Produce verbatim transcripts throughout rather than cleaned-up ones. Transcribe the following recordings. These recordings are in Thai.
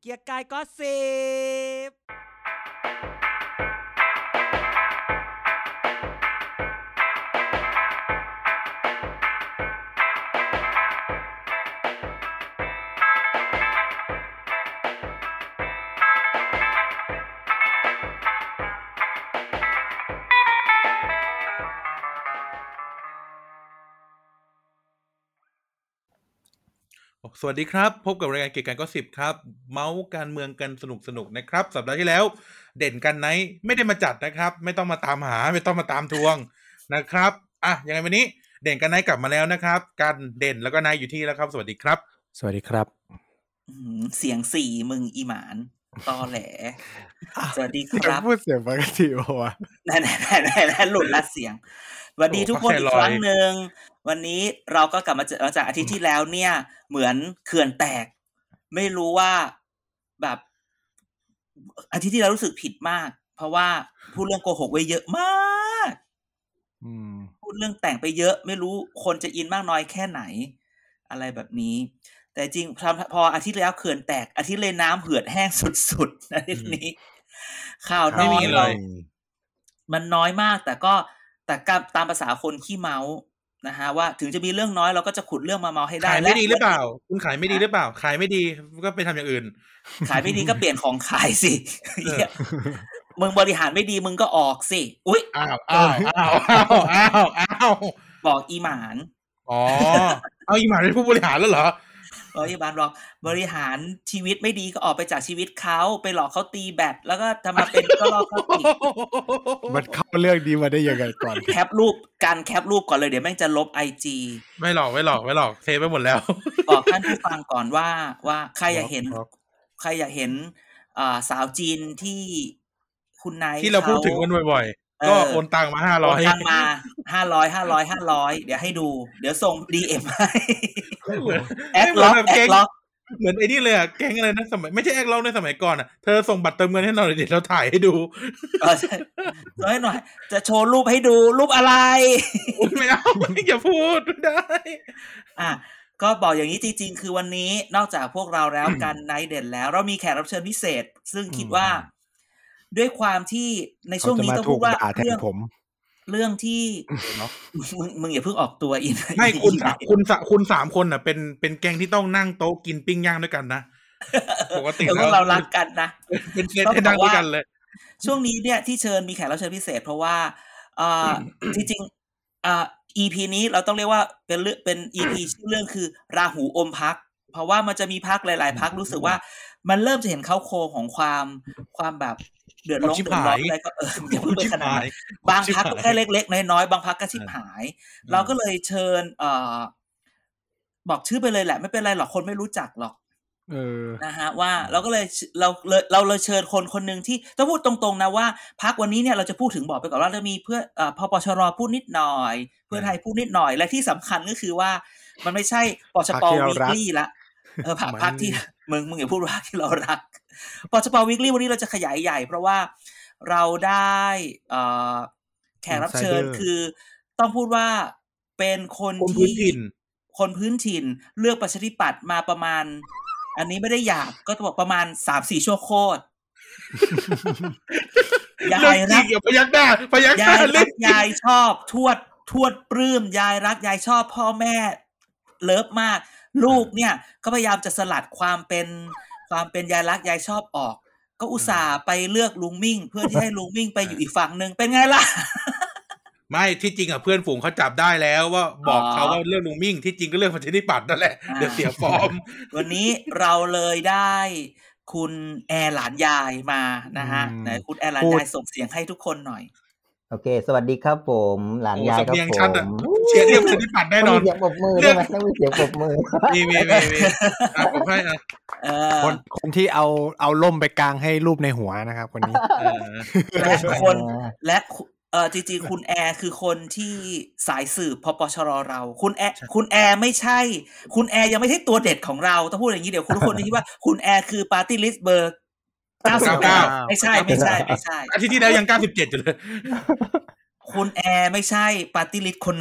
กียร์กายก็สิบสวัสดีครับพบกับรายการเกียร์กายก็สิบครับเมาส์การเมืองกันสนุกสนุกนะครับสัปดาห์ที่แล้วเด่นกันไนท์ไม่ได้มาจัดนะครับไม่ต้องมาตามหาไม่ต้องมาตามทวงนะครับอ่ะยังไงวันนี้เด่นกันไนท์กลับมาแล้วนะครับกันเด่นแล้วก็ไนท์อยู่ที่แล้วครับสวัสดีครับสวัสดีครับเสียงสี่มึงอีหมานตอแหลสวัสดีครับพูดเสียงปกติโอ้วะนั่นๆๆๆหลุดละเสียงสวัสดีทุกคนอีกครั้งนึงวันนี้เราก็กลับมาเจอหลังจากอาทิตย์ที่แล้วเนี่ยเหมือนเขื่อนแตกไม่รู้ว่าแบบอาทิตย์ที่แล้วรู้สึกผิดมากเพราะว่าพูดเรื่องโกหกไว้เยอะมากอืมพูดเรื่องแต่งไปเยอะไม่รู้คนจะอินมากน้อยแค่ไหนอะไรแบบนี้แต่จริงพออาทิตย์แล้วเขื่อนแตกอาทิตย์เลยน้ำเหือดแห้งสุดๆอาทิตย์นี้ข่าวน้อยเลยมันน้อยมากแต่ก็แต่ตามภาษาคนขี้เมานะฮะว่าถึงจะมีเรื่องน้อยเราก็จะขุดเรื่องมาเมาให้ได้ขายไม่ดีหรือเปล่าคุณขายไม่ดีหรือเปล่าขายไม่ดีก็ไปทำอย่างอื่นขายไม่ดีก็เปลี่ยนของขายสิมึงบริหารไม่ดีมึงก็ออกสิอุ๊ยอ้าวอ้าวอ้าวอ้าวอ้าวอ้าวบอกอีหมานอ๋อเอาอีหมานเป็นผู้บริหารแล้วเหรออ๋ออีหมานบอกบริหารชีวิตไม่ดีก็ออกไปจากชีวิตเขาไปหลอกเขาตีแบตแล้วก็ทำมาเป็นก็ลอกเขาอีกมันเข้าเรื่องดีมาได้ยังไงก่อนแคปรูปการแคปรูปก่อนเลยเดี๋ยวแม่งจะลบ ไอ จีไม่หลอกไม่หลอกไม่หลอกเซฟไปหมดแล้วบอกท่านผู้ฟังก่อนว่าว่าใครอยากเห็นใครอยากเห็นอ่าสาวจีนที่คุณนายที่เราพูดถึงกันบ่อยๆก็โอนตังมาห้าร้อยโอนตังมาห้าร้อยห้าร้อยห้าร้อยเดี๋ยวให้ดูเดี๋ยวส่ง ดี เอ็ม ให้แอดล็อกแอดล็อกเหมือนไอ้นี่เลยอ่ะแก๊งอะไรนะสมัยไม่ใช่แอดล็อกในสมัยก่อนอ่ะเธอส่งบัตรเติมเงินให้หน่อยเดี๋ยวเราถ่ายให้ดูเออใช่ส่งให้หน่อยจะโชว์รูปให้ดูรูปอะไรไม่เอาอย่าพูดได้อ่ะก็บอกอย่างนี้จริงๆคือวันนี้นอกจากพวกเราแล้วกันไนท์เด่นแล้วเรามีแขกรับเชิญพิเศษซึ่งคิดว่าด้วยความที่ในช่วงนี้ต้องพูดว่าเรื่องผมเรื่องที่มึงมึงอย่าเพิ่งออกตัวอินไม่คุณสามคุณคุณสามคนน่ะเป็นเป็นแก๊งที่ต้องนั่งโต๊ะกินปิ้งย่างด้วยกันนะปกติแล้วเรารักกันนะเป็นเซตให้นั่งด้วยกันเลยช่วงนี้เนี่ยที่เชิญมีแขกรับเชิญพิเศษเพราะว่าอ่าจริงๆอ่า อี พี นี้เราต้องเรียกว่าเป็นเรื่องเป็น อี พี ชื่อเรื่องคือราหูอมพรรคเพราะว่ามันจะมีพรรคหลายๆพรรครู้สึกว่ามันเริ่มจะเห็นเข้าโคของความความแบบเดือดร้อนเดือดร้อนอะไรก็เอออย่าพูดไปขนาดนั้นบางพรรคก็แค่เล็กๆน้อยๆบางพรรคก็ชิบหายเราก็เลยเชิญเอ่อบอกชื่อไปเลยแหละไม่เป็นไรหรอกคนไม่รู้จักหรอกเออนะฮะว่าเราก็เลยเราเลยเราเลยเชิญคนคนนึงที่ต้องพูดตรงๆนะว่าพรรควันนี้เนี่ยเราจะพูดถึงบอกไปก่อนว่าเรามีเพื่อเอ่อพปชรพูดนิดหน่อยเพื่อไทยพูดนิดหน่อยและที่สำคัญก็คือว่ามันไม่ใช่ปชป Weekly ละเออพรรคที่มึงมึงอย่าพูดว่าที่เรารักปชป Weekly วันนี้เราจะขยายใหญ่เพราะว่าเราได้เอ่อแขกรับเชิญคือต้องพูดว่าเป็นคนที่คนพื้นถิ่นเลือกประชาธิปัตย์มาประมาณอันนี้ไม่ได้หยาบก็บอกประมาณ สามสี่ ชั่วโคตรยายรักพยักหน้าพยักหน้าเล่นยายชอบทวดทวดปลื้มยายรักยายชอบพ่อแม่เลิฟมากลูกเนี่ยก็พยายามจะสลัดความเป็นความเป็นยายรักยายชอบออกก็อุตส่าห์ไปเลือกลุงมิ่งเพื่อที่ให้ลุงมิ่งไปอยู่อีกฝั่งนึงเป็นไงล่ะไม่ที่จริงอ่ะเพื่อนฝูงเขาจับได้แล้วว่าบอกเขาว่าเรื่องลุงมิ่งที่จริงก็เรื่องประชาธิปัตย์นั่นแหละเดี๋ยวเสียฟอร์มวันนี้เราเลยได้คุณแอร์หลานยายมานะฮะไหนคุณแอร์หลานยายส่งเสียงให้ทุกคนหน่อยโอเคสวัสดีครับผมหลานยายครับผมเชียร์เรียกประชาธิปัตย์แน่นอนเสียงปรบมือได้ไหมต้องมีเสียงปรบมือมีมีมีมีผมให้นะคนคนที่เอาเอาล่มไปกางให้รูปในหัวนะครับคนนี้และคนและเออจริงๆคุณแอร์คือคนที่สายสืบพปชรเราคุณแอร์คุณแอร์ไม่ใช่คุณแอร์ยังไม่ใช่ตัวเด็ดของเราต้องพูดอย่างนี้เดี๋ยวคุณทุกคนจะคิดว่าคุณแอร์คือปาร์ตี้ลิสต์เบอร์เก้าสิบเก้าไม่ใช่ไม่ใช่ไม่ใช่อาทิตย์ที่แล้วยังเก้าสิบเจ็ดอยู่เลยคุณแอร์ไม่ใช่ปาร์ตี้ลิสต์คนนั้น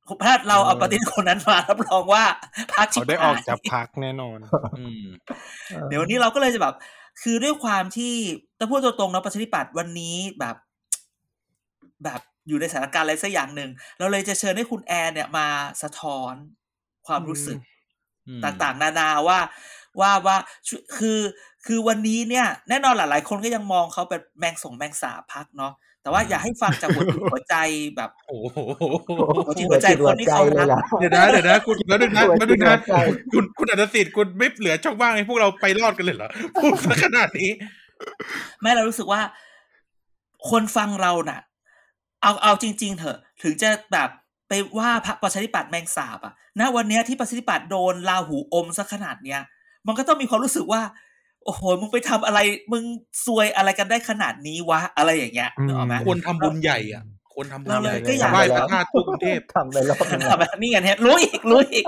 ถ้าเราเอาปฏิทินคนนั้นมารับรองว่าพรรคชิบเขาได้ออกจากพรรคแน่นอนอืมเดี๋ยววันนี้เราก็เลยจะแบบ คือด้วยความที่ถ้าพูดตรงๆนะประชาธิปัตย์วันนี้แบบ แบบอยู่ในสถานการณ์อะไรสักอย่างหนึ่งเราเลยจะเชิญให้คุณแอนเนี่ยมาสะท้อนความรู้สึกอืมต่างๆนานาว่าว่าว่าคือคือวันนี้เนี่ยแน่นอนหลายๆคนก็ยังมองเขาเป็นแมงส่งแมงสาบพรรคเนาะแต่ว่าอยากให้ฟังจากหัวจิตหัวใจแบบโอ้โหหัวจิตหัวใจคนที่เขารักเดี๋ยวนะเดี๋ยวนะคุณแล้วนึงนะหัวแล้วจินึตงหันะวใจคุณคุณอัตสิทธิ์คุณไม่เหลือช่องว่างให้พวกเราไปรอดกันเลยเหรอพูดซะขนาดนี้แม่เรารู้สึกว่าคนฟังเราน่ะ เอาเอาจริงๆเถอะถึงจะแบบไปว่าพรรคประชาธิปัตย์แมงสาบอะณวันเนี้ยที่ประชาธิปัตย์โดนราหูอมซะขนาดเนี้ยมันก็ต้องมีความรู้สึกว่าโอ้โหมึงไปทำอะไรมึงซวยอะไรกันได้ขนาดนี้วะอะไรอย่างเงี้ยนึกออกไหมควรทำบุญใหญ่อ่ะควรทำบุญเราใหเลญ่ยก็อยากไหว้พระธาตุทั่วกรุงเทพทำไปรอบนึงทำแบบนี้กันเนี่ยรู้อีกรู้อีก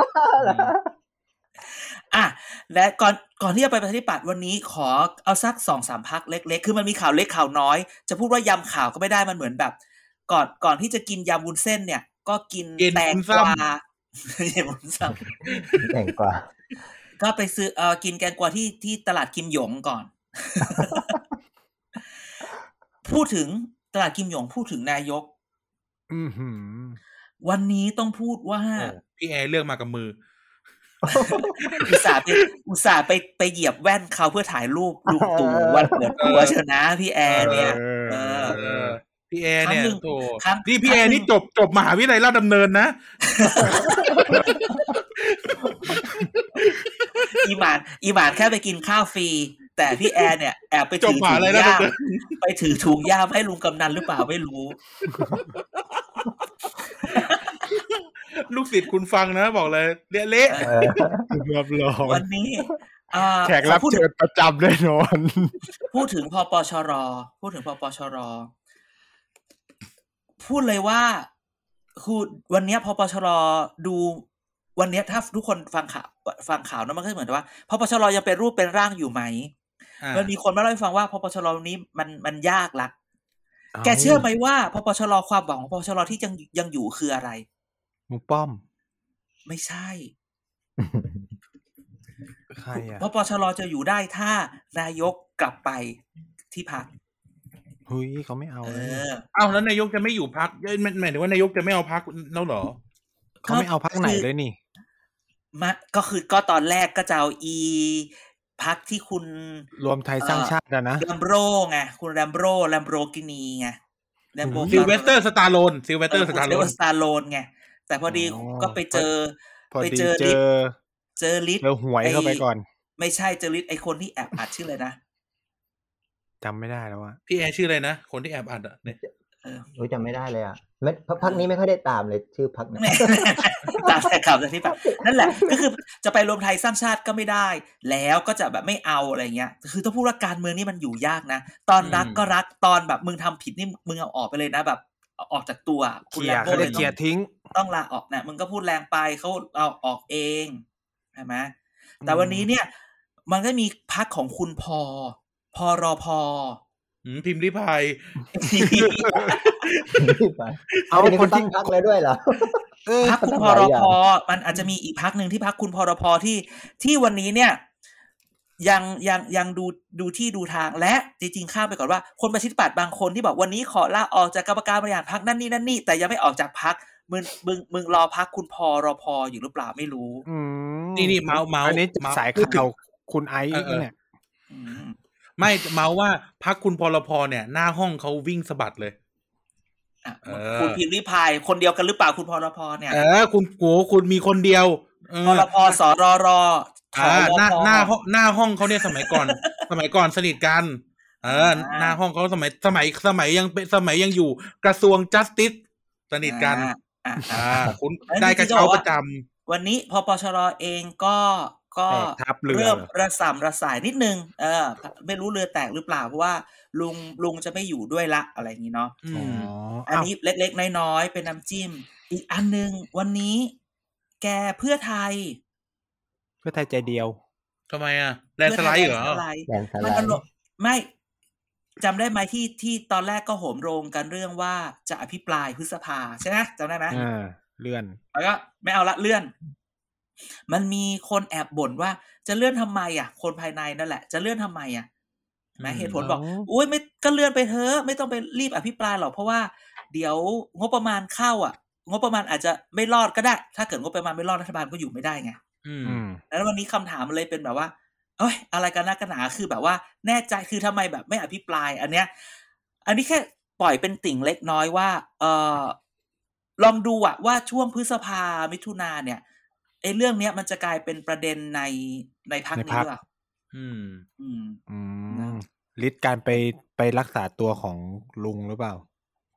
อ่ะและก่อนก่อนที่จะไปประชาธิปัตย์วันนี้ขอเอาสักสองสามพักเล็กๆคือมันมีข่าวเล็กข่าวน้อยจะพูดว่ายำข่าวก็ไม่ได้มันเหมือนแบบ ก่อนก่อนที่จะกินยำวุ้นเส้นเนี่ย ก็กินเย็นแตงวุ้นกซ้ำวาเย็นวุ้นซ้แต่งกว่าำก็ไปซื้อเอ่อกินแกงกวาที่ที่ตลาดกิมหยงก่อน พูดถึงตลาดกิมหยงพูดถึงนายกอือหือวันนี้ต้องพูดว่าโอ้พี่แอร์เลือกมากับมืออุตส่าห์ไปอุตส่าห์ไปไปเหยียบแว่นเขาเพื่อถ่ายรูปลุงตู่วันเปิดตัวชนะพี่แอร์เนี่ย เออเออพี่แอร์เนี่ยครั้งหนึ่งโถครั้งนี่พี่แอร์นี่จบจบมหาวิทยาลัยราชดำเนินนะอีหมานอีหมานแค่ไปกินข้าวฟรีแต่พี่แอร์เนี่ยแอบไปจถืบอมหาถุงลัยราชย่ามดำเนินไปถือถุงย่ามให้ลุงกำนันหรือเปล่าไม่รู้ลูกศิษย์คุณฟังนะบอกเลยเละเละเออรับรองวันนี้อ่าแขกรับพูดเชิญประจำแน่นอนพูดถึงพปชรพูดถึงพปชรพูดเลยว่าคือวันนี้พปชรดูวันนี้ถ้าทุกคนฟังข่าวฟังข่าวนะมันก็เหมือนว่าพปชรยังเป็นรูปเป็นร่างอยู่ไหมอ่ามันมีคนมาเล่าให้ฟังว่าพปชรนี้มันมันยากละเอ้าแกเชื่อไหมว่าพปชรความหวังของพปชรที่ยังยังอยู่คืออะไรลุงป้อมไม่ใช่ใครอ่ะพปชรจะอยู่ได้ถ้านายกกลับไปที่พรรคเฮ้ยเขาไม่เอาเอเลยอเอ้าแล้วนายกจะไม่อยู่พักหมายถึงว่านายกจะไม่เอาพักแล้วเหรอเขาไม่เอาพักไหนเลยนี่มาก็คือก็ตอนแรกก็จะเอาอีพักที่คุณรวมไทยสร้างชาติอะนะแรมโบรไงคุณแรมโบรแรมโบรกินีไงแรมโบซิลเวสเตอร์สตาร์โลนซิลเวสเตอร์สตาร์โลนสตาร์โลนไงแต่พอดีอ๋อก็ไปเจอพอไปดีเจอเจลิอสเจอลิสเจอหวยเข้าไปก่อนไม่ใช่เจอลิสไอคนที่แอบอัดชื่ออะไรนะจำไม่ได้แล้วว่าพี่แอร์ชื่ออะไรนะคนที่แอบอัดอ่ะเนี่ยเออรู้จำไม่ได้เลยอ่ะไม่พักนี้ไม่ค่อยได้ตามเลยชื่อพักเนี่ยแหม่ ตามแต่ข่าวจากที่ปะนั่นแหละ ก็คือจะไปรวมไทยสร้างชาติก็ไม่ได้ แล้วก็จะแบบไม่เอาอะไรเงี้ยคือต้องพูดว่าการเมืองนี่มันอยู่ยากนะตอนรักก็รักตอนแบบมึงทำผิดนี่มึงเอาออกไปเลยนะแบบเอาออกจากตัวเคลียร์เขาเรียกเคลียร์ทิ้งต้องลาออกนะมึงก็พูดแรงไปเขาเอาออกเองใช่ไหมแต่วันนี้เนี่ย มันก็มีพักของคุณพอพอรอพออืมพิมพ์ริพายเอาเอาคคน นที่ตั้งพักเลยด้วยเหรอเออพักคุณพหลายรอย่าพงมันอาจจะมีอีกพักหนึ่งที่พักคุณพรพที่ที่วันนี้เนี่ย ยังยังยังดูดูที่ดูทางและจริงๆข้ามไปก่อนว่าคนประชาธิปัตย์บางคนที่บอกวันนี้ขอลาออกจากกรรมการบริหารพักนั่นนี่นั่นนี่แต่ยังไม่ออกจากพักมึงมึงมึงรอพักคุณพรพอยู่หรือเปล่าไม่รู้อืมนี่นี่เมาส์เมาส์อันนี้เมาส์สายพูดถึข่าง วคุณไอซ์เออเออเนี่ยอืมไม่เมาส์ว่าพักคุณพลพเนี่ย หน้าห้องเขาวิ่งสะบัดเลยอ่ะเออคุณพิมพ์ริพายคนเดียวกันหรือเปล่าคุณพรพเนี่ยเออคุณโกคุณมีคนเดียวเออพรพสรรถอ่าอหน้าพหน้าห้องหน้าห้องเขาเนี่ยสมัยก่อน สมัยก่อนสนิทกัน เอออ่าหน้าห้องเขาสมัยสมัยสมัยยังเป็นสมัยยังอยู่กระทรวง justice สนิทกันอ่าอ่าอ่าอ่า คุณเอ้ยได้กระเช้าประจวันนี้พปชรเองก็ก็แตกทับเรือเริ่มระสำระสายนิดนึงเออไม่รู้เรือแตกหรือเปล่าเพราะว่าลุงลุงจะไม่อยู่ด้วยละอะไรอย่างนี้เนาะำอือ๋อมอันอ้าวนี้เล็กๆน้อยๆเป็นน้ำจิ้ม อีกอันนึงวันนี้แกเพื่อไทยเพื่อไทยใจเดียวทำไมอ่ะแลนด์สไลด์เหรอแลนด์สไลด์แลนด์สไลด์มันอารมณ์ไม่จำได้ไหมที่ที่ตอนแรกก็โหมโรงกันเรื่องว่าจะอภิปรายพฤษภาใช่ไหมจำได้ไหมอ่าเลื่อนแล้วก็ไม่เอาละเลื่อนมันมีคนแอบบ่นว่าจะเลื่อนทำไมอ่ะคนภายในนั่นแหละจะเลื่อนทำไมอ่ะนะเหตุผลบอกอุ้ยไม่ก็เลื่อนไปเถอะไม่ต้องไปรีบอภิปรายหรอกเพราะว่าเดี๋ยวงบประมาณเข้าอ่ะงบประมาณอาจจะไม่รอดก็ได้ถ้าเกิดงบประมาณไม่รอดรัฐบาลก็อยู่ไม่ได้ไงอืมแล้ววันนี้คำถามมันเลยเป็นแบบว่าเอ้ยอะไรกันนักกันหนาคือแบบว่าแน่ใจคือทำไมแบบไม่อภิปรายอันเนี้ยอันนี้แค่ปล่อยเป็นติ่งเล็กน้อยว่าเออลองดูอะว่าช่วงพฤษภามิถุนาเนี่ยไอ้เรื่องเนี้ยมันจะกลายเป็นประเด็นในในพรรคนี้หรือเปล่าอืมอืมอืมฤทธิ์การไปไปรักษาตัวของลุงหรือเปล่า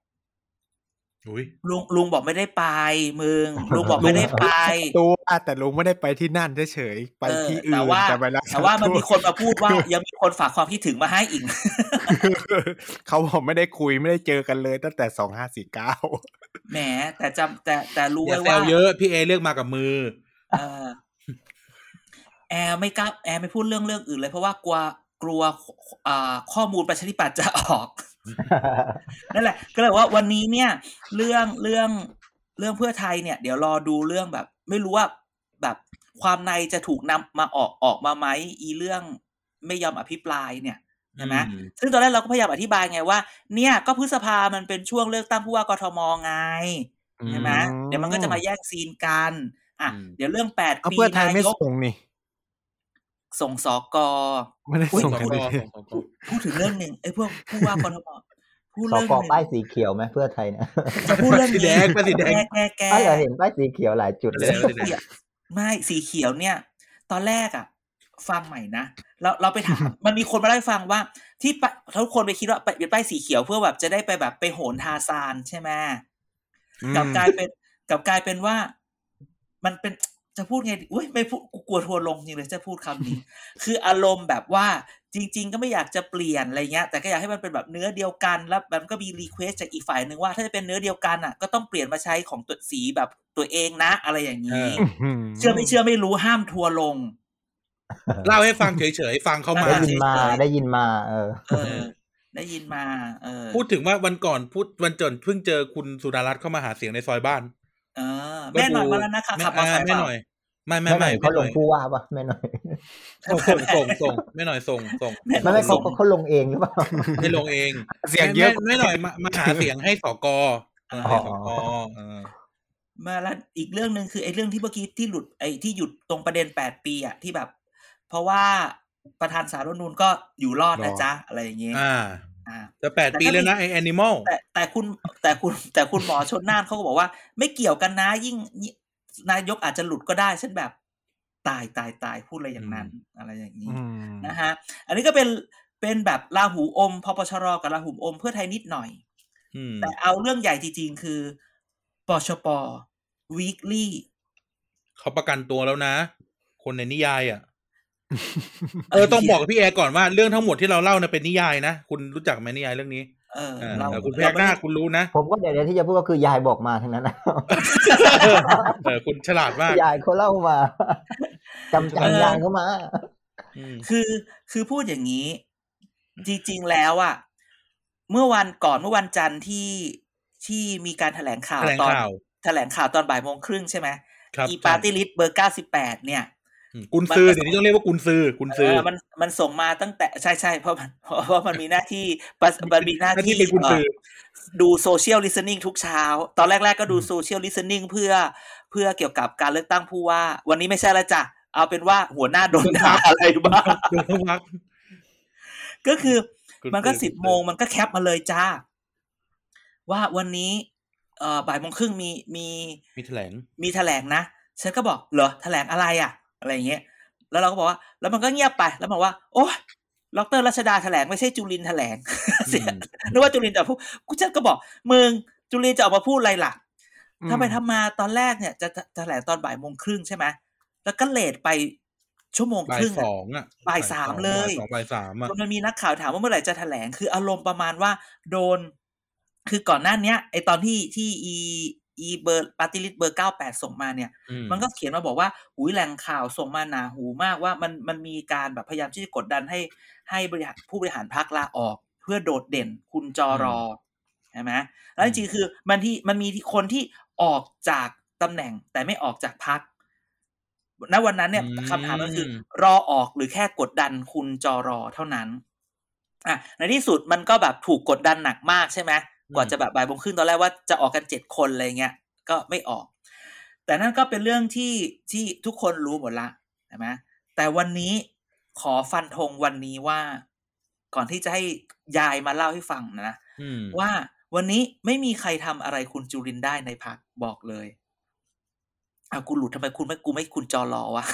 ลุงลุงบอกไม่ได้ไปมึงลุงบอกไม่ได้ไปตัวแต่ลุงไม่ได้ไปที่นั่นเฉยๆไปที่อื่นแต่ว่าแต่ว่ามันมีคนมาพูดว่ายังมีคนฝากความคิดถึงมาให้อีกเขาบอกไม่ได้คุยไม่ได้เจอกันเลยตั้งแต่สองห้าสี่เก้าแหมแต่จำแต่แต่รู้ไว้ว่าแซวเยอะพี่เอเลือกมากับมือเออแอร์ไม่กล้าแอร์ไม่พูดเรื่องเรื่องอื่นเลยเพราะว่ากลัวกลัวอ่าข้อมูลประชาธิปัตย์จะออกนั่นแหละก็เลยว่าวันนี้เนี่ยเรื่องเรื่องเรื่องเพื่อไทยเนี่ยเดี๋ยวรอดูเรื่องแบบไม่รู้ว่าแบบความในจะถูกนำมาออกออกมาไหมอีเรื่องไม่ยอมอภิปรายเนี่ยใช่ไหมซึ่งตอนแรกเราก็พยายามอธิบายไงว่าเนี่ยก็พฤษภามันเป็นช่วงเลือกตั้งผู้ว่ากทมไงใช่ไหมเดี๋ยวมันก็จะมาแยกซีนกันอ่ะเดี๋ยวเรื่องแปดปีเพื่อไทยไม่ส่งนี่ส่งสกไม่ได้ส่งกันพูดถึงเรื่องหนึ่งไอ้พวกผู้ว่ากทมพูดเรื่องป้ายสีเขียวไหมเพื่อไทยเนี่ยจะพูดเรื่องสีแดงป้ายสีแดงแกแกเราเห็นป้ายสีเขียวหลายจุดเลยไม่สีเขียวเนี่ยตอนแรกอ่ะฟังใหม่นะเราเราไปถามมันมีคนมาเล่าให้ฟังว่าที่ทุกคนไปคิดว่าเป็นป้ายสีเขียวเพื่อแบบจะได้ไปแบบไปโหนทาซานใช่ไหมกลับกลายเป็นกลับกลายเป็นว่ามันเป็นจะพูดไงอุ้ยไม่พูดกูกลัวทัวลงจริงเลยจะพูดคำนี้คืออารมณ์แบบว่าจริงๆก็ไม่อยากจะเปลี่ยนอะไรเงี้ยแต่ก็อยากให้มันเป็นแบบเนื้อเดียวกันแล้วมันก็มีรีเควสจากอีกฝ่ายนึงว่าถ้าจะเป็นเนื้อเดียวกันอ่ะก็ต้องเปลี่ยนมาใช้ของตัวสีแบบตัวเองนะอะไรอย่างนี้เชื่อไม่เชื่อไม่รู้ห้ามทัวลงเล่าให้ฟังเฉยๆฟังเขามาได้ยินมาได้ยินมาเออเออได้ยินมาเออพูดถึงว่าวันก่อนพูดวันก่อนเพิ่งเจอคุณสุดารัตน์เข้ามาหาเสียงในซอยบ้านเออแม่หน่อยมาแล้วนะคะขับมอเตอร์ไซค์แม่หน่อยไม่ไม่ไม่เขาลงผู้ว่าป่ะแม่หน่อยส่งส่งส่งแม่หน่อยส่งส่งไม่ไม่เขาเขาลงเองหรือเปล่าไม่ลงเองเสียงเยอะแม่หน่อยมามาหาเสียงให้สกให้สกมาแล้วอีกเรื่องนึงคือไอ้เรื่องที่เมื่อกี้ที่หลุดไอ้ที่หยุดตรงประเด็นแปดปีอ่ะที่แบบเพราะว่าประธานศาลรัฐธรรมนูญก็อยู่รอดนะจ๊ะอะไรอย่างเงี้ยอ่าอ่าจะแปดปีแล้วนะไอ้ Animal แต่แต่คุณแต่คุณแต่คุณหมอชลน่านเขาก็บอกว่าไม่เกี่ยวกันนะยิ่งนายกอาจจะหลุดก็ได้เช่นแบบตายตายตายพูดอะไรอย่างนั้นอะไรอย่างนี้นะฮะอันนี้ก็เป็นเป็นแบบราหูอมพปชรกับราหูอมเพื่อไทยนิดหน่อยแต่เอาเรื่องใหญ่จริงๆคือปชป weekly เขาประกันตัวแล้วนะคนในนิยายอ่ะเออต้องบอกกับพี่แอร์ก่อนว่าเรื่องทั้งหมดที่เราเล่าเนี่ยเป็นนิยายนะคุณรู้จักไหมนิยายเรื่องนี้เออเราคุณพยักหน้าคุณรู้นะผมก็เดี๋ยวที่จะพูดก็คือยายบอกมาทั้งนั้นนะเออคุณฉลาดมากยายเขาเล่ามาจำจำยายเขามาคือคือพูดอย่างนี้จริงๆแล้วอ่ะเมื่อวันก่อนเมื่อวันจันทร์ที่ที่มีการแถลงข่าวตอนแถลงข่าวตอนบ่ายโมงครึ่งใช่ไหมอีปาร์ตี้ลิสต์เบอร์เก้าสิบแปดเนี่ยกุนซือเดี๋ยวนี้ต้องเรียกว่ากุนซือกุนซือมันมันส่งมาตั้งแต่ใช่ๆเพราะมันเพราะมันมีหน้าที่มันมีหน้าที่ดูโซเชียลลิสติ้งทุกเช้าตอนแรกๆก็ดูโซเชียลลิสติ้งเพื่อเพื่อเกี่ยวกับการเลือกตั้งผู้ว่าวันนี้ไม่ใช่แล้วจ้ะเอาเป็นว่าหัวหน้าโดนด่าอะไรบ้างก็คือมันก็สิบโมงมันก็แคปมาเลยจ้าว่าวันนี้เอ่อบ่ายโมงครึ่งมีมีมีแถลงมีแถลงนะฉันก็บอกเหรอแถลงอะไรอ่ะอะไรอย่างเงี้ยแล้วเราก็บอกว่าแล้วมันก็เงียบไปแล้วบอกว่าโอ๊ยดร.รัชดาแถลงไม่ใช่จุลินแถลงเสียนึกว่าจุลินจะพูดกูฉันก็บอกมึงจุลินจะออกมาพูดอะไรล่ะถ้าไปทำมาตอนแรกเนี่ยจะแถลงตอนบ่ายโมงครึ่งใช่ไหมแล้วก็เลทไปชั่วโมงครึ่งบ่ายสองอ่ะบ่ายสามเลยบ่ายสามอ่ะมันมีนักข่าวถามว่าเมื่อไหร่จะแถลงคืออารมณ์ประมาณว่าโดนคือก่อนหน้านี้ไอตอนที่ที่อีอีเบอร์ปาร์ตี้ลิสต์เบอร์เก้าสิบแปดส่งมาเนี่ยมันก็เขียนมาบอกว่าหูยแหล่งข่าวส่งมาหนาหูมากว่ามันมันมีการแบบพยายามที่จะกดดันให้ให้บริหารผู้บริหารพรรคลาออกเพื่อโดดเด่นคุณจรใช่ไหมแล้วจริงๆคือมันที่มันมีคนที่ออกจากตำแหน่งแต่ไม่ออกจากพรรคณวันนั้นเนี่ยอืมคำถามก็คือ รอออกหรือแค่กดดันคุณจรอเท่านั้นอ่ะในที่สุดมันก็แบบถูกกดดันหนักมากใช่ไหมกว่าจะแบบบ่ายโมงครึ่งตอนแรกว่าจะออกกันเจ็ดคนอะไรเงี้ยก็ไม่ออก แต่นั่นก็เป็นเรื่องที่ที่ทุกคนรู้หมดละใช่ไหมแต่วันนี้ขอฟันธงวันนี้ว่า ก่อนที่จะให้ยายมาเล่าให้ฟังนะอืมว่าวันนี้ไม่มีใครทำอะไรคุณจุรินทร์ได้ในพรรคบอกเลยอ้าวกูหลุดทำไมคุณไม่กูไม่คุณจอรอวะ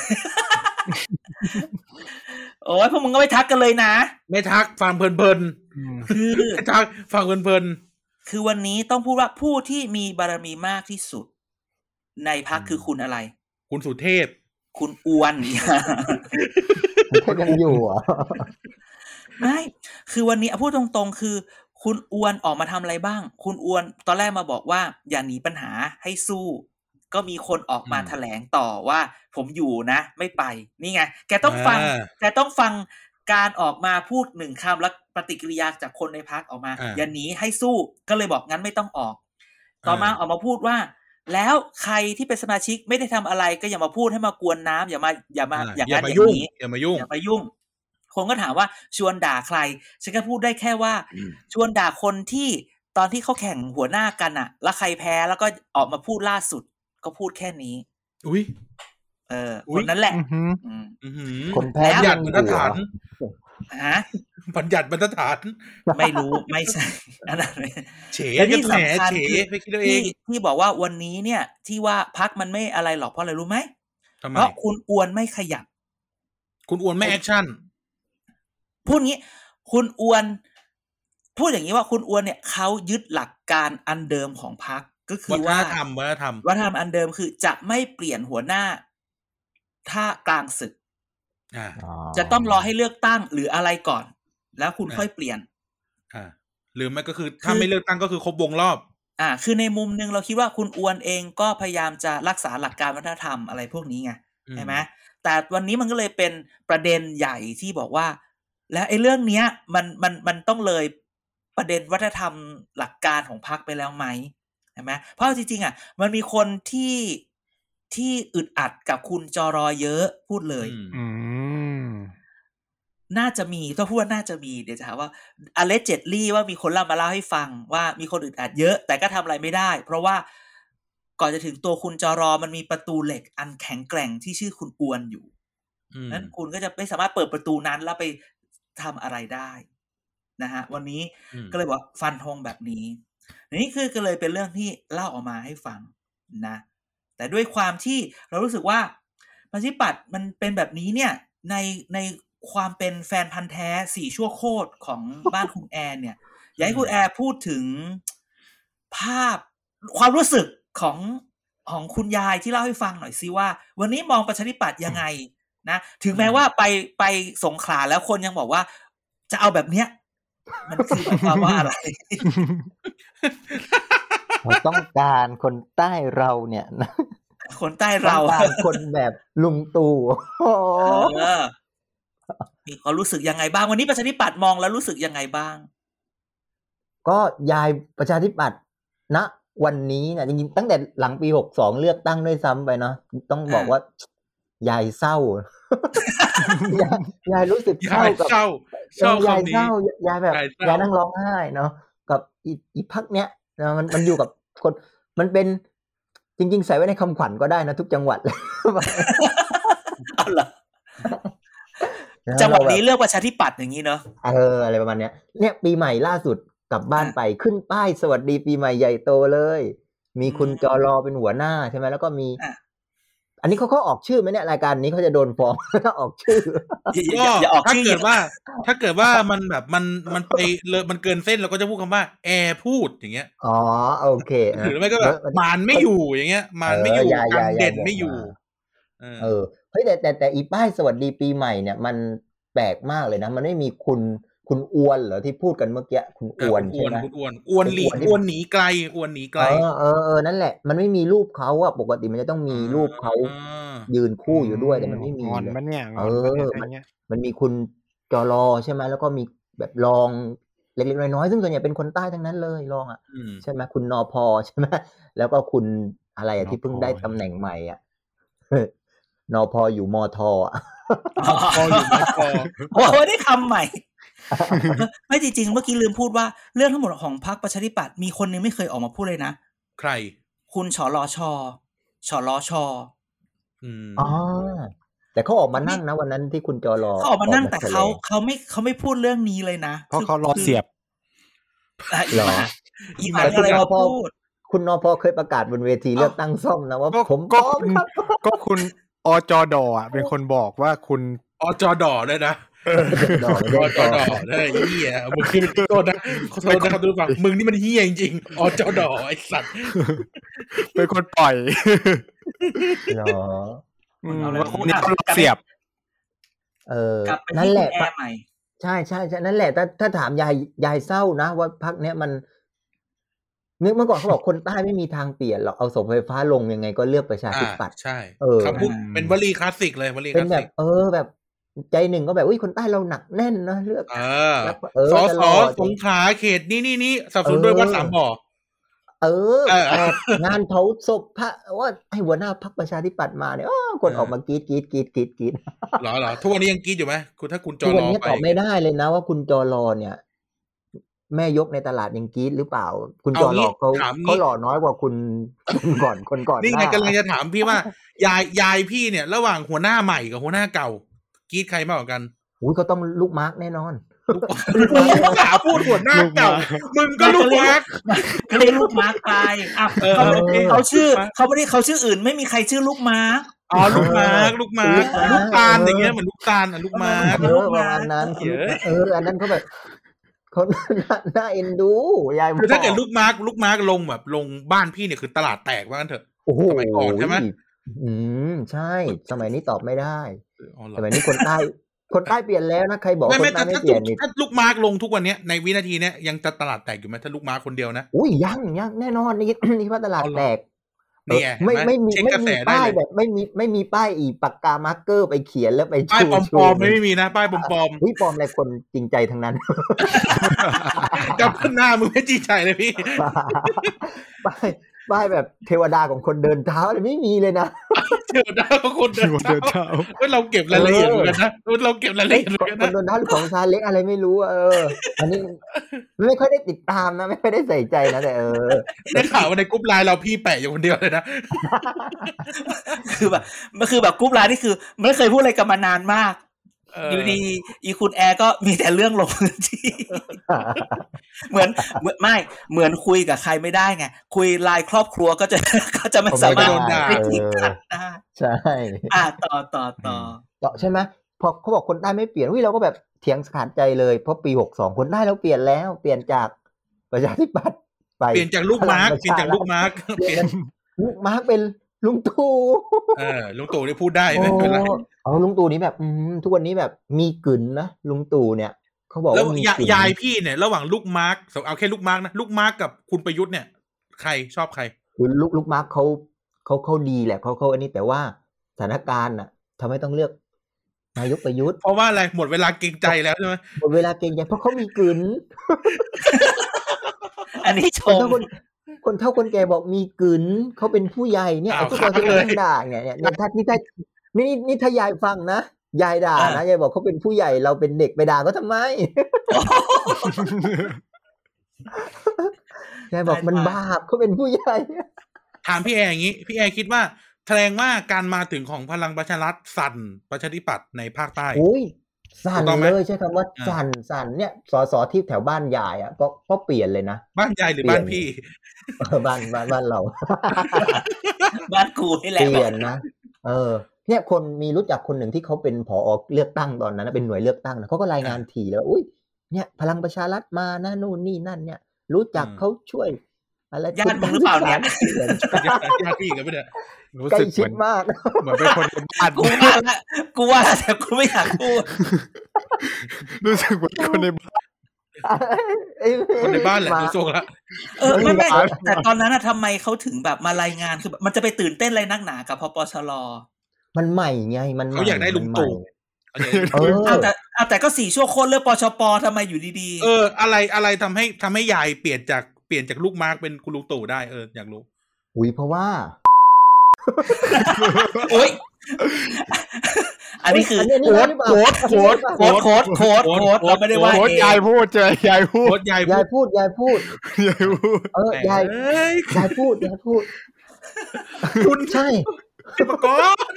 โอ้ยพวกมึงก็ไม่ทักกันเลยนะไม่ทักฟังเพลินอืมคือๆไม่ทักฟังเพลินคือวันนี้ต้องพูดว่าผู้ที่มีบารมีมากที่สุด ในพรรคคือคุณอะไรๆคุณสุเทพคุณอ้วนถ้ายังอยู่เหรอไม่คือวันนี้เอาพูดตรงๆ คือ คุณอวนออกมาทำอะไรบ้าง คุณอวนตอนแรกมาบอกว่าอย่าหนีปัญหาให้สู้ ก็มีคนออกมาอืมแถลงต่อว่า ผมอยู่นะ ไม่ไป นี่ไง แกต้องฟังอ่าแกต้องฟังการออกมาพูดหนึ่งคำแล้วปฏิกิริยาจากคนในพรรคออกมาอ่าอย่าหนีให้สู้ ก็เลยบอกงั้นไม่ต้องออก ต่อมาอ่าออกมาพูดว่า แล้วใครที่เป็นสมาชิกไม่ได้ทำอะไร ก็อย่ามาพูดให้มากวนน้ำอย่ามาอย่ามาอ่าอย่างอย่านั้นมาอย่ายุ่งงนี้อย่ามายุ่งอย่ามายุ่ง คนก็ถามว่าชวนด่าใคร ฉันก็พูดได้แค่ว่า ชวนด่าคนที่ตอนที่เขาแข่งหัวหน้ากันอะแล้วใครแพ้แล้วก็ออกมาพูดล่าสุด ก็พูดแค่นี้อุ้ยเอออุ๊คยนนั้นแหละอือหืออืมอื้อหือคนแพ้บัญญัติยับรง รอยู่ทัดฐานฮะบัญญัติบรรทัดฐานไม่รู้ ไม่ใช่ อันนั้นไม่เฉและกัที่นแหมสำคัญเฉคือไปคิดเอาเอที่งที่บอกว่าวันนี้เนี่ย ที่ว่าพักมันไม่อะไรหรอกเพราะอะไรรู้ไหมทำไมเพราะคุณอวนไม่ขยับคุณอ้วนไม่แอคชั่นพูดงี้ คุณอวน พูดอย่างนี้ว่าคุณอวนเนี่ยเขายึดหลักการอันเดิมของพรรคก็คืวัอฒว่านธรรมวัฒนธรรมวัฒนธรรมอันเดิมคือจะไม่เปลี่ยนหัวหน้า ถ้ากลางศึกอ่าอ๋อจะต้องรอให้เลือกตั้งหรืออะไรก่อน แล้วคุณอ่าค่อยเปลี่ยนอ่า หรือไม่ก็คือคืถ้าอไม่เลือกตั้งก็คือครบวงรอบอ่า คือในมุมหนึงเราคิดว่าคุณอวนเองก็พยายามจะรักษาหลักการวัฒนธรรมอะไรพวกนี้ไงอืมใช่ไหมแต่วันนี้มันก็เลยเป็นประเด็นใหญ่ที่บอกว่า แล้วไอ้เรื่องเนี้ย มันมันมันต้องเลยประเด็นวัฒนธรรมหลักการของพรรคไปแล้วไหมใช่ไหมเพราะจริงๆอ่ะ มันมีคนที่ที่อึดอัดกับคุณจรอเยอะพูดเลยอืมอืมน่าจะมีต้องพูดว่าน่าจะมีเดี๋ยวจะหาว่าอเลเจดลี่ว่ามีคนเล่ามาเล่าให้ฟังว่ามีคนอึดอัดเยอะ แต่ก็ทำอะไรไม่ได้ เพราะว่าก่อนจะถึงตัวคุณจรอมันมีประตูเหล็กอันแข็งแกร่งที่ชื่อคุณอวนอยู่อืมนั้นคุณก็จะไม่สามารถเปิดประตูนั้นแล้วไปทำอะไรได้นะฮะวันนี้อืมก็เลยบอกฟันธงแบบนี้นี่คือก็เลยเป็นเรื่องที่เล่าออกมาให้ฟังนะ แต่ด้วยความที่เรารู้สึกว่าประชาธิปัตย์มันเป็นแบบนี้เนี่ย ในในความเป็นแฟนพันธ์แท้สี่ชั่วโคตรของบ้านคุณแอนเนี่ย อยากให้คุณแอร์พูดถึงภาพความรู้สึกของของคุณยายที่เล่าให้ฟังหน่อยซิว่า วันนี้มองประชาธิปัตย์ยังไงนะถึงแม้ว่าไปไปสงขลาแล้วคนยังบอกว่า จะเอาแบบเนี้ย มันคือหมายความว่าอะไรเราต้องการคนใต้เราเนี่ยนะคนใต้ต้อเรางการคนแบบลุงตู่โอ้โหเออมีความรู้สึกยังไงบ้างวันนี้ประชาธิปัตย์มองแล้วรู้สึกยังไงบ้างก็ยายประชาธิปัตย์ณวันนี้เนี่ยจริงๆตั้งแต่หลังปีหกสองเลือกตั้งด้วยซ้ำไปเนาะต้องบอกว่า ยายเศร้า ยายยายรู้สึกเศยาร้าย กับเศร้าเศร้าเออยายคำเศนี้ร้ายายแบบยายเศร้ายยายนั่งร้องไห้เนาะกับอีอีพักเนี้ยนะมันมันอยู่กับคน มันเป็นจริง ๆ ใส่ไว้ในคำขวัญก็ได้นะทุกจังหวัดเลยเอาเหรอจังหวะนี้เลือกประชาธิปัตย์อย่างนี้เนาะเอออะไรประมาณเนี้ยเนี่ยปีใหม่ล่าสุดกลับบ้านไปขึ้นป้ายสวัสดีปีใหม่ใหญ่โตเลย มีคุณจอรอเป็นหัวหน้าใช่ไหมแล้วก็มี อันนี้เขาเขาออกชื่อไหมเนี่ยรายการนี้เขาจะโดนฟ้องถ้าออกชื่ออย่าก็อย่าออกถ้าชื่อเกิดว่า ถ้าเกิดว่ามันแบบมันมันไปเลยมันเกินเส้นเราก็จะพูดคำว่าแอร์พูดอย่างเงี้ยอ๋อโอเคหรือไม่ก็แบบมานไม่อยู่อย่างเงี้ยมานไม่อยู่เอออย่าอย่ากันเด่นอย่าไม่อยู่บอกมาเออเออเฮ้ยแต่แต่แต่อีป้ายสวัสดีปีใหม่เนี่ยมันแปลกมากเลยนะมันไม่มีคุณคุณอวนเหรอที่พูดกันเมื่อกี้คุณเอออวนคุณอ้ใช่วนไหมคุณอ้วนอ้วนหลีคุณอ้วนที่อ้วนหนีไกลอ้วนหนีไกลเออเออเออนั่นแหละมันไม่มีรูปเขาอะปกติมันจะต้องมีรูปเขาอ่ายืนคู่อยู่ด้วยแต่มันไม่มีงอนเลยปะเนี่ยงเออนปะเนี่ยออะไรมันเงี้ยมันมีคุณจอรอใช่ไหมแล้วก็มีแบบรองเล็กๆน้อยๆซึ่งส่วนใหญ่เป็นคนใต้ทั้งนั้นเลยรองอ่ะอืมใช่ไหมคุณนอพอใช่ไหมแล้วก็คุณอะไรอะที่เพิ่งได้ตำแหน่งใหม่อ่ะ นพอยู่มทอ่ะพออยู่มอพอโอ้โหได้คำใหม่ ไม่จริงๆเมื่อกี้ลืมพูดว่าเรื่องทั้งหมดของพรรคประชาธิปัตย์มีคนนึงไม่เคยออกมาพูดเลยนะใครคุณชลชชลชอืมอ๋อแต่เขาออกมานั่งนะวันนั้นที่คุณจรเขาออกมานั่งแต่แถลเขาเขาไม่เขาไม่พูดเรื่องนี้เลยนะเพราะเขารอเสียบอ่ะอีเหรอหมาอีหมาอะไรมาพูดคุณนพเคยประกาศบนเวทีเลือกตั้งซ่อมนะว่าก็ผมก็พร้อมคุณครับก็คุณอจดอ่ะเป็นคนบอกว่าคุณอจดอด้วยนะดอกไม่อได้จก่อดอได้เหี้ยมึงคือโทษนะขอโทษนะครับทุกฝั่งมึงนี่มันเหี้ยจริงๆอจดอไอ้สัตว์เป็นคนปล่อยเหรออืมเอาเลยว่าคนนี้เขารอเสียบเออกลับไปนั่นที่แหคุละณแอร์ใหม่ใช่ใช่ใช่นั่นแหละถ้าถ้าถามยายยายเศร้านะว่าพักเนี้ยมันนึกเมื่อก่อนเขาบอกคนใต้ไม่มีทางเปลี่ยนหรอกเอาเสาไฟฟ้าลงยังไงก็เลือกประชาธิอ่าปัตย์ใช่เออคำพูดเป็นวลีคลาสสิกเลยวลีคเป็นลาสแบสิบกเออแบบ ใจหนึ่งก็แบบอุ้ยคนใต้เราหนักแน่นนะเลือกเออแล้วเออสอตสลออดสงขลาเขตนี้นี่นี่สนับสนุนโดยวัดสามบ่อเออเออแต่งานเผาศพพระว่าให้หัวหน้าพรรคประชาธิปัตย์มาเนี่ยอ้อคนเออออกมากรีดกรีดกรีดกรีดกรีดเหรอเหรอทุกวันนี้ยังกรีดอยู่ไหมคุณถ้าคุณจทุอกวันรอนี้ไปตอบไม่ได้เลยนะว่าคุณจอรอเนี่ย แม่ยกในตลาดยังกรีดหรือเปล่า คุณจอรอเขาถามเขางี้หล่อน้อยกว่าคุณคนก่อนคนก่อนนี่หไงน้ากำลังจะถามพี่ว่า ยายยายพี่เนี่ย ระหว่างหัวหน้าใหม่กับหัวหน้าเก่ากรีดใครมากกว่ากันอุ้ยเขาต้องลูกมาร์กแน่นอนมึงก็หาพูดหัวหน้าเก่า มึงก็ลูกมาร์กก็เรียกลูกมาร์กไปอ่ะเออเขาโอเคเขาชื่อเขาไม่ได้เขาชื่ออื่นไม่มีใครชื่อลูกมาร์กอ๋อลูกมาร์กลูกมาร์กลูกมาร์กลูกตาลอย่างเงี้ยเหมือนลูกตาลอ่ะลูกมาร์กเออประมาณนั้นเยอะเออ อันนั้นเขาแบบเขาน่าน่าเอ็นดูยายคือถ้าเกิดบลูกมาร์กลูกมาร์กลงแบบลงบ้านพี่เนี่ยคือตลาดแตกว่างั้นเถอะโอ้โหสมัยก่อนใช่ไหมอืมใช่ สมัยนี้ตอบไม่ได้อ๋อเหรอสมัยนี้คนใต้ คนใต้เปลี่ยนแล้วนะใครบอกไม่คนไม่ใต้ถ้าไม่ถ้าเปลี่ยนนี่ถ้าลูกมาร์กลงทุกวันเนี้ยในวินาทีเนี้ยยังจะตลาดแตกอยู่ไหมถ้าลูกมาร์กคนเดียวนะอุ้ยยังยังแน่นอนนี่ นี่ว่าตลาดเอาเหรอแตกนี่ไงเออไม่ไม่มีเช็คไม่กระแสมีได้ป้ายเลยแบบไม่มีไม่มีป้ายอีปากกามาร์กเกอร์ไปเขียนแล้วไปป้ายชูปลอมชูปลอมๆไม่มีนะป้ายปลอมปลอมอุ้ยปลอมอะไรคนจริงใจทั้งนั้นๆกับหน้ามึงไม่จริงใจเลยพี่ป้ายป้ายแบบเทวดาของคนเดินเท้าอะไรไม่มีเลยนะเจอหน้าคนเดินคนเดินเท้าเท้าเฮ้ยเราเก็บรายละเอียดเหมือนกันนะเราเก็บรายละเอ้ยเอียดเหมือนกันคนนะเดินเท้าหรือของซาเล็กอะไรไม่รู้อะเออ อันนี้ไม่ค่อยได้ติดตามนะไม่ค่อยได้ใส่ใจนะแต่เออได้ข่าวว่าในกรุ๊ปไลน์เราพี่แปะอยู่คนเดียวเลยนะคือแบบมันคือแบบกรุ๊ปไลน์นี่คือไม่เคยพูดอะไรกันมานานมากเอออยู่ดีอีคุณแอร์ก็มีแต่เรื่องลงพื้นที่ เหมือนเหมือนไม่เหมือนคุยกับใครไม่ได้ไงคุยไลน์ครอบครัวก็จะ ก็จะไม่สามารถโดนด่าไม่ทิ้งกันได้ใช่อ่ะต่อต่อต่อต่อใช่ไหมพอเขาบอกคนได้ไม่เปลี่ยนวิเราก็แบบเถียงขาดใจเลยเพราะปีหกสองคนได้แล้วเปลี่ยนแล้วเปลี่ยนจากประชาธิปัตย์ไปเปลี่ยนจากลูกมาร์กพเปลี่ยนจากลูกมาร์กเปลี่ยนลูกมาร์กเป็นลุงตู่เออลุงตู่ได้พูดได้ไม่เป็นไรโอ้เอาลุงตู่นี้แบบอืมทุกวันนี้แบบมีกึ่นนะลุงตู่เนี่ยเขาบอกแล้วว่ามียากึ่นยายพี่เนี่ยระหว่างลูกมาร์กเอาแค่ลูกมาร์กนะลูกมาร์กกับคุณประยุทธ์เนี่ยใครชอบใครคือลูกลูกมาร์กเขาเขาเขาดีแหละเขาเขาอันนี้แต่ว่าสถานการณ์น่ะทำให้ต้องเลือกนายกประยุทธ์เพราะว่าอะไรหมดเวลาเกรงใจแล้วใช่ไหมหมดเวลาเกรงใจเพราะเขามีกึ่นอันนี้ชคนมเท่าคนคนเท่าคนแก่บอกมีกึ๋นเขาเป็นผู้ใหญ่เนี่ยทุกคนที่เราด่าเนี่ยเนี่ยเนี่ยถ้านี่ถ้านี่นี่ถ้ายายฟังนะยายด่านะยายบอกเขาเป็นผู้ใหญ่เราเป็นเด็กไปด่าเขาทำไม ยายบอกมันบาปเขาเป็นผู้ใหญ่ถามพี่แอร์อย่างนี้พี่แอร์คิดว่าแสดงว่าการมาถึงของพลังประชารัฐสั่นประชาธิปัตย์ในภาคใต้โอ้ยสั่นถูกต้องไหมเลยใช้คำว่าอ่าสั่นสั่นเนี่ยสสที่แถวบ้านยายอ่ะก็ก็เปลี่ยนเลยนะบ้านยายหรือบ้านพี่เออบ้านบ้านบ้านเราบ้านกูนี่แหละเปลี่ยนนะ เออ เนี่ยคนมีรู้จักคนหนึ่งที่เขาเป็นผอเลือกตั้งตอนนั้นนะเป็นหน่วยเลือกตั้งนะเขาก็รายงานถี่แล้วาอุ้ยเนี่ยพลังประชารัฐมานะนู่นนี่นั่นเนี่ย รู้จักอืมเขาช่วย อะไรญาติมึงหรือเปล่าเนี่ยเปลี่ยนญาติญาติพี่กันไม่ได้รู้ใกล้สึกเหชิมืดอนมากเหมือนเป็นคนในบ้านกูว่าละกูว่าละแต่กูไม่อยากพูดรู้สึกเหมือนคนในบ้านคนในบ้านแหละมาดูทรงละเออไม่ไม่ไม่แต่ตอนนั้นอะทำไมเขาถึงแบบมารายงานคือแบบมันจะไปตื่นเต้นอะไรนักหนากับพปชรมันใหม่ไงมันใหม่เขาอยากได้ลุงตู่มันใหม่เออเอาแต่เอาแต่ก็สี่ชั่วโคตรเลือกปชปทำไมอยู่ดีเอออะไรอะไรทำให้ทำให้ยายเปลี่ยนจากเปลี่ยนจากลูกมาร์กเป็นคุณลุงตู่ได้เอออยากรู้อุ้ยเพราะว่าโอ๊ยอันนี้คืออันนี้โค้ดนี่หรือเปล่าโค้ดโค้ดโค้ดโค้ดโค้ดโค้ดเราไม่ได้ว่าโค้ดเองยายพูดเจอยายพูโค้ดดยายยายพูดยายพูดยายพูดเออยายเอ้ยยายพูดยายพูดคุณใช่ประกอบ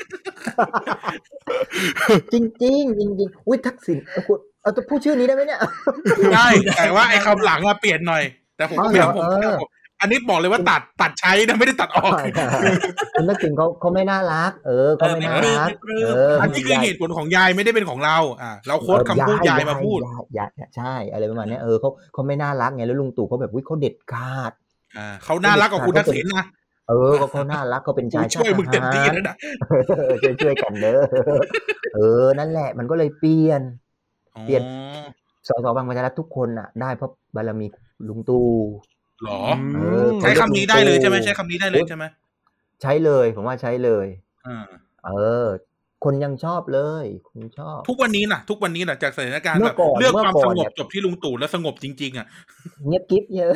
จริงจริงจริงจริงอุ้ยทักษิณเอาคุณเอาจะพูดชื่อนี้ได้ไหมเนี่ยได้แต่ว่าไอ้คำหลังอะเปลี่ยนหน่อย แต่ผมอ๋อเปลี่ยนผมเหรอเอออันนี้บอกเลยว่าตัดตัดใช้นะไม่ได้ตัดออกคุณทักษิณเขาเขาไม่น่ารัก เออเขาไม่น่ารักเออเอออันนี้คือเหตุผลของยายไม่ได้เป็นของเรา อ่า เราโค้ดคำพูดยายมาพูดยายยายใช่อะไรประมาณเนี้ยเออเขาเขาไม่น่ารักไงแล้วลุงตู่เขาแบบวิเขาเด็ดขาดอ่าเขาน่ารักกว่าคุณทักษิณนะเออเขาเขาน่ารักเขาเป็นชายช่วยมึงเต็มที่แล้วนะช่วยช่วยกันเด้อเออนั่นแหละมันก็เลยเปลี่ยน เปลี่ยน สสบางประชารัฐทุกคนน่ะได้เพราะบารมีลุงตู่หรอเออใช้คำนี้ได้เลยใช่ไหมใช้คำนี้ได้เลยใช่ไหมใช้เลยผมว่าใช้เลยอ่าเออ คนยังชอบเลยคนชอบทุกวันนี้น่ะ ทุกวันนี้น่ะจากสถานการณ์เมื่แบอบ ก่อนเลือกความเมื่อก่สอนงเนี่บยจบที่ลุงตู่แล้วสงบจริงๆอ่ะเงียบกิ๊บเยอะ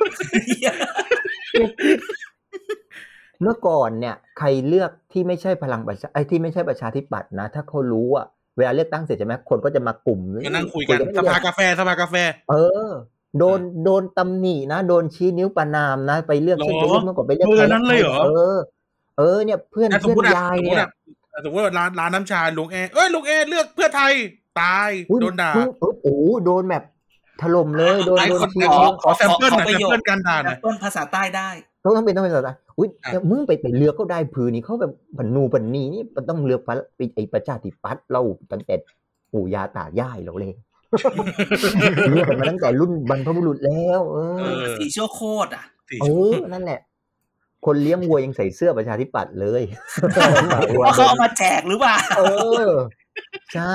เมื่อก่อนเนี่ย ใครเลือกที่ไม่ใช่พลังประชาไอ้ที่ไม่ใช่ประชาธิปัตย์นะ ถ้าเขารู้อ่ะเวลาเลือกตั้งเสร็จใช่ไหมคนก็จะมากลุ่มมานั่งคุยกันสภากาแฟสภากาแฟเออ โดนโดนตำหนินะโดนชี้นิ้วประนามนะไปเลือกหรอเช่นไปเลือกเมื่อก่อนไปเลือกเบอร์นั้นเลยเหรอเออ เออเนี่ยเพื่อนอ่ะสมเพื่มอนติอ่ะยายสมมเนี่ติยอ่ะสมมติว่าร้านร้านน้ำชาลุงเอเอ้ยลุงเอเลือกเพื่อไทยตายอุ๊ยโดนด่าอุ๊ยโอ้โหโดนแบบถล่มเลยโดนไอ้โดนคนชี้ขอนิ้วขอแซมเปิลหน่อยขอประแซมโยคเปิลการด่าหน่อยต้นภาษาใต้ได้ต้องต้องเป็นต้องเป็นอะไรอุ้ยอ่ะเดี๋ยวมึงไปไปเลือกเขาได้ผืนนี่เขาแบบบรรนูบรรนีนี่มันต้องเลือกพระไอ้ประชาธิปัตย์เราตั้งแต่ปู่ย่าตายายเราเลยเลือกกันมาตั้งแต่รุ่นบรรพบุรุษแล้วเอเอออสีชั่วโคตรอ่ะสี่เอชั่วอนั่นแหละ คนเลี้ยงวัวยังใส่เสื้อประชาธิปัตย์เลยเพราะเขาเอามาแจกหรือเปล่าเออ ใช่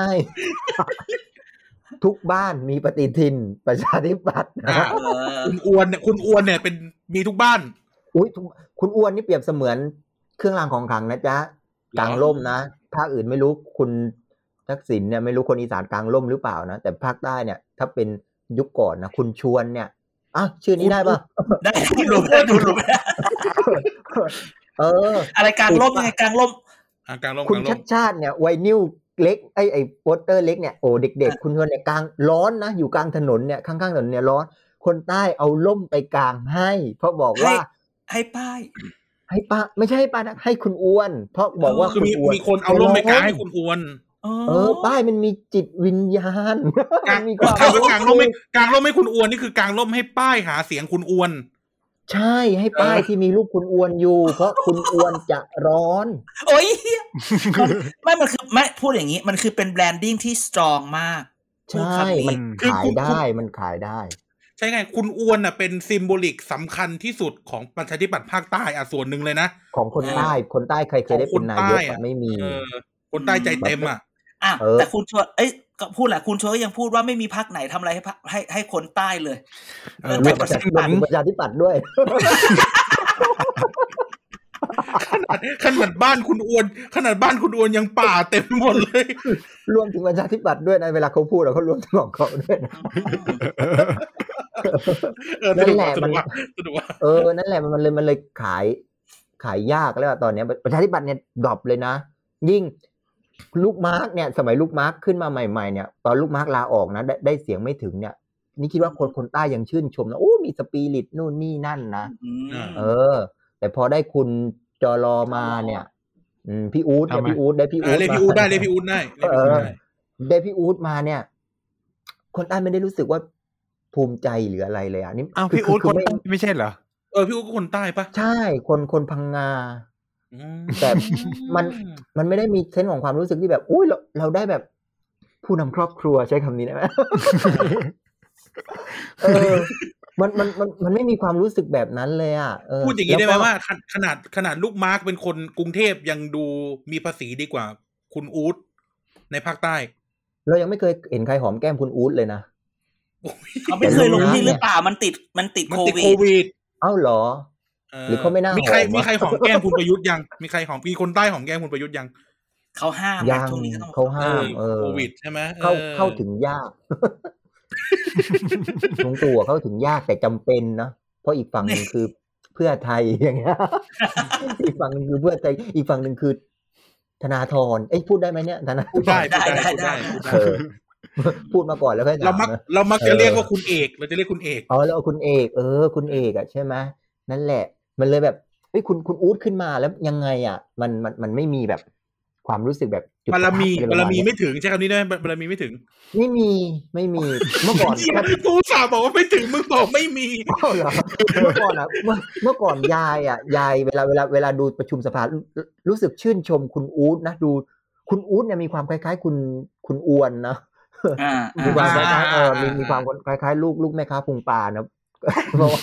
ทุกบ้านมีปฏิทินประชาธิปัตย์นะอ่ะเออคุณอวนเนี่ยคุณอวนเนี่ยเป็นมีทุกบ้านอุ้ยทุกคุณอ้วนนี่เปรียบเสมือนเครื่องรางของขลังนะจ๊ะกลางร่มนะภาคอื่นไม่รู้คุณทักษิณเนี่ยไม่รู้คนอีสานกลางร่มหรือเปล่านะแต่ภาคใต้เนี่ย ถ้าเป็นยุคก่อนนะคุณชวนเนี่ยอ่ะชื่อนี้ได้ปะได้หลุมได้หลุมเอออะไรกลางร่มยังไงกลางร่มอ่ะกลางร่มคุกณลางร่ชัมดชาติเนี่ยไวนิวเล็กไอ้ไอ้โปสเตอร์เล็กเนี่ยโอ้เด็กๆคุณชวนเนี่ยกลางร้อนนะอยู่กลางถนนเนี่ยข้างๆถนนเนี่ยร้อนคนใต้เอาล่มไปกลางให้ เพราะบอกว่าให้ป้ายให้ป้าไม่ใช่ให้ป้านะให้คุณอ้วน เพราะบอกว่าคือมีณอ้วนมีคนเอาร่มไปกางให้คุณอวนเออป้ายมันมีจิตวิญญาณกางมีความใครว่ากางร่มให้กางร่มให้คุณอวนนี่คือกางร่มให้ป้ายหาเสียงคุณอวนใช่ให้ป้ายที่มีรูปคุณอ้วนอยู่ เพราะคุณอ้วนจะร้อนโอ้ยมันไม่มันคือไม่พูดอย่างนี้ มันคือเป็นแบรนดิ้งที่สตรองมากพูดใช่คำนี้มันคือขายคุณได้มันขายได้ใช่ไงคุณอวนน่ะเป็นซิมโบลิกสำคัญที่สุดของประชาธิปัตย์ภาคใต้อ่ะส่วนหนึ่งเลยนะของคนใต้คนใต้ใครเคยได้เป็นนายกอะไม่มีเออคนใต้ใจเต็มอ่ะอ่ะเออแต่คุณชวนเอ้ยก็พูดแหละคุณชวนก็ยังพูดว่าไม่มีพรรคไหนทำอะไรให้พรรคให้ให้คนใต้เลยเออรวมประชาธิปัตย์ประชาธิปัตย์ด้วยขนาดขนาดบ้านคุณอวนขนาดบ้านคุณอวนยังป่าเต็มหมดเลยรวมถึงประชาธิปัตย์ด้วยนะเวลาเขาพูดอะเขารวมถึงของเขาด้วยนะเออสนั่นุนกแหละสมันุนกว่ะสนุกว่ะเออนั่นแหละมันเลยมันเลยขายขายยากแล้วอะตอนเนี้ยประชาธิปัตย์เนี่ยดรอปเลยนะยิ่งลูกมาร์กเนี่ยสมัยลูกมาร์กขึ้นมาใหม่ๆเนี่ยตอนลูกมาร์กลาออกนะได้ได้เสียงไม่ถึงเนี่ยนี่คิดว่าคนคนใต้ยังชื่นชมนะโอ้มีสปิริตนู่นนี่นั่นนะอืมเออ แต่พอได้คุณจอรอมาเนี่ย อืมพี่อู๊ดเนี่ยทำไมพี่อู๊ดได้พี่อู๊อ่าดเรียกมาพี่อู๊ดได้เรียกพี่อู๊ดได้เรียกพี่อู๊ดได้ได้พี่อู๊ดมาเนี่ย คนใต้ไม่ได้รู้สึกว่าภูมิใจหรืออะไรเลยอ่ะนี่อ้าวคืพี่อู๊ดคืคนไม่ใต้ไม่ใช่เหรอเออพี่อู๊ดก็คนใต้ปะใช่คนคนพังงาอืมแต่มันมันไม่ได้มีเซนส์ของความรู้สึกที่แบบอุ้ยเราเราได้แบบผู้นำครอบครัวใช้คำนี้ได้ไหม เออ มันมันมันมันไม่มีความรู้สึกแบบนั้นเลยอ่ะเออพูดอย่างนี้ได้ไหมแล้วก็ว่าขนขนาดขนาดลูกมาร์กเป็นคนกรุงเทพยังดูมีภาษีดีกว่าคุณอู๊ดในภาคใต้เรายังไม่เคยเห็นใครหอมแก้มคุณอู๊ดเลยนะเขาไม่เคยลงที่หรือเปล่ามันติดมันติดมันโคติดวิโคดวิดเอ้าเหรอ หรือเขาไม่น่ามีใครหอมวะมีใครหอมแก้มคุณประยุทธ์ยังมีใครหอมมีคนใต้หอมแก้มคุณประยุทธ์ยังเขาห้ามยังช่วงนี้ก็ต้องเขาห้าม เออโควิดใช่ไหมเข้าออเข้าถึงยาก ลุงตู่อะเข้าถึงยากแต่จำเป็นนะเพราะอีกฝั่งหนึ่งคือเพื่อไทยอย่างเงี้ย อีกฝั่งหนึ่งคือเพื่อไทยอีกฝั่งหนึ่งคือ ธนาธรเอ้ยพูดได้ไหมเนี่ยธนาธพูดรได้ได้พูดได้ได้พูดได้ได้พูดได้เออ พูดมาก่อนแล้วค่อยเราถามมักนะเรามักเอจะเรียกอว่าคุณเอก เราจะเรียกคุณเอกอ๋อแล้วเอาคุณเอกเออคุณเอกอ่ะใช่ไหมนั่นแหละ มันเลยแบบเฮ้ยคุณคุณอู๊ดขึ้นมาแล้วยังไงอ่ะ มันมันมันไม่มีแบบความรู้สึกแบบจุดบาปรระทับมีอะไรปบาระรมาณมีเนี้ยไม่ถึงใช้คำนี้ได้ไหมบารมีไม่ถึงไม่มีไม่มีเมื่อก่อนเหี้ยถ้ากูอุตส่าห์บอกว่าไม่ถึงมึงบอกไม่มีอ้าวเหรอเมื่อก่อนอ่ะเมื่อเมื่อก่อนยายอ่ะยายเวลาเวลาเวลาดูประชุมสภารู้รู้สึกชื่นชมคุณอู๊ดนะดูคุณอู๊ดเนี่ยมีความคล้ายๆ คุณคุณอวนนะอ่ามีความคอ่าล้ายๆเออมีอ่ามีมีความคล้ายๆลูกลูกแม่ค้าพุงปลานะ เพราะว่า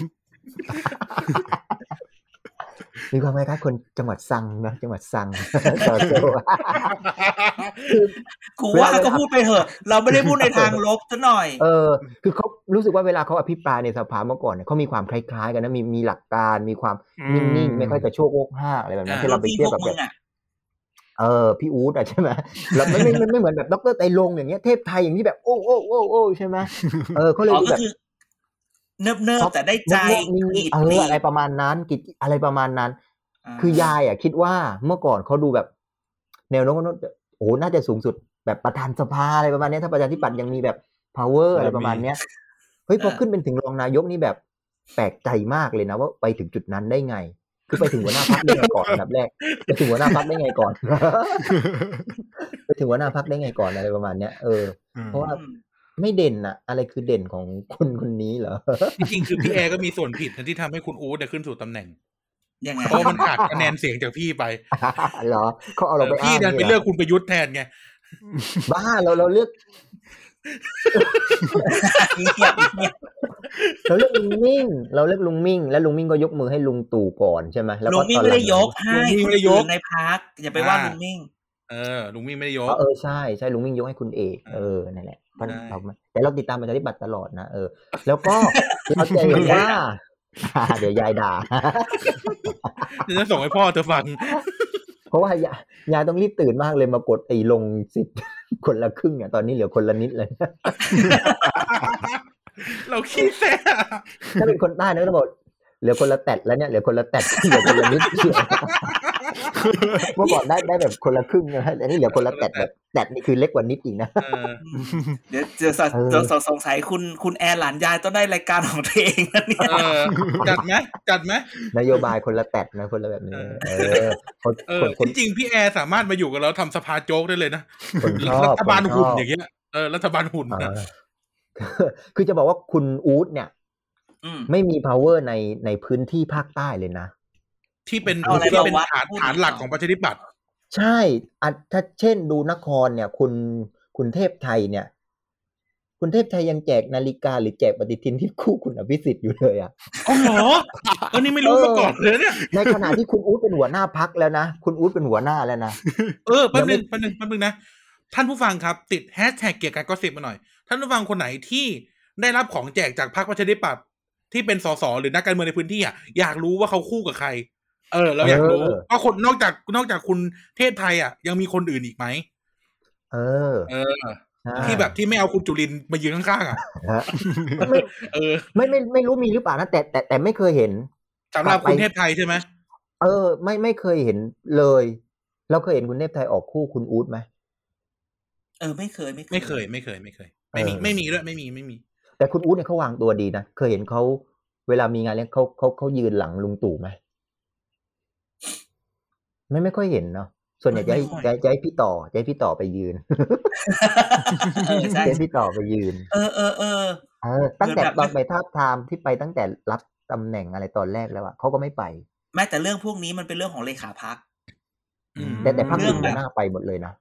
มีความคล้ายๆคนจังหวัดซังนะจังหวัดซัง ต่อโซ่ คือกูเวลาว่าเวก็ลาพูดไปเถอะ เราไม่ได้พูดในทางลบซะหน่อยเออคือเขารู้สึกว่าเวลาเขาอภิปรายในสภาเมื่อก่อนเนี่ยเขามีความคล้ายๆกันนะมีมีหลักการมีความอืนิ่งมๆ ไม่ค่อยกระโชกโวกห้ากอะไรแบบนั้นอ่าที่รุ่เรานไปพี่เทีพยบวกกับมึแบบงอ่ะเออพี่อู๊ดอ่ะใช่ไหมเราไม่ไม่ไม่ไม่เหมือนแบบดรไตรรงค์อย่างเงี้ยเทพไทยอย่างที่แบบโอ้โอ้โอ้โอ้ใช่ไหมเออเขาเลยอ๋อดูก็แบบคือเนิบเนิบท็อปๆแต่ได้ใจเนิบๆนิ่กรีงๆดเอก อรีอะไรดประมาณนั้นกิจอะไรประมาณนั้นอ่าคือยายอ่ะคิดว่าเมื่อก่อนเขาดูแบบ แนวโน้มว่าโอ้โหน่าจะสูงสุดแบบประธานสภาอะไรประมาณเนี้ยถ้าประชาธิปัตย์ยังมีแบบ power อะไรบารมีประมาณเนี้ยเฮ้ยพอเออขึ้นเป็นถึงรองนายกนี่แบบแปลกใจมากเลยนะว่าไปถึงจุดนั้นได้ไง คือไปถึงหัวหน้าพรรคได้ไงก่อนอันดับแรกไปถึงหัวหน้าพรรคได้ไงก่อน ไปถึงหัวหน้าพรรคได้ไงก่อนอะไรประมาณเนี้ยเอออืมเพราะว่าอืมไม่เด่นอะอะไรคือเด่นของคนคนนี้เหรอจริงๆคือพี่แอร์ก็มีส่วนผิดนะที่ทำให้คุณอู๊ดเนี่ยขึ้นสู่ตำแหน่งยังไงเพราะว่ามันขาดคะแนนเสียงจากพี่ไปเหรอเขาเอาเราไปเออพี่อ้างดันไปนี่เหรเลืออกคุณประยุทธ์แทนไงบ้าเราเราเลือกเงียบเงียบเราเลือกลุงมิ่ง เราเลือกลุงมิ่ง แล้วลุงมิ่งก็ยกมือให้ลุงตู่ก่อนใช่ไหมแล้วลุก็งมิ่ตงอนไม่หลัได้งยกให้ลุงมิ่งคนไม่ได้ยอื่กนในพักอย่าไปว่าอ่าลุงมิ่งเออลุงมิ่งไม่ได้ยอ๋อก เออใช่ใช่ลุงมิ่งยกให้คุณเอกเออเออนั่นแหละเพราะใช่เราไม่แต่เราติดตามประชาธิปัตย์ตลอดนะเออ แล้วก็ เราจะเห็นว่า อ่าเดี๋ยวยายด่าเดี๋ยวจะส่งให้พ่อเธอฟังเพราะว่ายายยายต้องรีบตื่นมากเลยมากดไอ้ลงสิทธิ์ คนละครึ่งเนี่ยตอนนี้เหลือคนละนิดเลยเราขี้แซ่ถ้าเป็นคนใต้นะก็ต้องบอกเหลือคนละแตดแล้วเนี่ยเหลือคนละแตด เหลือคนละนิด เมื่อก่อนได้ได้แบบคนละครึ่งนะอันนี้เหลือคนละแตดแบบแตดนี่คือเล็กกว่านิดอีกนะเออเดี๋ยวเจอสเออเจอสงสัยคุณคุณแอร์หลานยายต้องได้รายการของตัวเองนะเนี่ยเออจัดไหมจัดไหมนโยบายคนละแตดนะคนละแบบนี้ เออคนเอคอนคนจริงๆพี่แอร์สามารถมาอยู่กับเราทำสภาโจ๊กได้เลยนะคนชอบรัฐบาลคนชอบหุ่นอย่างเงี้ยเออรัฐบาลหุ่นเอนะอ คือจะบอกว่าคุณอู๊ดเนี่ยอืมไม่มี power ในในพื้นที่ภาคใต้เลยนะที่เป็นเอาอะไรที่เป็นมาวัดฐานพูดฐานหลักหน่อยของประชาธิปัตย์ใช่อะถ้าเช่นดูนครเนี่ย คุณคุณเทพไทยเนี่ย คุณเทพไทยยังแจกนาฬิกาหรือแจกปฏิทินที่คู่คุณอภิสิทธิ์อยู่เลยอ่ะอ๋อเหรออันนี้ไม่รู้เออมาก่อนเลยเนี่ยในขณะที่คุณอู๊ดเป็นหัวหน้าพักแล้วนะคุณอู๊ดเป็นหัวหน้าแล้วนะเออแป๊บยังไม่นึงแป๊บนึงแป๊บนึงนะท่านผู้ฟังครับติดแฮชแท็กเกียร์การก็สิบมาหน่อยท่านผู้ฟังคนไหนที่ได้รับของแจกจากพรรคประชาธิปัตย์ที่เป็นสสหรือนักการเมืองในพื้นที่อ่ะอยากรู้ว่าเขาคู่กับใคร เออเราอยากรู้ว่าคนนอกจากนอกจากคุณเทพไทยอ่ะยังมีคนอื่นอีกไหมเออเออใช่ที่แบบที่ไม่เอาคุณจุลินทร์มายืนข้างๆอ่ะฮะไม่เออไม่ไม่ไม่รู้มีหรือเปล่านะแต่แต่แต่ไม่เคยเห็นสำหรับคุณเทพไทยใช่ไหมเออ ไม่ไม่เคยเห็นเลย เราเคยเห็นคุณเทพไทยออกคู่คุณอู๊ดไหมเออไม่เคยไม่ไม่เคยไม่เคยไม่เคย ไม่มีเออไม่มีด้วยไม่มีไม่มีแต่คุณอู๊ดเนี่ยเขาวางตัวดีนะเคยเห็นเขาเวลามีงานเลี้ยงเขาเขาเขายืนหลังลุงตู่ไหมไม่ไม่ค่อยเห็นเนาะส่วนใหญ่จะให้จะจะให้พี่ต่อจะให้พี่ต่อไปยืนเออใช่จะให้พี่ต่อไปยืนเออเออเออเออตั้งแต่เหมือนแบบตอนไปทาบทามที่ไปตั้งแต่รับตำแหน่งอะไรตอนแรกแล้วอะเขาก็ไม่ไปแม้แต่เรื่องพวกนี้มันเป็นเรื่องของเลขาพักอืมแต่แต่พรรคเรื่อื่องนแบบหน้าไปหมดเลยนะ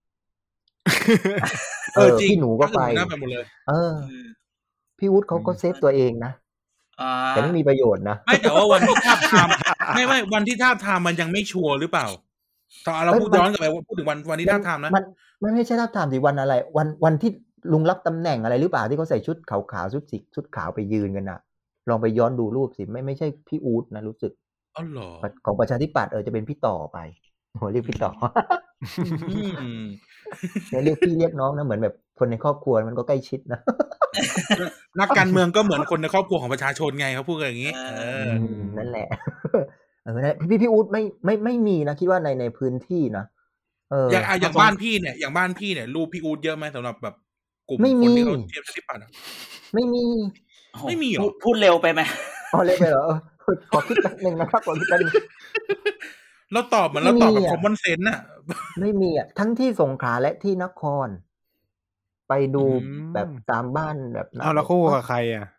เออจริงพี่หนูก็ไปพรรคอื่นหน้าไปหมดเลยเออ พี่วุฒิเขาก็เซฟตัวเองนะอ่าแต่ไม่มีประโยชน์นะไม่แต่ว่าวันที่ทาบทามไม่ไม่วันที่ทาบทามมันยังไม่ชัวร์หรือเปล่าตอนเราพูดเอ้ยมันย้อนกลับไปว่าพูดถึงวันวันที่ทาบทามนะมันมันไม่ใช่ทาบทามสิวันอะไร วันวันที่ลุงรับตำแหน่งอะไรหรือเปล่าที่เขาใส่ชุดขาวๆชุดสีชุดขาวไปยืนกันน่ะ ลองไปย้อนดูรูปสิไม่ไม่ใช่พี่อู๊ดนะรู้สึกอ๋อเหรอของประชาธิปัตย์เออจะเป็นพี่ต่อไปโหเรียกพี่ต่ออืมเนี่ยเรียกพี่เรียกน้องนะเหมือนแบบคนในครอบครัวมันก็ใกล้ชิดนะนักการเมืองก็เหมือนคนในครอบครัวของประชาชนไงเขาพูดกันอย่างนี้เอเออออืมนั่นแหละ เออนะพี่พี่อู๊ดไม่ไม่ไม่มีนะคิดว่าในในพื้นที่นะเอออย่างอ่ะอย่างบ้านพี่เนี่ยอย่างบ้านพี่เนี่ยรูปพี่อู๊ดเยอะไหมสำหรับแบบกลุ่มไม่คนมีที่เขาเทียบประชาธิปัตย์อะไม่มีโอ้โหไม่มีเหรอพูดพูดเร็วไปไหมอ๋อเลยไปเหรอเออขอคิดแป๊บนึงนะครับขอคิดแป๊บนึงเราตอบเหมือนเราตอบแบบไม่มีคอะอมมอนเซนส์น่ะไม่มีอ่ะทั้งที่สงขลาและที่นคร ไปดูอืมแบบตามบ้านแบบนั้นเอาแล้วคู่กับใครอ่ะ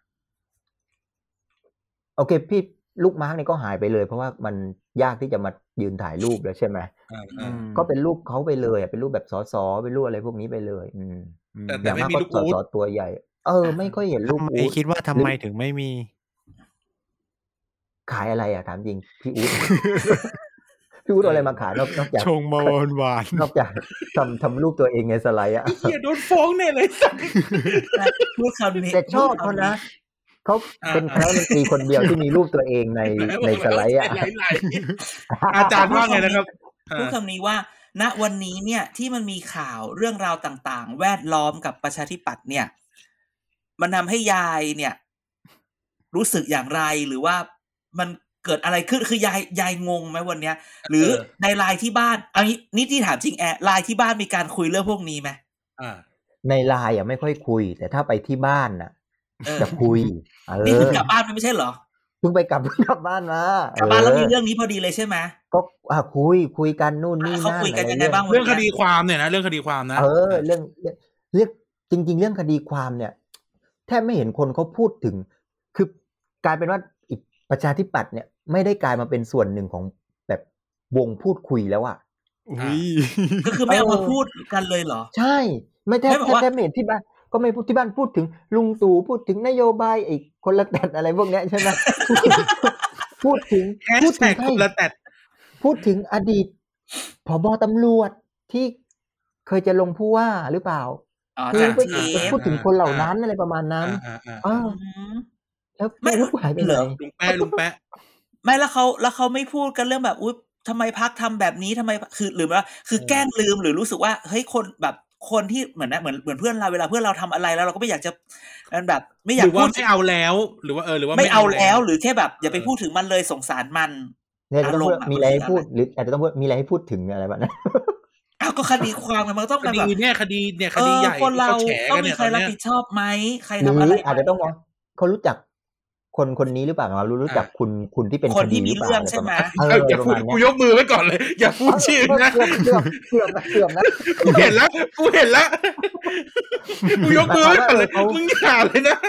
โอเคพี่ลูกมาร์กนี่ก็หายไปเลย เพราะว่ามันยากที่จะมายืนถ่ายรูปแล้วใช่ไหมอ่าอือ่ามก็เป็นรูปเขาไปเลยอะเป็นรูปแบบสสเป็นรูปอะไรพวกนี้ไปเลย อืมอืมแต่อแต่ย่างไม่มากมีก็ลูกสอู๊สดตัวใหญ่ เออ ไม่ค่อยเห็นรูปทำไมอู๊ดคิดว่าทำหรือไมถึงไม่มีขายอะไรอ่ะถามจริงพี่อู๊ด พี่อู๊ดเอาอะไรมาขายนอกนอกจากชงมาหวานนอกจากทำทำรูปตัวเองในสไลด์อ่ะไอ้เหี้ยโดนฟ้องแน่เลยสัตว์พูดคำนี้แต่ชอบเขานะเขาอ่าเป็นคณะดนตรีคนเดียวที่มีรูปตัวเองในในสไลด์อ่ะไหลๆอาจารย์ว่าไงนะครับพูดอ่าคำนี้ว่า ณวันนี้เนี่ยที่มันมีข่าวเรื่องราวต่างๆ แวดล้อมกับประชาธิปัตย์เนี่ย มันทำให้ยายเนี่ย รู้สึกอย่างไรหรือว่ามันเกิดอะไรขึ้นคือยายยายงงไหมวันเนี้ย หรือเออในไลน์ที่บ้านเอางี้นี่ที่ถามจริงแอร์ไลน์ที่บ้านมีการคุยเรื่องพวกนี้ไหมอ่าในไลน์อ่ะไม่ค่อยคุย แต่ถ้าไปที่บ้านน่ะเออจะคุย เอนี่อเพิ่งกลับบ้านไปไม่ใช่เหรอเพิ่งไปกลับเพิ่งกลับบ้านมากลับบ้านแล้วมีเออเรื่องนี้พอดีเลยใช่ไหมก็อ่ะคุยคุยกันนู่นนี่อ่ะเขานั่นคุยกันอะไรยังไงบ้างเรื่องคดีความเนี่ยนะเรื่องคดีความนะเออเรื่องเรื่องเรื่องจริง ๆ เรื่องคดีความเนี่ย แทบไม่เห็นคนเขาพูดถึง คือกลายเป็นว่าอีกประชาธิปัตย์เนี่ย ไม่ได้กลายมาเป็นส่วนหนึ่งของแบบวงพูดคุยแล้วอ่ะๆอุ้ยก็คือไม่เอาเออมาพูดกันเลยเหรอใช่ ไม่แทบไม่บอกแทบว่าแทบไม่เห็นที่บ้านก็ไม่พูดที่บ้านพูดถึงลุงตู่พูดถึงนโยบายไอ้คนละแต่อะไรพวกเนี้ยใช่ไหม พูดถึงแฮชพูดถึแท็งกใครคนละแต่พูดถึงอดีตผบตำรวจที่เคยจะลงผู้ว่าหรือเปล่าอ๋อคือจากไปทีไปพูดถึงคนเหล่านั้นอะไรประมาณนั้นอ่าอ่าเออ่าออืมแล้วไม่ไม่รู้หายไปไหนลุงแปะลุงแปะไม่แล้วเขาแล้วเขาไม่พูดกันเรื่องแบบอุ๊ยทำไมพักทำแบบนี้ทำไมคือหรือว่าคือแกล้งลืมหรือรู้สึกว่าเฮ้ยคนแบบคนที่เหมือนนะเหมือนเหมือนเพื่อนเราเวลาเพื่อนเราทำอะไรแล้วเราก็ไม่อยากจะมันแบบ ไม่อยาหกรือว่าพูดไม่เอาแล้ว หรือว่าเออหรือว่าไม่เอาแล้วหรือแค่แบบอย่าไปเออพูดถึงมันเลยสงสารมันเนี่ยจะต้องพูดอารมณ์อะมีอะไรให้มันคือพูดอะไรหรืออาจจะต้องพูดมีอะไรให้พูดถึงอะไรแบบนั้นอ้าวก็คดีความมันก็ต้องคเป็นดีแบบเนี่ยคดีเนี่ยคเอดีอใหญ่คนเราที่เขาแฉต้องกันมีเนี่ยใคตรอนรับเนี้ยผิดชอบไหมใครหรืทำออะไรอาจจะต้องว่าเขารู้จักคนคนนี้หรือเปล่าเรารู้จักคุณคุณที่เป็นคนคดีที่มีหรือเปล่าเรื่องอะไรใช่ประไหมมาณเอเออออย่าประพูดมาณกูเนี้ยยกมือไว้ก่อนเลย อย่าพูดชื่อนะเกือบเกือบเกือบนะเกือบนะกูเห็นแล้วกูเห็นแล้วกูยกมือไว้ก่อนเลยเขามึงอย่าเลยนะ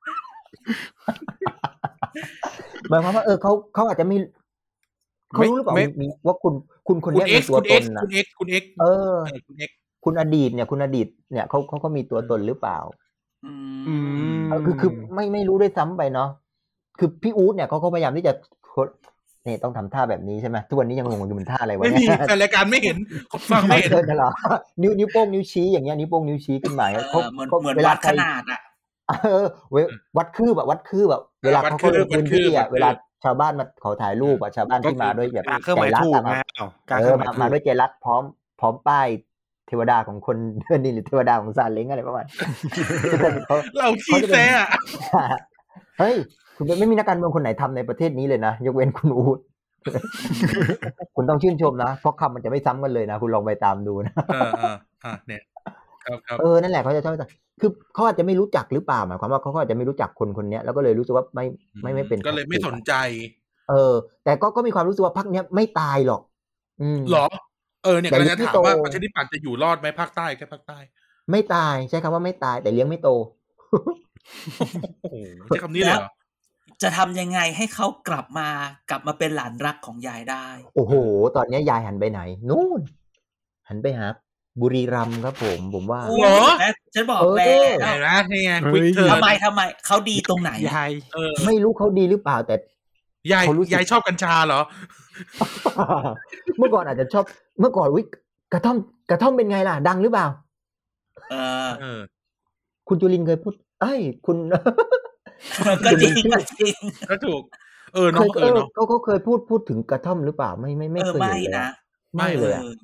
หมายความว่าเออเขาเขาอาจจะมีเขารู้หรือเปล่าไม่มีว่าคุณคุณคนคุณเนี้ยเอ็มีกซ์ตัวคุณตเอ็กนซ์นะคุณเอ็กซ์คุณเอ็กซ์เออเออคุณเอ็กซ์คุณอดีตเนี่ย คุณอดีตเนี่ยเขาเขาก็มีตัวตนหรือเปล่าอือืมมเออคือคือไม่ไม่รู้ด้วยซ้ำไปเนาะคือพี่อู๊ดเนี่ยเขาก็พยายามที่จะนี่ต้องทำท่าแบบนี้ใช่ไหมทุกวันนี้ยังงงอยู่มันท่าอะไรวะไม่เนี่มียแฟนรายการไม่เห็นคนฟังไม่เห็นเออกันเหรอนิ้วนิ้วโป้งนิ้วชี้อย่างเงี้ยนิ้วโป้งนิ้วชี้ขึ้นมาเอเขาอเหมือนเขาเหมือนเววัลาดใคขรนาดอ่ะเออเววัดคืบแบบวัดคืบแบบเวลาวัดเขาคืเข้าบลงพื้นที่วัอ่ะดคืบเวลาชาวบ้านมาขอถ่ายรูปอ่ะชาวบ้านที่มาด้วยแบบกาเครื่องหมายใจรักถูกอะนะอ้าวกาเอเครื่อองหมายมาถูมาก ด้วยใจรักพร้อมพร้อมป้ายเทวดาของคนเดินนี่หรือเทวดาของซาเล้งอะไรประมาณเขาเราขี้แซ่อะเฮ้ยคุณไม่มีนักการเมืองคนไหนทำในประเทศนี้เลยนะยกเว้นคุณอู๊ด คุณต้องชื่นชมนะเพราะคำมันจะไม่ซ้ำกันเลยนะคุณลองไปตามดูนะเออเอออ่ะเนี่ยครับครับเออนั่นแหละเขาจะชอบคือเขาอาจจะไม่รู้จักหรือเปล่าหมายความว่าเขาก็อาจจะไม่รู้จักคนคนนี้แล้วก็เลยรู้สึกว่าไม่ไม่ไม่เป็นก็เลยไม่สนใจเออ แต่ก็ก็มีความรู้สึกว่าพรรคเนี้ยไม่ตายหรอก อืมหรอ เออเนี่ยกำลังจะถามว่าแต่ประชาธิปัตย์จะอยู่รอดไหมภาคใต้แค่ภาคใต้ไม่ตายใช้คำว่าไม่ตายแต่เลี้ยงไม่โตโอ้โหใช้คำนี้เลยเหรอจะทำยังไงให้เขากลับมากลับมาเป็นหลานรักของยายได้โอ้โห ตอนนี้ยายหันไปไหนนู่นหันไปหาบุรีรัมย์ครับผมผมว่าโอ้เหรอแม่ฉันบอกเออแล้เห็วนไหมนี่ไงควิกเธอทำไมทำไมเขาดีตรงไหนยายเออไม่รู้เขาดีหรือเปล่าแต่ยายเขารู้สึกยายชอบกัญชาเหรอเมื่อก่อนอาจจะชอบเมื่อก่อนวิกระท่อมกระท่อมเป็นไงล่ะ ดังหรือเปล่าเออเออคุณจุลินทร์เคยพูดเอ้ยคุณก็จริงก็จริงก็ถูก เออเคเนาะยเอเอออเนาะเขาเขาเคยพูดพูดถึงกระท่อมหรือเปล่าไม่ไม่ไม่เออเคยไม่เห็นเลยนะอะไม่เลยอะ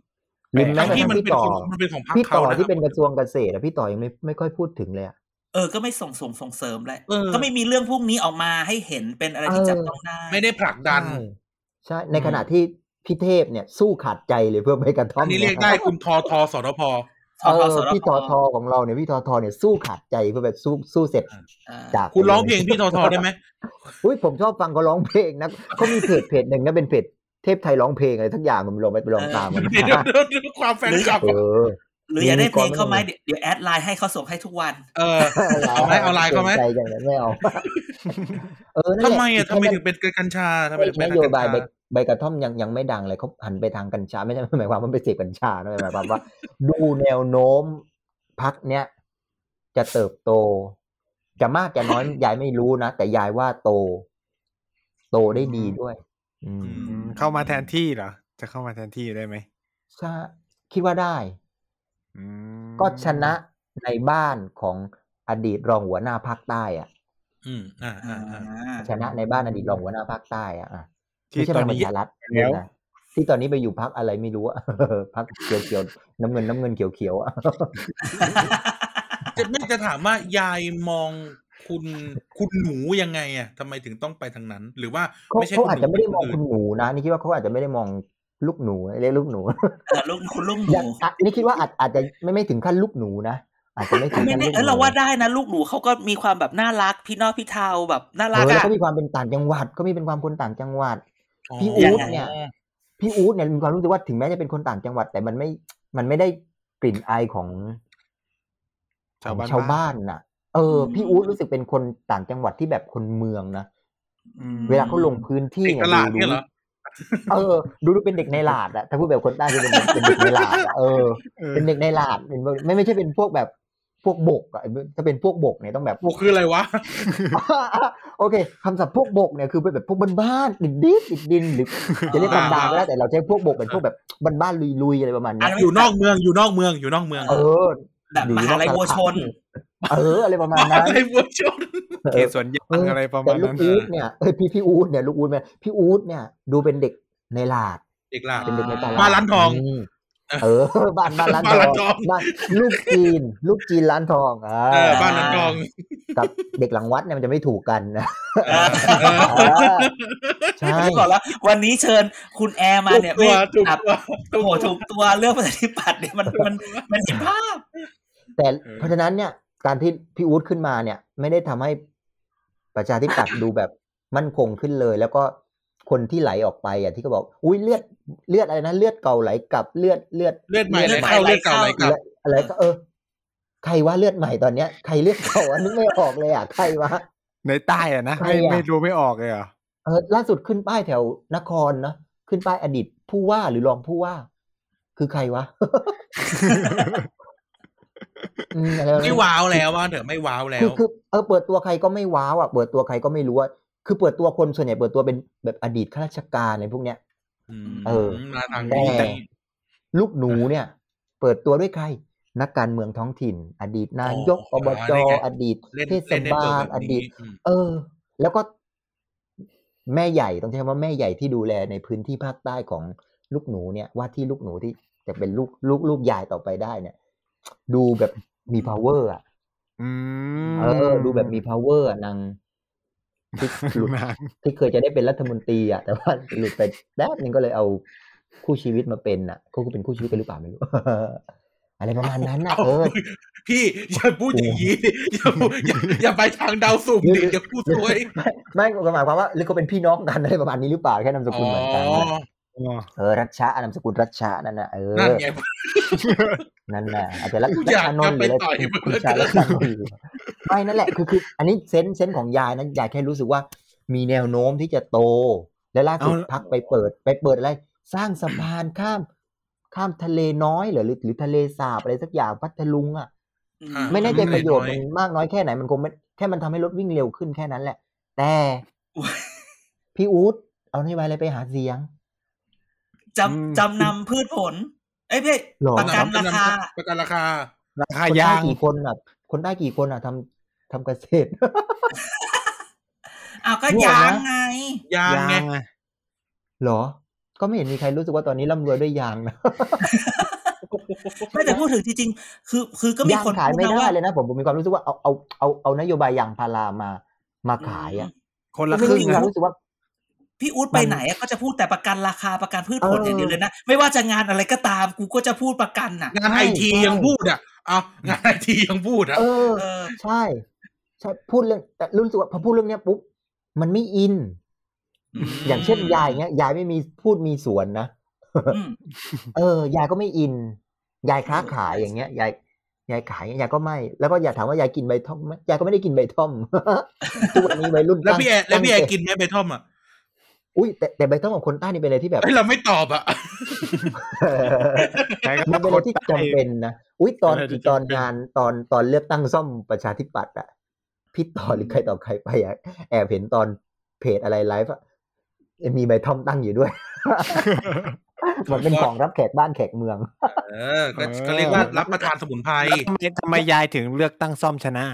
ลืมแม้กระที่ทั่งมันพี่เป็นต่อของมันเป็นของพรรคพี่เขาต่อนะที่เป็นกระทรวงเกษตรอะพี่ต่อยังไม่ไม่ค่อยพูดถึงเลยอะเออก็ไม่ส่งส่งส่งเสริมเลยเออก็ไม่มีเรื่องพวกนี้ออกมาให้เห็นเป็นอะไรที่เออจับต้องได้ไม่ได้ผลักดันใช่ ใช่ ในขณะที่พี่เทพเนี่ยสู้ขาดใจเลยเพื่อใบกระท่ออัมนนี้เนี่เรียยกได้คุณทอทอสทพทเอทอสทพี่พทอทอของเราเนี่ยพี่ทอทอเนี่ยสู้ขาดใจเพื่อแบบสู้สู้เสร็จอ่าจากคุณร้องไปเพลงพี่ทอทอได้ไหมอุ้ยผมชอบฟังเขาร้องเพลงนะเขามีเพจเพจหนึ่งนะเป็นเพจเทพไทยร้องเพลงอะไรทักอย่างผมลองไปไปลองตามมันเดี๋ยวเดี๋ยวเดี๋ยวความแฟนคลับเออหรืออยากได้เพลงมีก่อนเขาไหมเดี๋ยวเดี๋ยวแอดไลน์ให้เขาส่งให้ทุกวันเออ เอาไหมเอาไลน์เขาไหมใจจังเลยไม่เอา เออนั่นทำแหละไมอ่ะทำไมแค่นั้นถึงเป็นกัญชาทำไมถึงเป็นนโยกัญบายชาใบใบกระท่อมยังยังไม่ดังเลยเขาหันไปทางกัญชาไม่ใช่หมายความว่าไปเสพกัญชานะหมายความว่า ดูแนวโน้มพักเนี้ยจะเติบโต จะมากจะน้อย ยายไม่รู้นะแต่ยายว่าโต โตได้ดีด้วย อืมอืมเข้ามาแทนที่เหรอจะเข้ามาแทนที่ได้ไหมใช่คิดว่าได้อืมก็ชนะในบ้านของอดีตรองหัวหน้าภาคใต้อ่ะอืมอ่าอ่าอ่าชนะในบ้านอดีตรองหัวหน้าภาคใต้อ่ะอ่ะที่ไม่ใช่ตพอนลังปนี้ระชารัฐแล้วนะที่ตอนนี้ไปอยู่พักอะไรไม่รู้อะ พักเขียวเขียวๆน้ำเงินน้ำเงินเขียวเขียวๆอะจะไม่จะถามว่ายายมองคุณคุณหนูยังไงอ่ะทำไมถึงต้องไปทางนั้น หรือว่าเขาไม่ใช่เขาคุณอาจหนูจะไม่ได้มองนคุณหนูนะนี่คิดว่าเขาอาจจะไม่ได้มองลูกหนูเรียกลูกหนูเออลูกคุณลูกหอย่านูงอ่ะนี่คิดว่าอาจอาจจะไม่ไม่ถึงขั้นลูกหนูนะอาจจะไม่ถึงไม่ขั้นแน่ลูกเอหอนูเราว่าได้นะลูกหนูเขาก็มีความแบบน่ารักพี่น้องพี่เทาแบบน่าเอรักอแล้วอ่ะก็มีความเป็นต่างจังหวัดก็มีเป็นความคนต่างจังหวัดอ๋อพี่อู๊ดเนี่ย พี่อู๊ดเนี่ยมีความรู้สึกว่าถึงแม้จะเป็นคนต่างจังหวัด แต่มันไม่มันไม่ได้กลิ่นอายของขชาอวงบ้านชาวบ้านน่ะ เออ พี่อู๊ดรู้สึกเป็นคนต่างจังหวัดที่แบบคนเมืองนะอืมเวลาเขาลงพื้นที่เด็กเนี่ยตลาดดูเนี่ยเหรอเออ ดูดูเป็นเด็กในลาดอะถ้าพูดแบบคนใต้คือเป็นเด็กเป็นเด็กในลาดอะเออเออเป็นเด็กในลาดเป็นไม่ไม่ใช่เป็นพวกแบบพวกบกอะถ้าเป็นพวกบกเนี่ยต้องแบบโอ้คืออะไรวะโอเคคำศัพท์พวกบกเนี่ยคือเป็นแบบพวกบ้านๆดินดินดินดินหรือจะเรียกอ่าบานๆก็ได้แต่เราใช้พวกบกเป็นพวกแบบบ้านๆลุยๆอะไรประมาณอัเนี้นยนั้นอยู่นอกเมืองอยู่นอกเมืองอยู่นอกเมืองเออแบบมหาลัยวัวชนเอออะไรประมาณนั้นอะไรวัวชนเขตสวนยางอะไรประมาแต่ณลูนั้กนอู๊ดเนี่ยเออพี่พี่อู๊ดเนี่ยลูกอู๊ดเนี่ยพี่อู๊ดเนี่ยดูเป็นเด็กในลาดเด็กลาดเป็นเด็กในตลาดบ้านร้านทองมเออ บ้านบ้านร้านบ้านร้านททออง งบ้านลูกจีน ลูกจีนร้านทองอ่าเออบ้านร้านทองกับเด็กหลังวัดเนี่ยมันจะไม่ถูกกันนะเออเออใช่พูดก่อนแล้ววันนี้เชิญคุณแอร์มาเนี่ยถูกตัวไม่ถูกแบบตัวโอ้โหถูกตัวเรื่องประชาธิปัตย์เนี่ยมันมันมันเห็นภาพแต่เออเพราะฉะนั้นเนี่ย การที่พี่อู๊ดขึ้นมาเนี่ย ไม่ได้ทำให้ประชาธิปัตย์ดูแบบมั่นคงขึ้นเลย แล้วก็คนที่ไหลออกไปอ่ะที่เขาบอกอุ้ยเลือดเลือดอะไรนะเลือดเก่าไหลกลับเลือดเลือดเลือดใหม่ไหลเลือดใหม่เข้าไหลเลือดเก่าไหลกลับและอะไรก็เออ ใครว่าเลือดใหม่ตอนเนี้ยใครเลือดเก่าอันนึกไม่ออกเลยอ่ะใครวะในใต้อะนะใครไม่อะไม่รู้ไม่ออกเลยเหรอเออล่าสุดขึ้นป้ายแถวนครนะขึ้นป้ายอดีตผู้ว่าหรือรองผู้ว่า คือใครวะ อืมอะไรแบบไม่นั้นว้าวแล้วว่าเดี๋ยวไม่ว้าวแล้คือวคือเออเปิดตัวใครก็ไม่ว้าวอ่ะเปิดตัวใครก็ไม่รู้ว่าคือเปิดตัวคนส่วนใหญ่เปิดตัวเป็นแบบอดีตข้าราชการอะไรพวกเนี้ยมเออมาทางแต่นี้ลูกหนูเนี่ย เปิดตัวด้วยใคร นักการเมืองท้องถิ่น อดีตนายกอบจอดีตเล่นเทศเล่นได้บาเปิดลแบบอดีนี้ตอืมเออ แล้วก็แม่ใหญ่ต้องใช้คำว่าแม่ใหญ่ที่ดูแลในพื้นที่ภาคใต้ของลูกหนูเนี่ยว่าที่ลูกหนูที่จะเป็นลูกลูกลูกยายต่อไปได้เนี่ย ดูแบบมี power อ่ะอืมเออ ดูแบบมี power อ่ะนางที่หลุดนางที่เคยจะได้เป็นรัฐมนตรีอ่ะแต่ว่าหลุดไปแป๊บนึงก็เลยเอาคู่ชีวิตมาเป็นอ่ะเขาก็เป็นคู่ชีวิตกันหรือเปล่าไม่รู้ อะไรประมาณนั้นนะเออพี่อย่าพูดอย่างนี้ดิอย่าพูดอย่าอย่าไปทางดาวสุ่มดิอย่าพูดซวยไม่ไม่ก็หมายความว่าหรือเขาเป็นพี่น้องกันอะไรประมาณนี้หรือเปล่าแค่นามสกุลเหมือนกันอ๋ออ๋อเออรัชชะนามสกุลรัชชะนั่นน่ะเออนั่นไงนั่นแหละอาจจะรัชกูอยากชานนท์หรืออะไรจะไปต่อยมึงคุณชายรัชชานนท์ไม่นั่นแหละคือคือ อันนี้เซนส์เซนส์ของยายนั้นยายแค่รู้สึกว่า มีแนวโน้มที่จะโต และล่าสุดพักไปเปิดไปเปิดอะไร สร้างสะพานข้าม ข้ามทะเลน้อยเหรอหรือหรือทะเลสาบอะไรสักอย่างพัทลุงอ่ะอ่าไม่แน่ใจทำให้ประโยชน์น้มัอยนมากน้อยแค่ไหนมันคงไม่แค่มันทำให้รถวิ่งเร็วขึ้นแค่นั้นแหละ แต่ พี่อู๊ดเอานโยบายอะไรไปหาเสียงจำจำนำพืชผล เอ้ยพี่หรอประกันราคาประกันราคาราคาคนยาได้งกี่คนอ่ะ คนได้กี่คนอ่ะทำทำเกษตรอ้าวก็เนี่ยยางนะไงยางไงอะเหรอ ก็ไม่เห็นมีใครรู้สึกว่าตอนนี้ร่ำรวยด้วยยางนะไม่แต่พูดถึงจริงๆคือคือก็มียางคนขายพูดไม่นะได้ว่าเลยนะผมผมมีความรู้สึกว่าเอาเอาเอาเอานโยบายยางพารามามาขายอ่ะคนละไม่ครึ่งมีความนะรู้สึกว่าพี่อู๊ดไปมันไหนอะก็จะพูดแต่ประกันราคาประกันพืชผลเออออย่างเดียวเลยนะไม่ว่าจะงานอะไรก็ตามกูก็จะพูดประกันน่ะงานไอใช่ทีใช่ยังพูดอ่ะเอางานไอทียังพูดอ่ะเออเออใช่ใช่พูดเรื่องแต่รู้สึกว่าพอพูดเรื่องเนี้ยปุ๊บมันไม่อิน อย่างเช่นยายเงี้ยยายไม่มีพูดมีสวนนะอืมเออยายก็ไม่อิน ยายค้าขายอย่างเงี้ยยายยายขายยายก็ไม่ แล้วก็อยากถามว่ายายกินใบท่อมไหมยายก็ไม่ได้กินใบท่อม ทุกวันนี้วัยรุ่นแล้วตั้งพี่แอร์แล้วตั้งพี่แอร์แต่กินไหมใบท่อมอ่ะอุ้ยแต่แต่ใบท่อมของคนใต้นี่เป็นอะไรที่แบบเฮ้ยเราไม่ตอบอ่ะใช่ก็มันเป็นอะไรที่จำเป็นนะอุ้ยตอนเป็นอะไรที่ตอนจำเป็นงานตอนตอนเลือกตั้งซ่อมประชาธิปัตย์อะพี่ต่อหรือใครต่อใครไปอะแอบเห็นตอนเพจอะไรไลฟ์อะมีใบท่อมตั้งอยู่ด้วย มันเป็นของรับแขกบ้านแขกเมืองเออก็ก็เรียกว่ารับประทานสมุนไพรทำไมทำไมยายถึงเลือกตั้งซ่อมชนะ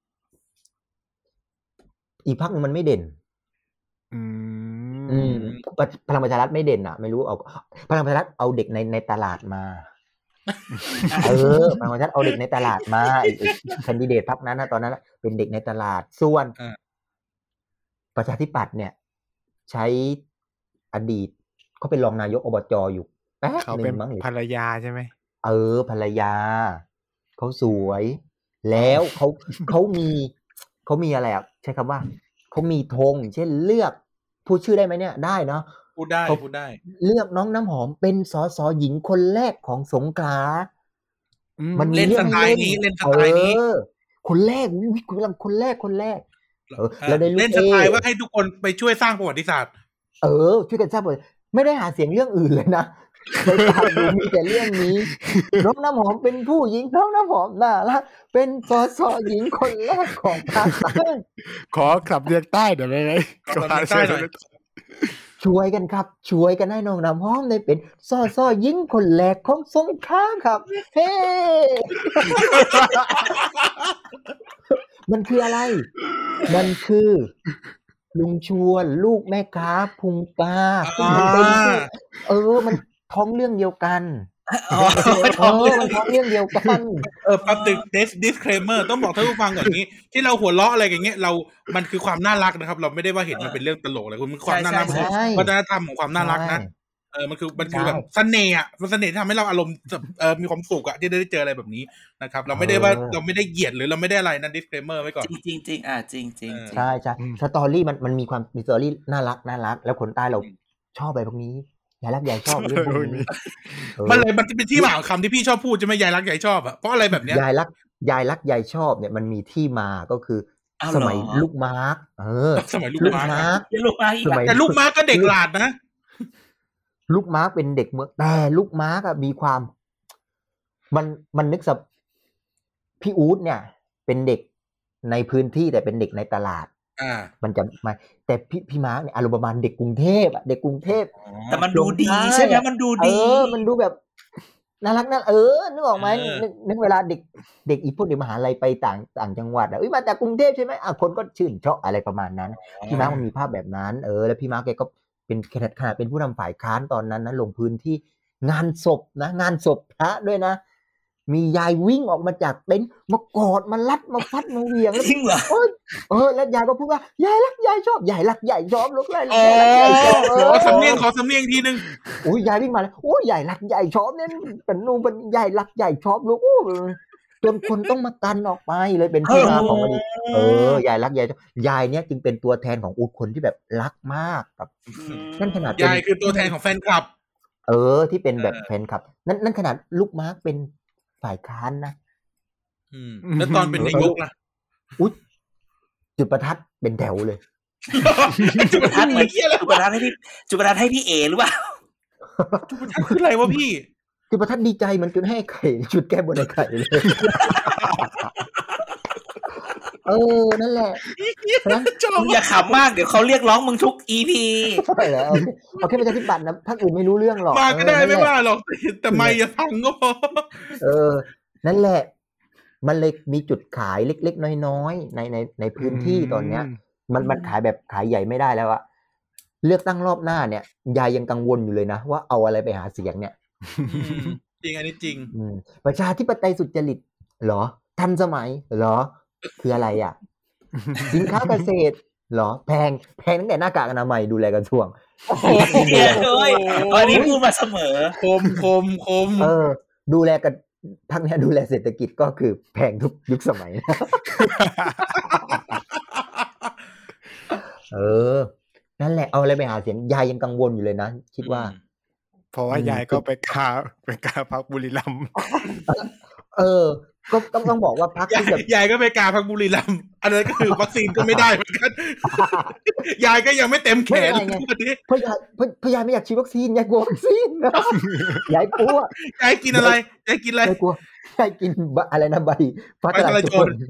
อีกพักนึงมันไม่เด่นอือืมมพลังประชารัฐไม่เด่นอ่ะ ไม่รู้เอาพลังประชารัฐเอาเด็กในในตลาดมา เออพลังประชารัฐเอาเด็กในตลาดมาแคนดิเดตพรรคนั้นนะตอนนั้นนะเป็นเด็กในตลาดส่วนอ่าประชาธิปัตย์เนี่ย ใช้อดีตเขาเป็นรองนายกอบจอยู่แป๊บเขาหเป็นึ่นงมั้งหรือภรรยาใช่ไหมเออภรรยาเขาสวย แล้วเขาเขามีเขามีอะไรอ่ะใช้คำว่าเขามีธงเช่นเลือกพูดชื่อได้ไหมเนี่ยได้เนาะพูดได้เขาพูดได้เลือกน้องน้ำหอมเป็นสสหญิงคนแรกของสงขลาอืมมันมีเล่นเรื่สองไตให้ล์เล่นนี้เล่นสไตล์นี้เออคนแรกอุ๊ยกำลังคนแรกคนแรก เออเออแล้วได้ลูกเล่นสไตล์เอว่าให้ทุกคนไปช่วยสร้างประวัติศาสตร์เออช่วยกันสร้างเลยไม่ได้หาเสียงเรื่องอื่นเลยนะไปตามดูมีแต่เรื่องนี้ น้องน้ำหอมเป็นผู้หญิงน้องน้ำหอมน่ารักเป็นสสหญิงคนแรกของภาคใต้ขอขับเรียงใต้เดี๋ยวไปไหมขอขับเรียงใต้หน่อยช่วยกันครับช่วยกันให้น้องน้ำหอมได้เป็นสสหญิงคนแรกของสงขลาครับเฮ้ มันคืออะไร มันคือลุงชวนลูกแม่ค้าพุงปลาซึ่งมันเป็นชื่อเออ มันท้องเรื่องเดียวกันอ๋อเออมันท้องเรื่องเดียวกันเออแป๊บนึง disclaimer ต้องบอกท่านผู้ฟังก่อนนี้ ที่เราหัวเราะอะไรอย่างเงี้ยเรา มันคือความน่ารักนะครับ เราไม่ได้ว่าเห็นมันเป็นเรื่องตลกอะไรคุณมันคือความน่ารักใช่ใช่วัฒนธรรมของความน่ารักนะ เออ มันคือ มันคือแบบเสน่ห์อ่ะ มันเสน่ห์ที่ทำให้เราอารมณ์แบบเออมีความสุขอ่ะที่ได้เจออะไรแบบนี้นะครับ เราไม่ได้ว่าเราไม่ได้เหยียดหรือเราไม่ได้อะไรนะ disclaimer ไว้ก่อนจริงจริงจริงอ่ะจริงจริงเออใช่ใช่สตอรี่มันมันมีความมีสตอรี่น่ารักน่ารัก แล้วคนใต้เราชอบอะไรพวกนี้ยายรักยายชอบเรื่องพวกนี้เออมันเลยมันเป็นที่มาของคำที่พี่ชอบพูดใช่ไหมยายรักยายชอบอ่ะ เพราะอะไรแบบเนี้ยยายรักยายรักยายชอบเนี่ยมันมีที่มาก็คือเอาสเหรอมัยลูกมาร์กเออสมัยลูกลูกม้ามาร์กเดี๋ยวลูกมาอีกสมัอ่ะยแต่ลูกม้าก็เด็กหลาดนะลูกมาร์กเป็นเด็กเมืองแต่ลูกมาร์กอะมีความ มันมันนึกสับพี่อู๊ดเนี่ย เป็นเด็กในพื้นที่แต่เป็นเด็กในตลาดอ่ามันจะไม่แต่พี่พี่มาร์กเนี่ยอารมณ์ประมาณเด็กกรุงเทพอะเด็กกรุงเทพแต่มันดูดีใช่ไหมมันดูเอดีอ มันดูแบบน่ารักน่าเออนึกออกไหมเออนึกนึกเวลาเด็กเด็กอีพวกเด็กมหาลัยไปต่างต่างจังหวัดอะเอ้ยมาจากกรุงเทพใช่ไหมอ่ะคนก็ชื่นชอบอะไรประมาณนั้น พี่มาร์กมันมีภาพแบบนั้น เออ แล้วพี่มาร์กแกก็เป็นขนาดขนาดเป็นผู้นำฝ่ายค้านตอนนั้นนะลงพื้นที่งานศพนะ งานศพพระด้วยนะ มียายวิ่งออกมาจากเต็นท์มากอดมาลัดมาฟัดมาเหวี่ยงแล้วจริงเหรอโอ๊ยเออแล้วยายก็พูดว่ายายรักยายชอบยายรักยายชอบลูกเลยอ๋อยายรักยายชอบขอสำเนียงขอสำเนียงทีนึงอุ้ยยายวิ่งมาเลยโอ้ยยายรักยายชอบเนี่ยเป็นนูนเป็นยายรักยายชอบลูกโอ้จนคนต้องมากันออกไปเลยเป็นที่มาของวันนี้ เออยายรักยายยายเนี่ยจึงเป็นตัวแทนของอุดคนที่แบบรักมากแบบนั่นขนาดเป็นยายคือตัวแทนของแฟนคลับเออที่เป็นแบบเออแฟนคลับนั่นนั่นขนาดลูกมาร์กเป็นฝ่ายค้านนะอืมแล้วตอนเป็นนายกล่ะอุ๊ยจุดประทัดเป็นแถวเลยจุดประทัดเหมือนจุดประทัดให้พี่จุดประทัดให้พี่เอหรือเปล่าจุดประทัดคืออะไรวะพี่จุดประทัดดีใจมันจุดให้ไข่จุดแก้บนไอ้ไข่เลย เออนั่นแหละนะมึงอย่าขำมากเดี๋ยวเขาเรียกร้องมึงทุกอีพีใช่แล้วโอเคเอาแค่ประชาธิปัตย์นะพรรคอื่นไม่รู้เรื่องหรอกมาก็ได้เออนั่นไม่แหละว่าหรอกแต่ไม่อย่าพังก็พอเออ นั่นแหละ มันเลยมีจุดขายเล็กๆน้อยๆในในในพื้นที่ตอนเนี้ย มันมันขายแบบขายใหญ่ไม่ได้แล้วอะเลือกตั้งรอบหน้าเนี่ยยายยังกังวลอยู่เลยนะว่าเอาอะไรไปหาเสียงเนี่ยจริงอันนี้จริงอืมประชาธิปไตยสุจริตเหรอทันสมัยเหรอคืออะไรอ่ะ สินค้าเกษตรเหรอแพงแพงตั้งแต่หน้ากากอนามัยดูแลกระทรวงโอ้โหเฮ้ยเอ้ยอันนี้พูดมาเสมอคมคมคมเออ ดูแลกันทั้งนี้ดูแลเศรษฐกิจก็คือแพงทุกยุคสมัย เออ นั่นแหละเอาอะไรไปหาเสียงยายยังกังวลอยู่เลยนะคิดว่าเพราะว่ายายก็ไปกาไปกาพรรคบุรีรัมย์เออ ก็ต้องต้องบอกว่าพรรคยายที่จะยายก็ไปกาพักบุรีรัมย์อันนั้นก็คือวัคซีนก็ไม่ได้เหมือนกัน ยายก็ยังไม่เต็มแขนไม่เป็นไรไงทุกวันนี้เพราะยายเพราะเพราะยายไม่อยากฉีดวัคซีนยายกลัววัคซีน ยายกลัวยายกินอะไรยายกินอะไรยายกลัวยายกินบะอะไรนะใบฟ้าทลายฟ้าทลายโจโจรร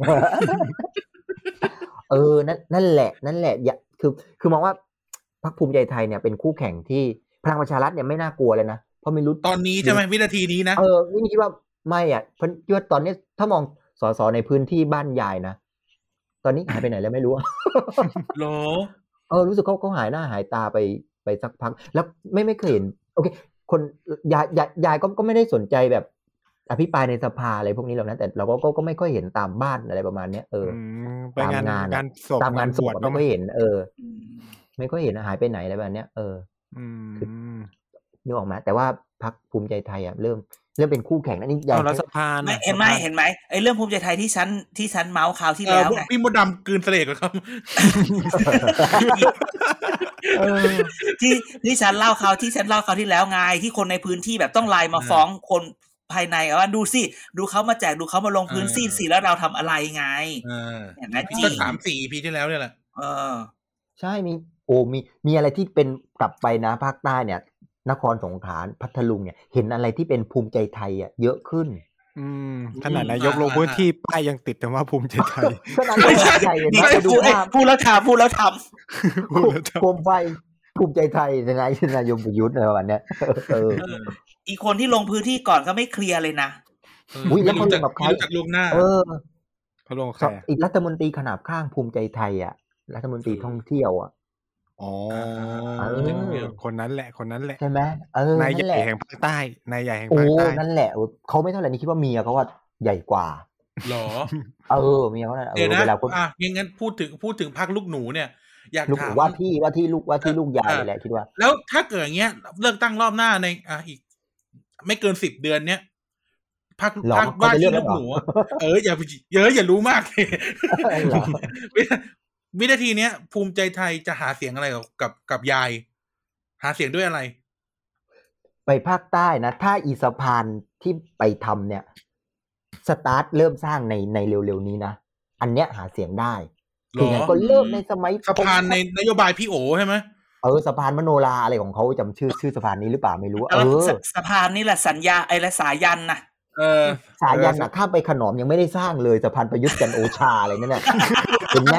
เออนั่นนั่นแหละ นั่นแหละอย่าคือ คือมองว่าพรรคภูมิใจไทยเนี่ยเป็นคู่แข่งที่พลังประชารัฐเนี่ยไม่น่ากลัวเลยนะเพราะไม่รู้ตอนนี้ใช่ไหมวินาทีนี้นะเออนี่คิดว่าไม่อ่ะเพราะคิดว่าตอนนี้ถ้ามองสสในพื้นที่บ้านยายนะตอนนี้หายไปไหนแล้วไม่รู้โหรอเออรู้สึกเขาเขาหายหน้าหายตาไปไปสักพักแล้วไม่ไม่เคยเห็นโอเคคนยายยายยายก็ก็ไม่ได้สนใจแบบอภิปรายในสภาอะไรพวกนี้หรอกนะแต่เราก็ก็ก็ไม่ค่อยเห็นตามบ้านอะไรประมาณเนี้ยเออมไปงานตามงานงานศพตามงานศพบวชไม่ค่อยเห็นเออ ไม่ค่อยเห็นหายไปไหนอะไรแบบเนี้ยเอออืมนึกออกไหมแต่ว่าพรรคภูมิใจไทยอ่ะเริ่มเริ่มเป็นคู่แข่งแล้วนี่ยายเอาแล้วสะพานไม่อะเห็นไหมสะพาเห็นไหมไอ้เรื่องภูมิใจไทยที่ฉันที่ฉันเมาส์คราวที่เออแล้วพวกไงพี่มดดำกลืนเสลดเหรอครับเออที่ที่ฉันเล่าคราวที่ฉันเล่าคราวที่แล้วไงที่คนในพื้นที่แบบต้องไลน์มาฟ้องคนภายในว่าดูสิดูเขามาแจกดูเขามาลงพื้นที่สิแล้วเราทำอะไรไงเออเห็นไหมพี่จี้ก็สามสี่ปีที่แล้วเนี่ยแหละเออใช่มีโอ้มีมีอะไรที่เป็นกลับไปนะภาคใต้เนี่ย นครสงขลาพัทลุงเนี่ยเห็นอะไรที่เป็นภูมิใจไทยอ่ะเยอะขึ้นอืมขนาดนายกลงพื้นที่ป้ายยังติดแต่ว่าภูมิใจไทยก็นั้นไม่ใช่ใหญ่เลยนี่นะไปดูพูดภาพพูดแล้วทำพูดแล้วทพูดแล้วจะโคมไฟภูมิใจไทยนายนายกประยุทธ์อะไรประมาณเนี้ยเออำเอออีกคนที่ลงพื้นที่ก่อนก็ไม่เคลียร์เลยนะเอออุ๊ยแล้วไม่รู้จักเขาลงกับใครไม่รู้จักล่วงหน้าเออเขาลงใครอะอีกรัฐมนตรีขนาบข้างภูมิใจไทยอ่ะรัฐมนตรีท่องเที่ยวอ่ะอ๋อเออคนนั้นแหละคนนั้นแหละใช่ไหมเออนายใหนั่นแหญ่ละแห่งภาคใต้นายใหญ่แห่งโอ้ภาคใต้นั่นแหละเขาไม่เท่าไหร่นี่คิดว่าเมียเขาว่าใหญ่กว่าหรอเออเมียเขาน่ะเอเดี๋ยวอนะเวลาคนอ่ะงั้นพูดถึงพูดถึงพักลูกหนูเนี่ย อยากลูกถามว่าที่ว่าที่ลูกว่าที่ลูกยายเออแหละคิดว่าแล้วถ้าเกิดอย่างเงี้ยเลือกตั้งรอบหน้าในอ่ะอีก ไม่เกินสิบเดือนเนี้ยพักหรอพักเขาว่าจะเลืที่อกลูแล้วกเหรอหนูอะเอออย่าไปเยอะอย่ารู้มากเลยเหรอวินาวินาทีเนี้ย ภูมิใจไทยจะหาเสียงอะไรกับกับกับยาย หาเสียงด้วยอะไรไปภาคใต้นะ ถ้าอีสะพานที่ไปทำเนี่ย สตาร์ทเริ่มสร้างในในเร็วๆนี้นะ อันเนี้ยหาเสียงได้หรอคือไงก็เริ่มในสมัยสะพานในนโยบายพี่โอใช่ไหมเออสะพานมโนราอะไรของเขาจำชื่อชื่อสะพานนี้หรือเปล่าไม่รู้แต่เอว่าอสสะพานนี่แหละสัญญาไอ้ละสายันนะเออสายันน่ะข้ามไปขนอมยังไม่ได้สร้างเลยสะพานประยุทธ์จันทร์โอชาอะไรนั่นน่ะ เห็นไหม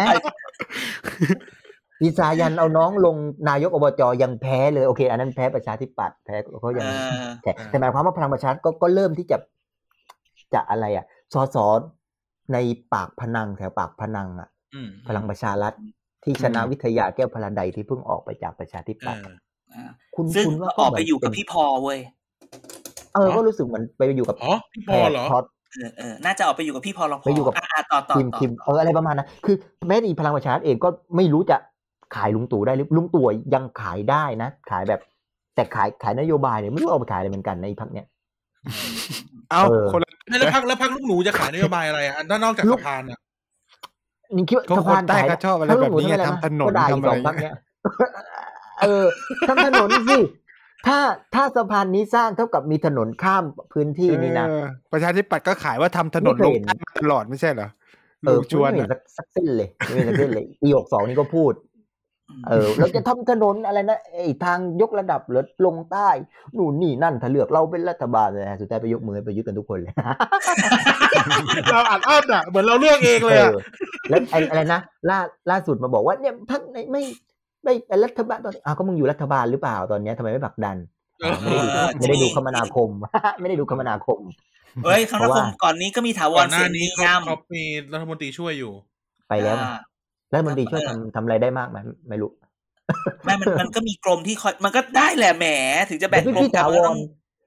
อีสายันเอาน้องลงนายกอบจยังแพ้เลยโอเค อันนั้นแพ้ประชาธิปัตย์แพ้เขายังเออแต่แต่หมายความว่าพลังประชารัฐก็ก็เริ่มที่จะจะอะไรอ่ะสสในปากพนังแถวปากพนังอ่ะอืมพลังประชารัฐที่ชนะวิทยาแก้วพลันใดที่เพิ่งออกไปจากประชาธิเอปัตย์ออ่าคุณซึ่งคุณว่าก็ออกไปเหมืนอยู่กับเป็นพี่พอเว้ยเออก็รู้สึกเหมือนไปอยู่กับอ๋อพี่พอเหรอแพทย์เออเออน่าจะออกไปอยู่กับพี่พอลองพไปอยู่กับอ่าต่อต่อทีมต่อทีมเอออะไรประมาณนั้นคือแม้แต่พลังประชารัฐเองก็ไม่รู้จะขายลุงตู่ได้หรือลุงตู่ยังขายได้นะ ขายแบบแต่ขายขายนโยบายเนี่ยไม่รู้เอาไปขายอะไรเหมือนกันในพักเนี้ยเอ้าเออคนละไม่แล้วพักแล้วพักลูกหนูจะขายนโยบายอะไรอ่ะถ้านอกจากสะพานอ่ะนี่คิดว่าก็สะคพาน นใต้ขายก็ชอบอะไรแบบนี้ไงถ้าทำถนนก็ได้ทำสอะไรองพักเนี้ย เออทำถนนสิถ้าถ้าสะพานนี้สร้างเท่ากับมีถนนข้ามพื้นที่นี่นะเออประชาธิปัตย์ก็ขายว่าทำถนนไม่ลเคยงเห็นใต้มาตลอดไม่ใช่เหรอเอลุองชวนไม่เห็นอะสักสักเส้นเลยไม่เห็นสักเส้นเลยปีหกสองนี่ก็พูด เออเราจะทำถนนอะไรนะไอ้ทางยกระดับหรือลงใต้หนู่นนี่นั่นถ้าเลือกเราเป็นรัฐบาลเลยสุดท้ายไปยกมือไปยึดกันทุกคนเลยเราอัดอั้นอ่ะเหมือนเราเลือกเองเลยอ่ะเออแล้วไอ้อะไรนะล่าล่าสุดมาบอกว่าเนี่ยท่านไม่ไม่ไม่เป็นรัฐบาลตอนอ้าวก็มึงอยู่รัฐบาลหรือเปล่าตอนเนี้ยทำไมไม่ผลักดันอ่าไม่ได้ดูไม่ได้ดูคมนาคม ไม่ได้ดูคมนาคมเฮ้ยคำเพนาราะคว่ามก่อนนี้ก็มีถาวก่อรนหน้าเสียงนี้ดีเขางามเขามีรัฐมนตรีช่วยอยู่ไปแล้วไงอ่าแล้วมันดีช่วยเออทำทำอะไรได้มากไหมไม่รู้ไม่มันมันก็มีกรมที่คอยมันก็ได้แหละแหมถึงจะแบ่งพี่กรมพี่แต่ถาวมันรต้อง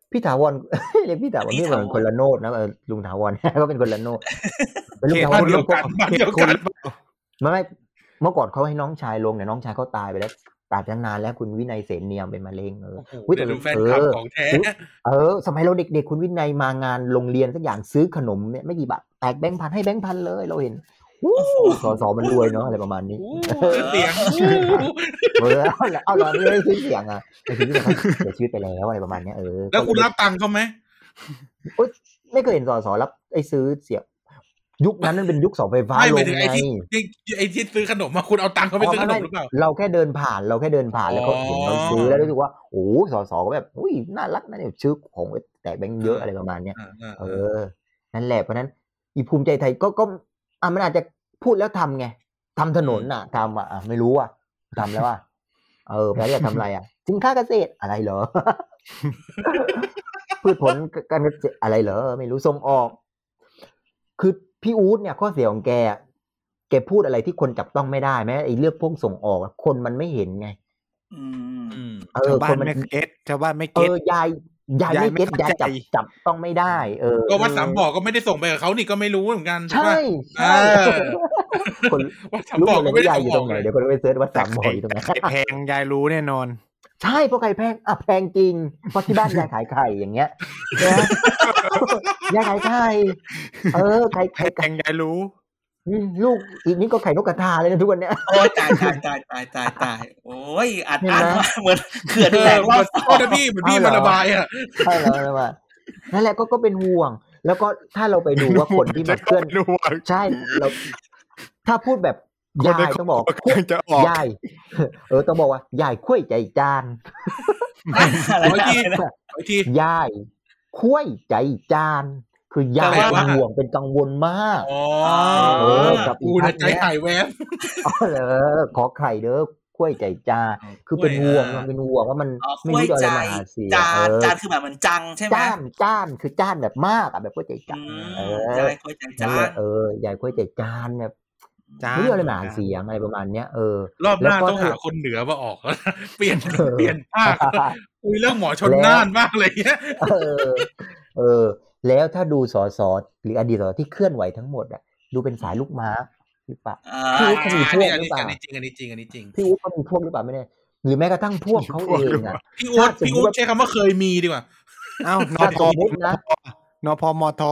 พี่ถาวร เรียกพี่ถาวรนี่เหมือนคนละโนดนะเออลุงถาวร ก็เป็นคนละโนดเป็นลุงถาวรเดียวกันบ้านเดียวกันไม่ไม่เมื่อก่อนเขาให้น้องชายลงเนี่ยน้องชายเขาตายไปแล้วตายตั้งนานแล้วคุณวินัยเสนเนียมเป็นมะเร็งเออโอ้โหได้ดูแฟนคลับของแท้เออสมัยเราเด็กๆคุณวินัยมางานโรงเรียนสักอย่างซื้อขนมเนี่ยไม่กี่บาทแตกแบงค์พันให้แบงค์พันเลยเราเห็นสอสอมันรวยเนาะอะไรประมาณนี้เสียงเออเอาเราไม่ได้ซื้อเสียงอ่ะแต่ชีวิตเขาเสียชีวิตไปแล้วอะไรประมาณนี้เออแล้วคุณรับตังค์เขาไหมไม่เคยเห็นสอสอรับไอ้ซื้อเสียงยุคนั้นมันเป็นยุคเสาไฟฟ้าลงไงไอ้ที่ไอ้ที่ซื้อขนมมาคุณเอาตังค์เขาไปซื้อขนมหรือเปล่าเราแค่เดินผ่านเราแค่เดินผ่านแล้วเขาเห็นเราซื้อแล้วรู้สึกว่าโอ้สอสอก็แบบอุ้ยน่ารักนะเนี่ยซื้อของแตกแบงค์เยอะอะไรประมาณเนี้ยเออนั่นแหละเพราะนั้นอีภูมิใจไทยก็ก็อ่ะมันอาจจะพูดแล้วทำไงทำถนนน่ะทำอ่ะไม่รู้อ่ะทำแล้วอ่ะเออแล้วจะทำอะไรอ่ะสินค้าเกษตรอะไรเหรอ พืชผลการเกษตรอะไรเหรอไม่รู้ส่งออกคือพี่อู๊ดเนี่ยข้อเสียของแกแกพูดอะไรที่คนจับต้องไม่ได้แม้ไอ้เรื่องพวกส่งออกคนมันไม่เห็นไงเออคนมันเก็ตชาวบ้านไม่เก็ตเออยายยายไม่เก็ตยายจับจับต้องไม่ได้เออก็วัดสามบ่อก็ไม่ได้ส่งไปกับเขานี่ก็ไม่รู้เหมือนกันใช่ใช่คนวัดสามบ่อก็ไม่ได้อยู่ตรงไหนเดี๋ยวคนไปเสิร์ชวัดสามบ่ออยู่ตรงไหนแพงยายรู้แน่นอนใช่เพราะไข่แพงอ่ะแพงจริงเพราะที่บ้านยายขายไข่อย่างเงี้ยนะยายขายไข่เออไข่ไข่แพงยายรู้ลูกอีกนี้ก็ไข่นกกระทาเลยนะทุกวันเนี้ยโอ้ยตายตายตายตายตายตายโอ้ยอัดอั้นเหมือนเขื่อนแตกรอบโอ้ยพี่เหมือนพี่มาระบายอ่ะใช่แล้วว่านั่นแหละก็ก็เป็นห่วงแล้วก็ถ้าเราไปดูว่าคนที่มาเคลื่อนใช่เราถ้าพูดแบบยายต้องบอกยายเออต้องบอกว่ายายคุ้ยใจจานยายคุ้ยใจจานคือยายเป็นห่วงเป็นกังวลมากอ๋อเออกับอีกใจไข่แวบอ๋อเหรอขอไข่เด้อคุ้ยใจจานคือเป็นห่วงมันเป็นห่วงว่ามันไม่รู้อะไรมาเสียจานจานคือแบบเหมือนจังใช่ไหมจ้านจ้านคือจ้านแบบมากอ่ะแบบคุ้ยใจจานเออยายคุ้ยใจจานเออยายคุ้ยใจจานแบบไม่รู้อะไรมาเสียงอะไรประมาณเนี้ยเออรอบหน้าต้องหาคนเหนือมาออกแล้วเปลี่ยนเปลี่ยนภาคคุยเรื่องหมอชนน่านมากเลยเงี้ยเออเออแล้วถ้าดูสสหรืออดีตสสที่เคลื่อนไหวทั้งหมดอ่ะดูเป็นสายลูกม้าหรือเปล่าพี่อุ๊ดเขามีพวกหรือเปล่าอันนี้จริงอันนี้จริงอันนี้จริงพี่อุ๊ดเขามีพวกหรือเปล่าไม่แน่หรือแม้กระทั่งพวกเขาเองอ่ะพี่อุ๊ดพี่อุ๊ดใช้คำว่าเคยมีดีกว่าอ้าวนพนะนพมท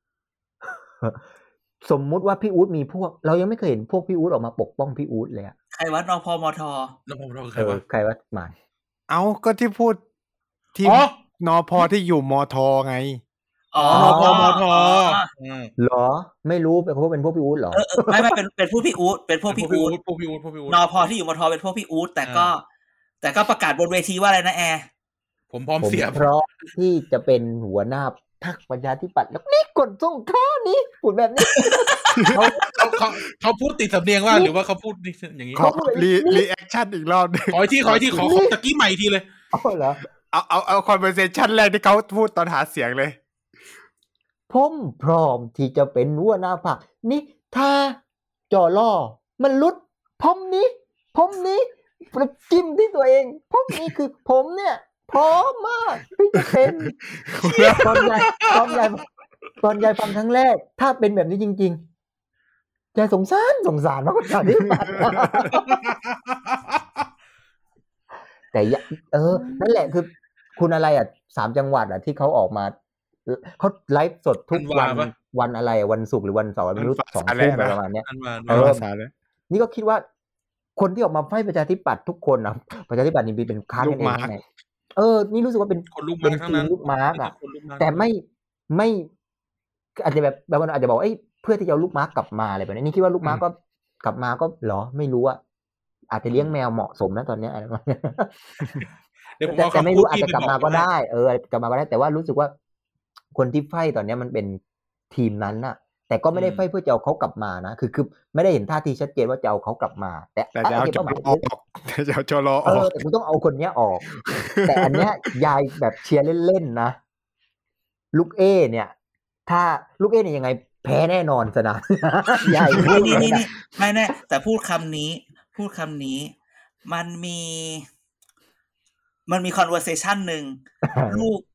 สมมุติว่าพี่อุ๊ดมีพวกเรายังไม่เคยเห็นพวกพี่อุ๊ดออกมาปกป้องพี่อุ๊ดเลยอ่ะใครวะนพมทนพมทใครวะใครวะหมายเอ้าก็ที่พูดที่นพที่อยู่มทไงอ๋อนพมทเหรอไม่รู้เป็นพวกเป็นพวกพี่อู๊ดเหรอไม่ไม่เป็นเป็นพวกพี่อู๊ดเป็นพวกพี่อู๊ดพวกพี่อู๊ดพวกพี่อู๊ดนพที่อยู่มทเป็นพวกพี่อู๊ดแต่ก็แต่ก็ประกาศบนเวทีว่าอะไรนะแอร์ผมพร้อมเสียเพราะที่จะเป็นหัวหน้าพรรคประชาธิปัตย์แล้วนี่กดส่งข้อนี้พูดแบบนี้เขาเขาเขาพูดติดสำเนียงว่าหรือว่าเขาพูดอย่างนี้ขอรีรีแอคชั่นอีกรอบนึงขอที่ขอที่ขอตะกี้ใหม่ทีเลยอ๋อเหรอเอาเอาเอาคอนเวอร์เซชั่นแรกที่เขาพูดตอนหาเสียงเลยผมพร้อมที่จะเป็นหัวหน้าพรรคนี่ถ้าจอล่อมันลุดผมนี้ผมนี้ประจิ้มที่ตัวเองผมนี้คือผมเนี่ยพร้อมมากที่จะเป็นตอนใหญ่ตอนใหญ่ตอนใหญ่ฟังครั้งแรกถ้าเป็นแบบนี้จริงๆใจสงสารสงสารมากกว่าที่ปัดแต่เออนั่นแหละคือคุณอะไรอ่ะสามจังหวัดอ่ะที่เขาออกมาเขาไลฟ์สดทุกวันวันอะไรวันศุกร์หรือวันเสาร์ไม่รู้สองทุ่มประมาณนี้เออนี่ก็คิดว่าคนที่ออกมาไฟประชาธิปัตย์ทุกคนนะประชาธิปัตย์นี่เป็นค้านกันเองไงเออนี่รู้สึกว่าเป็นเป็นทีมลูกม้าอ่ะแต่ไม่ไม่อาจจะแบบบางคนอาจจะบอกเอ้ยเพื่อที่จะเอาลูกม้ากลับมาอะไรแบบนี้นี่คิดว่าลูกม้าก็กลับมาก็เหรอไม่รู้อ่ะอาจจะเลี้ยงแมวเหมาะสมนะตอนนี้อะไรแบบนี้แต่ไม่รู้อาจจะกลับมาก็ได้เออกลับมาก็ได้แต่ว่ารู้สึกว่าคนที่ไฟตอนนี้มันเป็นทีมนั้นน่ะแต่ก็ไม่ได้ไฟเพื่อจะเอาเขากลับมานะคือคือไม่ได้เห็นท่าทีชัดเจนว่าจะเอาเขากลับมาแต่แต่จะเอาจอรอออกแต่จะเอาจอรอออกแต่กูต้องเอาคนนี้ออกแต่อันเนี้ยยายแบบเชียร์เล่นๆนะลูกเอเนี่ยถ้าลูกเอเนี่ยยังไงแพ้แน่นอนสนามยายนี่นี่นี่ไม่แน่แต่พูดคำนี้พูดคำนี้มันมีมันมี conversation นึงลูก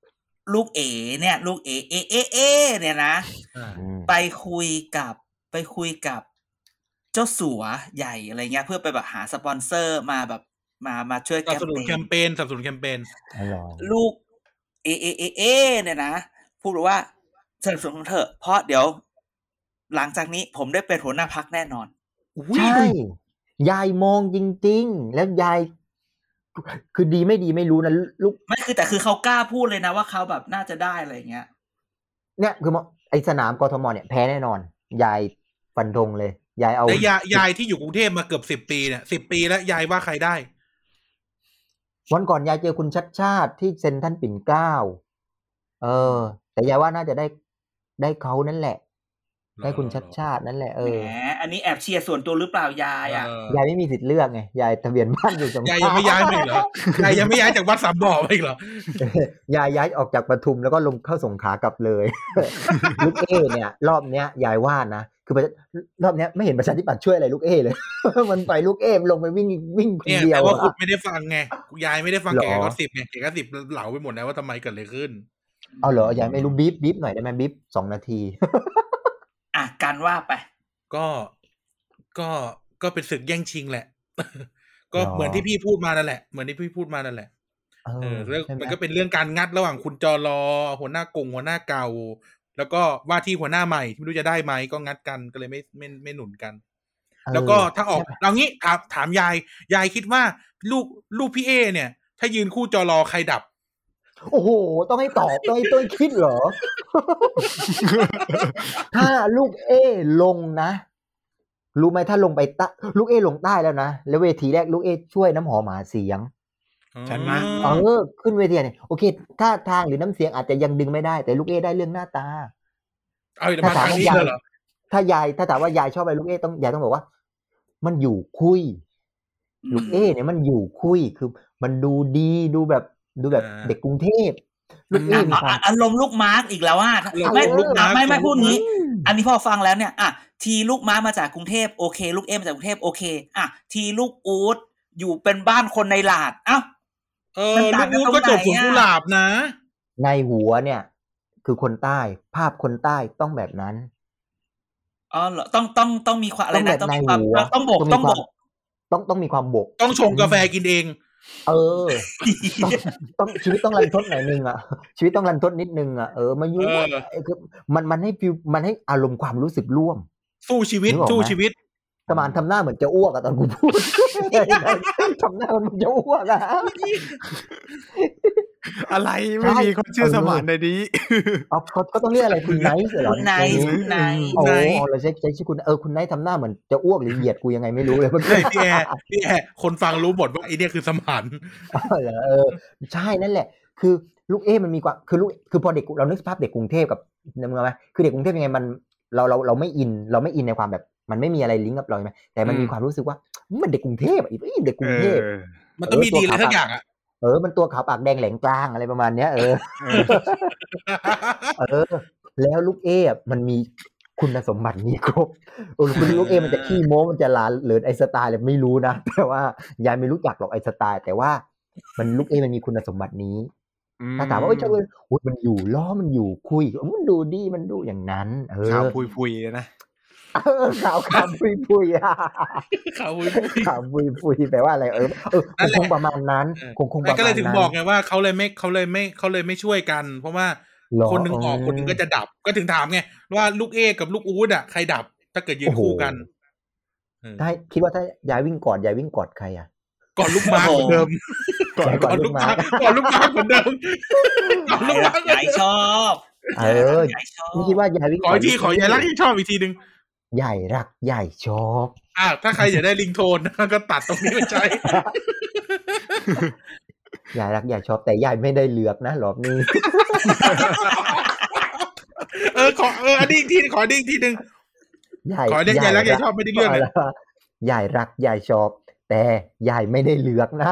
ลูกเอ๋เนี่ย ลูกเอ๋เอเอเอเนี่ยนะอ่าไปคุยกับไปคุยกับเจ้าสัวใหญ่อะไรเงี้ยเพื่อไปแบบหาสปอนเซอร์มาแบบมามาช่วยสแคนับมสนุนเปแคญมเปญสนับสนุนแคมเปญอ๋อเหรอลูกเอเอเอเอเนี่ยนะพูดว่าสนับสนุนเถอะเพราะเดี๋ยว หลังจากนี้ผมได้เป็นหัวหน้าพรรคแน่นอนใช่ ยายมองจริงๆ แล้วยาย คือดีไม่ดีไม่รู้นะลูกไม่คือแต่คือเขากล้าพูดเลยนะว่าเขาแบบน่าจะได้อะไรเงี้ยเนี่ยคือไอสนามกทมเนี่ยแพ้แน่นอน ยายฟันธงเลย ยายเอาแต่ยายยายที่อยู่กรุงเทพมาเกือบสิบปีเนี่ยสิบปีแล้วยายว่าใครได้วันก่อนยายเจอคุณชัดชาติที่เซ็นทรัลปิ่นเกล้าเออ แต่ยายว่าน่าจะได้ได้เขานั่นแหละ ได้คุณชัดชาตินั่นแหละเอแหมออันนี้แอบเชียร์ส่วนตัวหรือเปล่ายายอ่ะเออยายไม่มีสิทธิ์เลือกไงยายทะเบียนบ้านอยู่สงขลายายยังไม่ย้ายไปอีกเหรอยายยังไม่ย้ายจากวัดสามบ่อไปอีกเหรอยายย้ายออกจากปทุมแล้วก็ลงเข้าสงขลากลับเลย ลูกเอเนี่ยรอบเนี้ยยายว่านะคือรอบเนี้ยไม่เห็นประชาธิปัตย์ช่วยอะไรลูกเอเลย มันไปลูกเอลงไปวิ่งวิ่งคนเนี่ยเดียวแต่ว่าคุณอะไม่ได้ฟังไงยายไม่ได้ฟังหรอแกก็สิบไงแกก็สิบเหลาไปหมดแล้วว่าทำไมเกิดอะไรขึ้นเอาเหรอยายไม่รู้บีบบีบหน่อยได้ไหมบีบสองนาทีอ่ะกันว่าไปก็ก็ก็เป็นศึกแย่งชิงแหละ ก็หรอเหมือนที่พี่พูดมานั่นแหละเหมือนที่พี่พูดมานั่นแหละเอเอออแล้วใช่ไหมมันก็เป็นเรื่องการงัดระหว่างคุณจอรอหัวหน้ากงหัวหน้าเก่า แล้วก็ว่าที่หัวหน้าใหม่ที่ไม่รู้จะได้ไหมก็งัดกันก็เลยไม่ไม่ไม่หนุนกัน แล้วก็ถ้าออกเรางี้ถามถามยายยายคิดว่าลูกลูกพี่เอเนี่ย ถ้ายืนคู่จอรอใครดับโอ้โหต้องให้ตอบต้องให้ต้นคิดเหรอ ถ้าลูกเอลงนะรู้ไหมถ้าลงไปใต้ลูกเอลงใต้แล้วนะแล้วเวทีแรกลูกเอช่วยน้ำหอมหาเสียงฉันนะเออขึ้นเวทีเนี่ยโอเคท่าทางหรือน้ำเสียงอาจจะยังดึงไม่ได้แต่ลูกเอได้เรื่องหน้าตาเอามาทางนี้เลยเหรอถ้ายายถ้าถามว่ายายชอบอะไรลูกเอต้องยายต้องบอกว่า มันอยู่คุย ลูกเอเนี่ยมันอยู่คุยคือมันดูดีดูแบบดูแบบอ่าเด็กกรุงเทพลูกเอมีความอารมณ์ลูกมาร์กอีกแล้วว่าอารมณ์ไม่ลูกมาร์คไม่ไม่พูดงี้ อันนี้พอฟังแล้วเนี่ยอ่ะทีลูกมาร์กมาจากกรุงเทพโอเค ลูกเอมาจากกรุงเทพโอเคอ่ะทีลูกอู๊ดอยู่เป็นบ้านคนในหลาดเอ้าเออลูกอู๊ดก็จบสวนกุหลาบนะในหัวเนี่ย คือคนใต้ภาพคนใต้ต้องแบบนั้นอ๋อเหรอต้องต้องต้องมีความอะไรนะต้ต้ออง งแบบมีความในหัวต้องบกต้ต้ออง งมีบความกต้องต้องมีความบกต้องชงกาแฟกินเองเออ ต้องต้องชีวิตต้องรันทดหน่อยนึงอ่ะ ชีวิตต้องรันทดนิดนึงอ่ะเออมาอยู่เออคือมันมันให้ฟิลมันให้อารมณ์ความรู้สึกร่วมสู้ชีวิตนึกออกไหมสู้ชีวิตสมานทำหน้าเหมือนจะอ้วกอะตอนกูพูด ทำหน้าเหมือนจะอ้วกอะอะไรไม่มีคนชื่อสมานในนี้เอาเขาเขาต้องเรียกอะไรคุณไนท์เหรอคุณไนท์คุณไนท์โอ้ไนท์โหเราใช้ใช้ชื่อคุณเออคุณไนท์ทำหน้าเหมือนจะอ้วกหรือเหยียดกูยังไงไม่รู้เลยเมื่อเฮ้กี้ยพี่แอร์พี่แอร์คนฟังรู้หมดว่าไอเนี่ยคือสมานเหรอเออใช่นั่นแหละ คือลูกเอมันมีความคือลูกคือพอเด็กเรานึกสภาพเด็กกรุงเทพกับนึกไหมคือเด็กกรุงเทพยังไงมันเราเราเราไม่อิน เราไม่อินในความแบบ มันไม่มีอะไรลิงก์กับเราใช่ไหมแต่มันมีความรู้สึกว่ามันเด็กกรุงเทพอ่ะอีเด็กกรุงเทพมันต้องมีดีอะไรทั้งอย่างอ่ะเออมันตัวขาวปากแดงแหลงกลางอะไรประมาณเนี้ยเออ เออ แล้วลูกเออ่ะมันมีคุณสมบัตินี้ครบเออคุณลูกเอมันจะขี้โม้มันจะลาหรือไอสไตล์เลยไม่รู้นะแต่ว่ายายไม่รู้จักหรอกไอสไตล์แต่ว่ามันลูกเอมันมีคุณสมบัตินี้ ถ้าถามว่าเอ้ยเจ้าเอ้ยโอ้ยมันอยู่ล้อมันอยู่คุยมันดูดีมันดูอย่างนั้นเออข่าวพุยๆเลยนะเออข่าวข่าวปุยปุยอ่ะข่าววุ้ยข่าวปุยปุยแปลว่าอะไรเออเออนั่นแหละคงประมาณนั้นคงคงประมาณนั้นก็เลยถึงบอกไงว่าเขาเลยไม่เขาเลยไม่เขาเลยไม่ช่วยกัน เพราะว่าหรอคนหนึงออกอืมคนหนึงก็จะดับ ก็ถึงถามไงว่าลูกเอกับลูกอู๊ดอ่ะใครดับ ถ้าเกิดยืนโอ้โหคู่กันเออถ้าคิดว่าถ้ายายวิ่งกอดยายวิ่งกอดใครอ่ะก่อนลูกมาร์คเหมือนเดิมก่อนก่อนลูกมาร์คก่อนลูกมาร์คเหมือนเดิมก่อนลูกมาร์คยายชอบเออยายชอบนี่คิดว่ายายวิ่งขออีกทีขอยายรักที่ชอบอีกทีหนึ่งยายรักยายชอบอ่ะถ้าใครอยากได้ลิงโทน ก็ตัดตรงนี้ไปใช้ยายรักยายชอบแต่ยายไม่ได้เลือกนะรอบนี้เออขอเอออันนี้อีกทีขออันนี้อีกทีหนึ่งยายขอเรียกยายรักยายชอบไม่ได้เลือกเลยยายรักยายชอบ แต่ยายไม่ได้เลือกนะ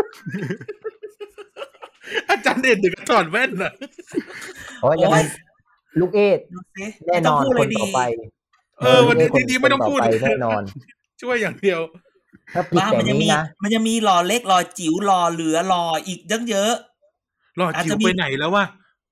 อาจารย์เด่นถึงกับถอดแว่นน่ะเพราะยังไงลูกเอสดูสิแน่ไม่นต้องอนพูดคเลนยดีต่อไปเออวันนี้ลูกเอดีๆไม่ต้องพูดคนต่อไปแน่นอนช่วยอย่างเดียวถ้าผิดว่าแต่มันจะมีนี้นะมันจะมีหล่อเล็กหล่อจิ๋วหล่อเหลือหล่ออีกเยอะเยอะรอจิ๋วไปไหนแล้ววะ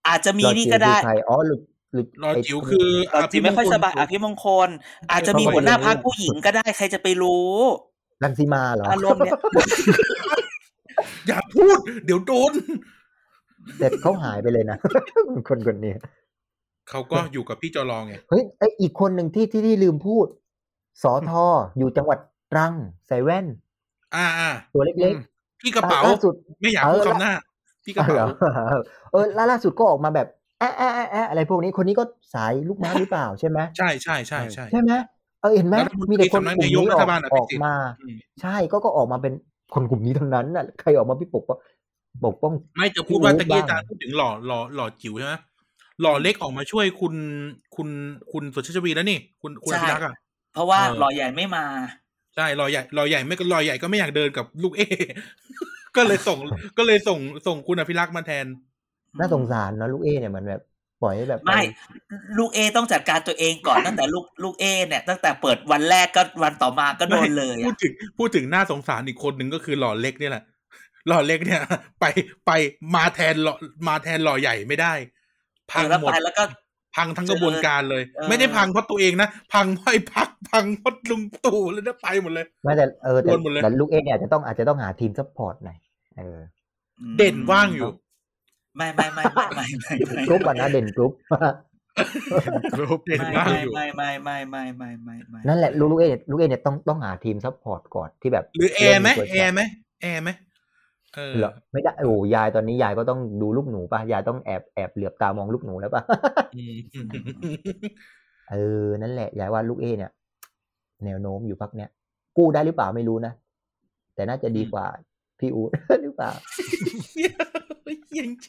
อาจจะมีรอนี่จิ๋วก็คืได้อใครอ๋อหลุดหลุดรอไอ้จิ๋วคนคือรออจิ๋ภิวไม่มงค่อยคสลบายสุอขภิมงคล อาจจะเขามีไม่หัวหน้ารู้พรรคผู้หญิงก็ได้ ใครจะไปรู้รังสีมาเหรออารมณ์เนี้ยอย่าพูด เดี๋ยวโดนแต่เขาหายไปเลยนะ คนคนนี้เขาก็อยู่กับพี่จรอไงเฮ้ยไออีกคนหนึ่งที่ที่ที่ลืมพูด สอทอ อยู่จังหวัดตรัง ใส่แว่นอาตัวๆเล็กพี่กระๆเป๋าล่าสุดไม่อยากเอพูดอคำล่าหน้า พี่กอ้ระาวเหรเป๋าอ เออแล้วล่าสุดก็ออกมาแบบ แอะ ๆ ๆ ๆ อะไรพวกนี้ คนนี้ก็สายลูกม้าหรือเปล่าใช่ไหมใช่ ๆ ๆ ๆใช่ไหม เออ เห็นไหมรัฐมนมีตแต่รีคนสำนักกลุ่นาม ยกนี้รัอฐอกบาลออภิอกสิทธิ์มาอืมใช่ ก็ก็ออกมาเป็นคนกลุ่มนี้ทั้งนั้นน่ะ ใครออกมาพี่ปกป้องปกป้องไม่จะพูพี่ดว่าอู๊ตะดกี้บ้าอาง จารย์พูดถึงหล่อหล่อหล่อจิ๋วใช่ไหม หล่อเล็กออกมาช่วยคุณ คุณ คุณสุชาติชวีแล้วนี่ คุณ คุณใชอ่ ภิรักษ์อะเพราะว่าเออหล่อใหญ่ไม่มาใช่ หล่อใหญ่ หล่อใหญ่ไม่ หล่อใหญ่ก็ไม่อยากเดินกับลูก เอ ก็เลยส่ง ก็เลยส่ง ส่งคุณอภิรักษ์มาแทนอืน่าสงมสารเนาะ ลูกเอเนี่ยเหมือนแบบปล่อยให้แบบไม่ไปลูกเอต้องจัดการตัวเองก่อน ตั้งแต่ลูก ลูกเอเนี่ย ตั้งแต่เปิดวันแรกก็วันต่อมาก็โดไม่นเลยพูอะดถึง พูดถึงน่าสงสารอีกคนหนึ่งก็คือหล่อเล็กเนี่ยแหละ หล่อเล็กเนี่ย ไป ไป มาแทนหล่อ มาแทนหล่อใหญ่ไม่ได้เอพัอง แล้วหมไปดแล้วก็พังทั้งเจกระบวนอการเลยเออไม่ได้พังเพราะตัวเองนะ พังเพราะไอ้พรรค พังเพราะลุงตู่เลยนะ ไปหมดเลยไม่แต่ เออโดแต่นหมดเลยแต่ลูกเอเนี่ยอาจจะต้อง อาจจะต้องหาทีมซัปพอร์ตหน่อย เอออืเด่นว่างอมยู่ไม่ ๆ ๆ ๆ ๆ ๆ ๆกรุ๊ปอะนะ เด่นกรุ๊ปกรุ๊ปเด่นไม่ว่างไม่อยู่ไม่ไม่ไม่ไม่ไม่ไม่ไม่นั่นแหละลูกลูกเอเนี่ยลูกเอเนี่ยต้องต้องหาทีมซัปพอร์ตก่อนที่แบบหรือแอเริ่มร์ไหมมีตัวแอจับร์ไหมแอร์ไหมเออเหรอไม่ได้โอ้ยายตอนนี้ยายก็ต้องดูลูกหนูป่ะยายต้องแอบแอบเหลือบตามองลูกหนูแล้วป่ะอืมเออนั่นแหละยายว่าลูกเอเนี่ย แนวโน้มอยู่พักเนี้ยกู้ได้หรือเปล่าไม่รู้นะแต่น่าจะดีกว่าพี่อู๊ด หรือเปล่าเหี้ยเหี้ยจริง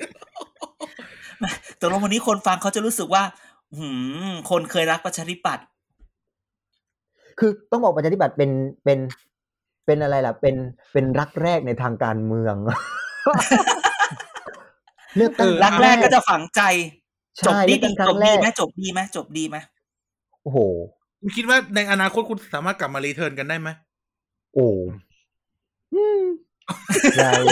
ตกลงวันนี้คนฟังเขาจะรู้สึกว่า หืม คนเคยรักประชาธิปัตย์คือต้องบอกประชาธิปัตย์เป็นเป็นเป็นอะไรล่ะ เป็นเป็นรักแรกในทางการเมือง เลือกตั้งรักแรกก็จะฝังใจ จบใช่ดีเลือกตั้งคจรั้บงแรดีกไหมจบดีไหมจบดีไหมโอ้โหคุณคิดว่าในอนาคตคุณสามารถกลับมารีเทิร์นกันได้ไหมโอ้อืมยาย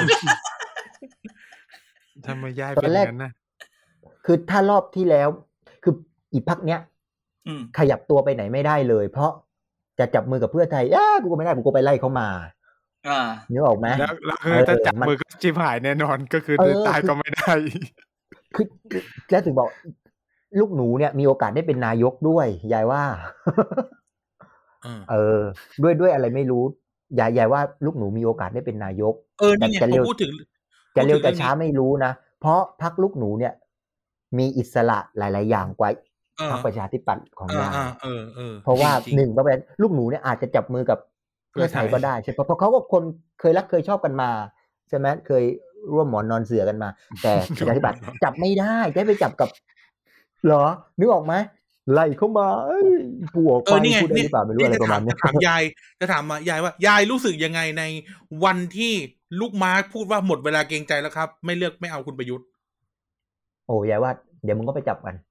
ทำไมย้ายตอเป็นนอแรย่าก งนั้นนะคือถ้ารอบที่แล้ว คืออีพักเนี้ยอืมขยับตัวไปไหนไม่ได้เลย เพราะจะจับมือกับเพื่อไทยอ้ากูก็ไม่ได้กูก็ไปไล่เขามาอ่านึกออกไหมแล้วแล้วคือเออถ้าจับมันมือก็ชิบหายแน่นอนก็คือเออเดินตายคือก็ไม่ได้คือแล้วถึงบอก ลูกหนูเนี่ยมีโอกาสได้เป็นนายกด้วยยายว่าเออเออ ด้วยด้วยอะไรไม่รู้ยายยายว่าลูกหนูมีโอกาสได้เป็นนายกเออ นี่ไงจะพเร็อวพูดถึงจะเร็วพูดถึงจะช้าไม่รู้นะ เพราะพักลูกหนูเนี่ย มีอิสระหลาย ๆ อย่างกว่าเออพรรคประชาธิปัตย์ของเออยายเออเออเพราะว่าจริงๆหนึ่งก็เป็นลูกหนูเนี่ยอาจจะจับมือกับเพื่อไทยก็ได้ใช่ปะเพราะเขาก็คนเคยรักเคยชอบกันมาใช่ไหมเคยร่วมหมอนนอนเสือกันมา แต่ประชาธิปัตย์จับไม่ได้จะไปจับกับเหรอนึกออกไหมไล่เข้ามาเอ้ยปู่ออกเอไปอนี่ไงพูดได้หรือเปล่าไม่รู้อะไรจะประถามาณมเนี้จะยถามยายจะถามมายายว่ายายรู้สึกยังไงในวันที่ลูกม้าพูดว่าหมดเวลาเกรงใจแล้วครับ ไม่เลือกไม่เอาคุณประยุทธ์โอ้ยายว่าเดี๋ยวมึงก็ไปจับกัน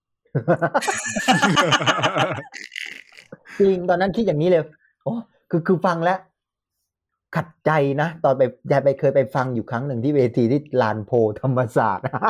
จริงตอนนั้นคิดอย่างนี้เลยโอ้คือคือฟังแล้ว ขัดใจนะ ตอนไปยายไปเคยไปฟังอยู่ครั้งหนึ่งที่เวทีที่ลานโพธรรมศาสตร์นะ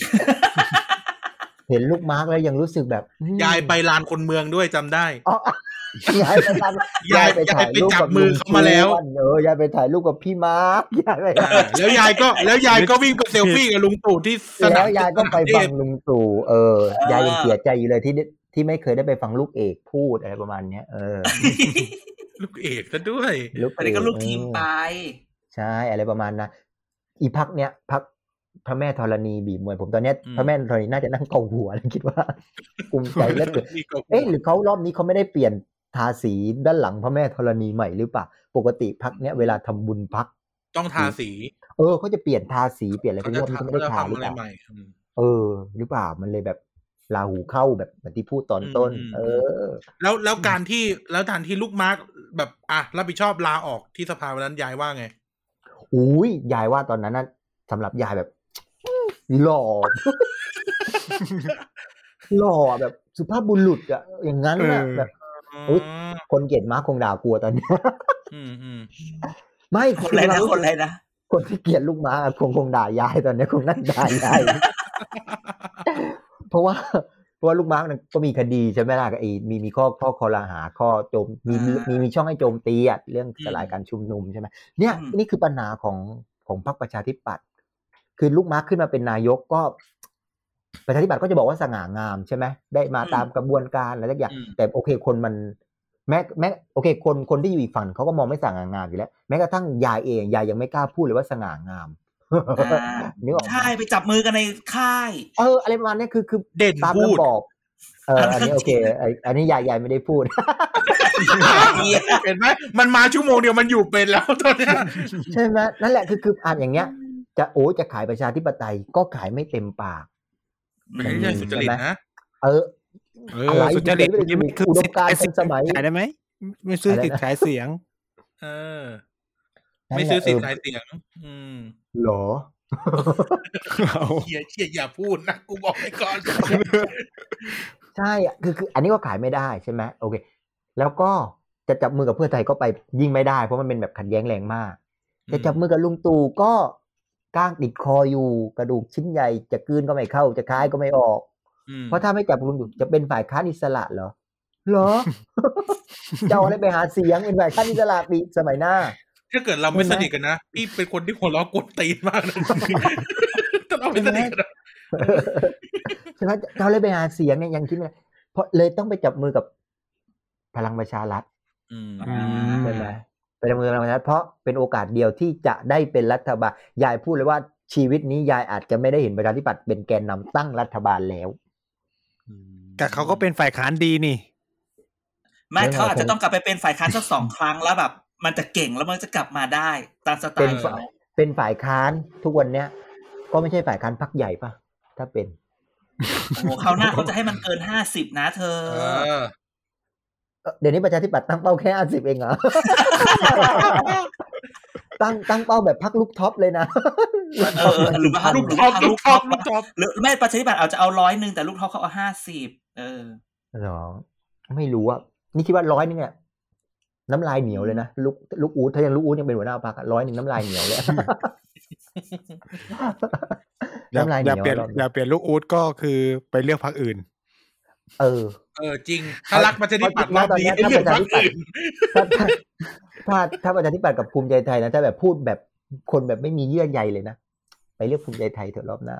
เห็นลูกมาร์กแล้วยังรู้สึกแบบอืมยายไปลานคนเมืองด้วยจำได้อ๋อ ยายไปทำยายไปถ่ายยายไปรูปจับกับมือลุงเขามาแล้วชนเออยายไปถ่ายรูปกับพี่มาร์กยายไปอ่าแล้วยายก็แล้วยายก็วิ่งไปเซลฟี่กับลุงตู่ที่สนาแล้มวยายก็ไปเทฟังพลุงตู่เออเออยายยังเสียใจอยู่เลยที่ได้ที่ไม่เคยได้ไปฟังลูกเอกพูดอะไรประมาณเนี้ยเออลูกเอกซะด้วยลูกอันนี้ก็ลูกเออทีมไปใช่อะไรประมาณนะอีพักเนี้ยพักพระแม่ธรณีบีบมวยผมตอนเนี้ยอืมพระแม่ธรณีน่าจะนั่งเกาหัวเลยคิดว่า ภูมิใจแล้วเกิดนี่ก็เอ๊ะหรือเขารอบนี้เขาไม่ได้เปลี่ยนทาสีด้านหลังพระแม่ธรณีใหม่หรือเปล่าปกติพักเนี้ยเวลาทำบุญพักต้องทาสีเออเขาจะเปลี่ยนทาสีเปลี่ยนอะไรเขาเป็นจะรอบนี้เขาทำไม่เขาได้จะทาหทำรืออะไรเปล่าใหม่อืมเออ หรือเปล่ามันเลยแบบราหูเข้าแบบเหมือนที่พูดตอนต้นอืมเออแล้วแล้วการที่แล้วการที่ลูกมาร์กแบบอ่ะรับผิดชอบลาออกที่สภาวันนั้นยายว่าไงอุ้ยยายว่าตอนนั้นน่ะสำหรับยายแบบ หล่อ หล่อแบบสุภาพบุรุษอะอย่างนั้นน่ะเออแบบ อุ๊ย คนเกลียดม้าคงด่ากลัวตอนนี้อืมอืมไม่คนอะไรนะเรารู้คนสึกอะไรนะคนที่เกลียดลูกม้าคงคงด่ายายตอนนี้คงนั่งด่ายายเพราะว่าเพราะว่าลูกมาร์กก็มีคดีใช่ไหมล่ะไอ้มีมีข้อข้อคอรหาข้อโจมมีมีมีช่องให้โจมตีอ่ะเรื่องสลายการชุมนุมใช่ไหมเนี่ยนี่คือปัญหาของของพรรคประชาธิปัตย์คือลูกมาร์กขึ้นมาเป็นนายกก็ประชาธิปัตย์ก็จะบอกว่าสง่างามใช่ไหมได้มาตามกระบวนการอะไรทุกอย่างแต่โอเคคนมันแม้แม้โอเคคนคนที่อยู่อีกฝั่งเขาก็มองไม่สง่างามอยู่แล้วแม้กระทั่งยายเองยายยังไม่กล้าพูดเลยว่าสง่างามนึกออกใช่ไปจับมือกันในค่ายเอออะไรประมาณนี้คือคือเด่นตามพูดระบอบเอออันนี้โอเคอันนี้ยายยายไม่ได้พูดเห็นไหมมันมาชั่วโมงเดียวมันอยู่เป็นแล้วตอนนี้ใช่ไหมนั่นแหละคือคืออ่านอย่างเงี้ยจะโอ้จะขายประชาธิปไตยก็ขายไม่เต็มปากไม่ใช่สุจริตนะเอออะไรสุจริตไม่คืออุดมการณ์ทันสมัยขายได้ไหมไม่ซื้อติดขายเสียงเออไม่ซื้อสิทธิ์ขายเสียงอืมหรอเฮียเฮียอย่าพูดนะกูบอกไว้ก่อนใช่คือคืออันนี้ก็ขายไม่ได้ใช่ไหมโอเคแล้วก็จะจับมือกับเพื่อไทยก็ไปยิ่งไม่ได้เพราะมันเป็นแบบขัดแย้งแรงมากจะจับมือกับลุงตู่ก็ก้างติดคออยู่กระดูกชิ้นใหญ่จะกลืนก็ไม่เข้าจะคายก็ไม่ออกเพราะถ้าไม่จับลุงตู่จะเป็นฝ่ายค้านอิสระเหรอเหรอจะเอาอะไรไปหาเสียงเป็นฝ่ายค้านอิสระปีสมัยหน้าถ้าเกิดเราไม่สนิทกันนะพี่เป็นคนที่หัวเราะกดตีนมากเลยถ้าเราไม่สนิทกันใช่ไหมเราเลยไปหาเสียงเนี่ยยังคิดไม่เพราะเลยต้องไปจับมือกับพลังประชารัฐใช่ไหมไปจับมือพลังประชารัฐเพราะเป็นโอกาสเดียวที่จะได้เป็นรัฐบาลยายพูดเลยว่าชีวิตนี้ยายอาจจะไม่ได้เห็นประชาธิปัตย์เป็นแกนนำตั้งรัฐบาลแล้วแต่เขาก็เป็นฝ่ายค้านดีนี่ไม่เขาอาจจะต้องกลับไปเป็นฝ่ายค้านสักสองครั้งแล้วแบบมันจะเก่งแล้วมันจะกลับมาได้ตามสไตล์เขาเป็นฝ่ายค้านทุกวันเนี้ยก็ไม่ใช่ฝ่ายค้านพรรคใหญ่ป่ะถ้าเป็นโอ้คราวหน้าเขาจะให้มันเกินห้าสิบนะเธอเดี๋ยวนี้ประชาธิปัตย์ตั้งเป้าแค่ห้าสิบเองเหรอตั้งตั้งเป้าแบบพรรคลูกท็อปเลยนะเออหรือว่าลูกท็อปลูกท็อปลูกท็อปหรือไม่ประชาธิปัตย์อาจจะเอาร้อยนึงแต่ลูกท็อปเขาเอาห้าสิบเออหรอไม่รู้อ่ะนี่คิดว่าร้อยนึงเนี่ยน้ำลายเหนียวเลยนะลูกลูกอู๊ดถ้ายังลูกอู๊ดยังเป็นหัวหน้าพรรคร้อยหนึ่งน้ำลายเหนียวเลยน้ำลายเหนียวอย่าเปลี่ยนอย่าเปลี่ยนลูกอู๊ดก็คือไปเลือกพรรคอื่นเออเออจริงถ้ารักประชาธิปัตย์รอบนี้ให้เลือกพรรคอื่นถ้าถ้าประชาธิปัตย์กับภูมิใจไทยนะถ้าแบบพูดแบบคนแบบไม่มีเยื่อใยเลยนะไปเลือกภูมิใจไทยเถอะรอบหน้า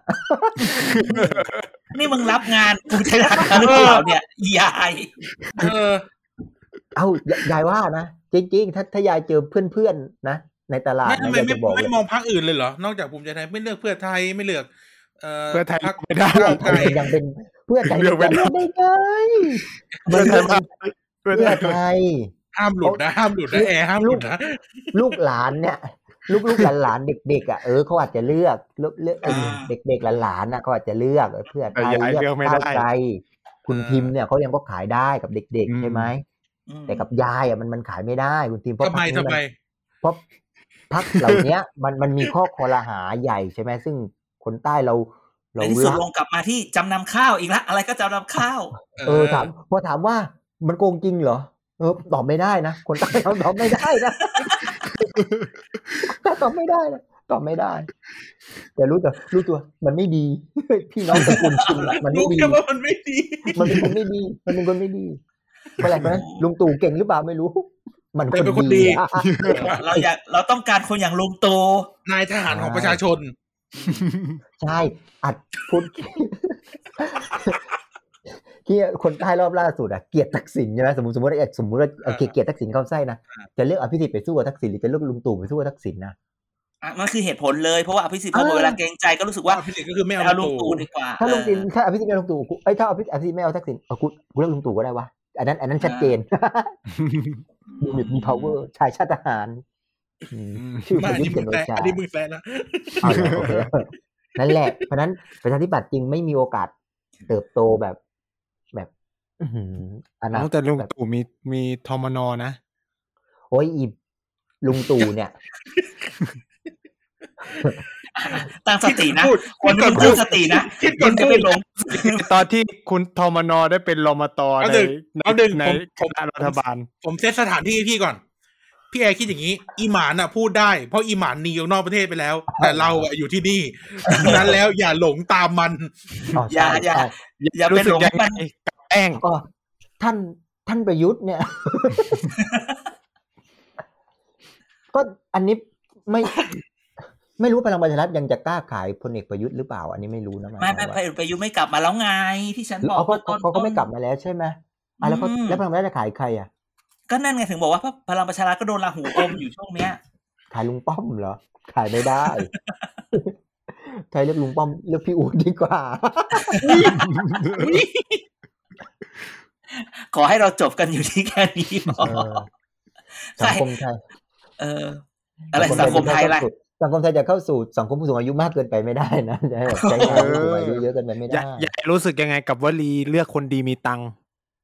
นี่มึงรับงานภูมิใจไทยหรือเปล่าเนี่ยยายเออเอ้ายายว่านะจริงๆถ้าถ้ายายเจอเพื่อนๆนะในตลาดทำไมไม่ไม่มองพรรคอื่นเลยเหรอนอกจากภูมิใจไทยไม่เลือกเพื่อไทยไม่เลือกเอ่อเพื่อไทยพรรคไม่ได้ยังเป็นเพื่อไทยไม่ได้ไงเพื่อไทยเพื่อไทยห้ามหลุดนะห้ามหลุดนะแอร์ห้ามหลุดนะลูกหลานเนี่ยลูกๆหลานๆเด็กๆอ่ะเออเขาอาจจะเลือกเลือกเด็กๆหลานๆน่ะเขาอาจจะเลือกเพื่อไทยเลือกก้าวไกลคุณพิมพ์เนี่ยเขายังก็ขายได้กับเด็กๆใช่ไหมแต่กับยายอ่ะมันมันขายไม่ได้คุณพิมพ์เพราะทำไมทำไมเพราะพรรคเหล่านี้มันมันมีข้อคอรหาใหญ่ใช่ไหมซึ่งคนใต้เราเราที่สุดลงกลับมาที่จำนำข้าวอีกละอะไรก็จำนำข้าวเออถามพอถามว่ามันโกงจริงเหรอเออตอบไม่ได้นะคนใต้เราตอบไม่ได้นะแต่ตอบไม่ได้นะตอบไม่ได้แต่รู้แต่รู้ตัวมันไม่ดีพี่น้องตระกูลชินมันไม่ดีมันไม่ดีมันเป็นคนไม่ดีมันเป็นคนไม่ดีอะไรนะลุงตู่เก่งหรือเปล่าไม่รู้มันเป็นคนดีเราอยากเราต้องการคนอย่างลุงตู่นายทหารของประชาชนใช่อัดพูดที่คนใต้รอบล่าสุดอ่ะเกลียดทักษิณใช่ไหมสมมติสมมติสมมติว่าเกลียดทักษิณเข้าไส้นะจะเลือกอภิสิทธิ์ไปสู้กับทักษิณหรือจะเลือกลุงตู่ไปสู้กับทักษิณนะอ่ะมันคือเหตุผลเลยเพราะว่าอภิสิทธิ์พอหมดเวลาเกรงใจก็รู้สึกว่าอภิสิทธิ์ก็คือไม่เอาลุงตู่ดีกว่าถ้าลุงตู่ถ้าอภิสิทธิ์ไม่เอาลุงตู่ไอ้ถ้าอภิสิทธิ์ไม่เอาทักษิณเอากูกูเลือกลุงตู่ก็ได้วะอันนั้นอันนั้นชัดเจนมีมี power ชายชาติทหารชื่อประยุทธ์จันทร์โอชาอันนี้มึงแซะนะนั่นแหละเพราะนั้นประชาธิปัตย์จริงไม่มีโอกาสเติบโตแบบแบบอันนั้นแต่ลุงตู่มีมีทมนนะโอ้ยอีลุงตู่เนี่ยตั้งสตินะคนที่ตั้งสตินะคิดก่อนจะไปหลงตอนที่คุณทมนได้เป็นรมตในในคณะรัฐบาลผมเซตสถานที่พี่ก่อนพี่แอร์คิดอย่างนี้อีหมานอ่ะพูดได้เพราะอีหมานหนีออกนอกประเทศไปแล้วแต่เราอ่ะอยู่ที่นี่ฉะนั้นแล้วอย่าหลงตามมันอย่าอย่าอย่าไปหลงมันกับแป้งก็ท่านท่านประยุทธ์เนี่ย ก็อันนี้ไม่ไม่รู้พลังประชารัฐยังจะกล้าขายพลเอกประยุทธ์หรือเปล่าอันนี้ไม่รู้นะไม่ไม่ประยุทธ์ไม่กลับมาแล้วไงที่ฉันบอกเขาเขาก็ไม่กลับมาแล้วใช่ไหมอ่ะแล้วแล้วพลังประชารัฐจะขายใครอ่ะก็นั่นไงถึงบอกว่าพลังประชารัฐก็โดนราหูอมอยู่ช่วงเนี้ยขายลุงป้อมเหรอขายไม่ได้ใครเลือกลุงป้อมเลือกพี่อู๊ดดีกว่าขอให้เราจบกันอยู่ที่แค่นี้พอสังคมไทยเอออะไรสังคมไทยอะไรสังคมไทยจะเข้าสู่สังคมผู้สูงอายุมากเกินไปไม่ได้นะจะให้แบบใช้งานผู้สูงอายุเยอะเกินไปไม่ได้อยากรู้สึกยังไงกับวลีเลือกคนดีมีตังค์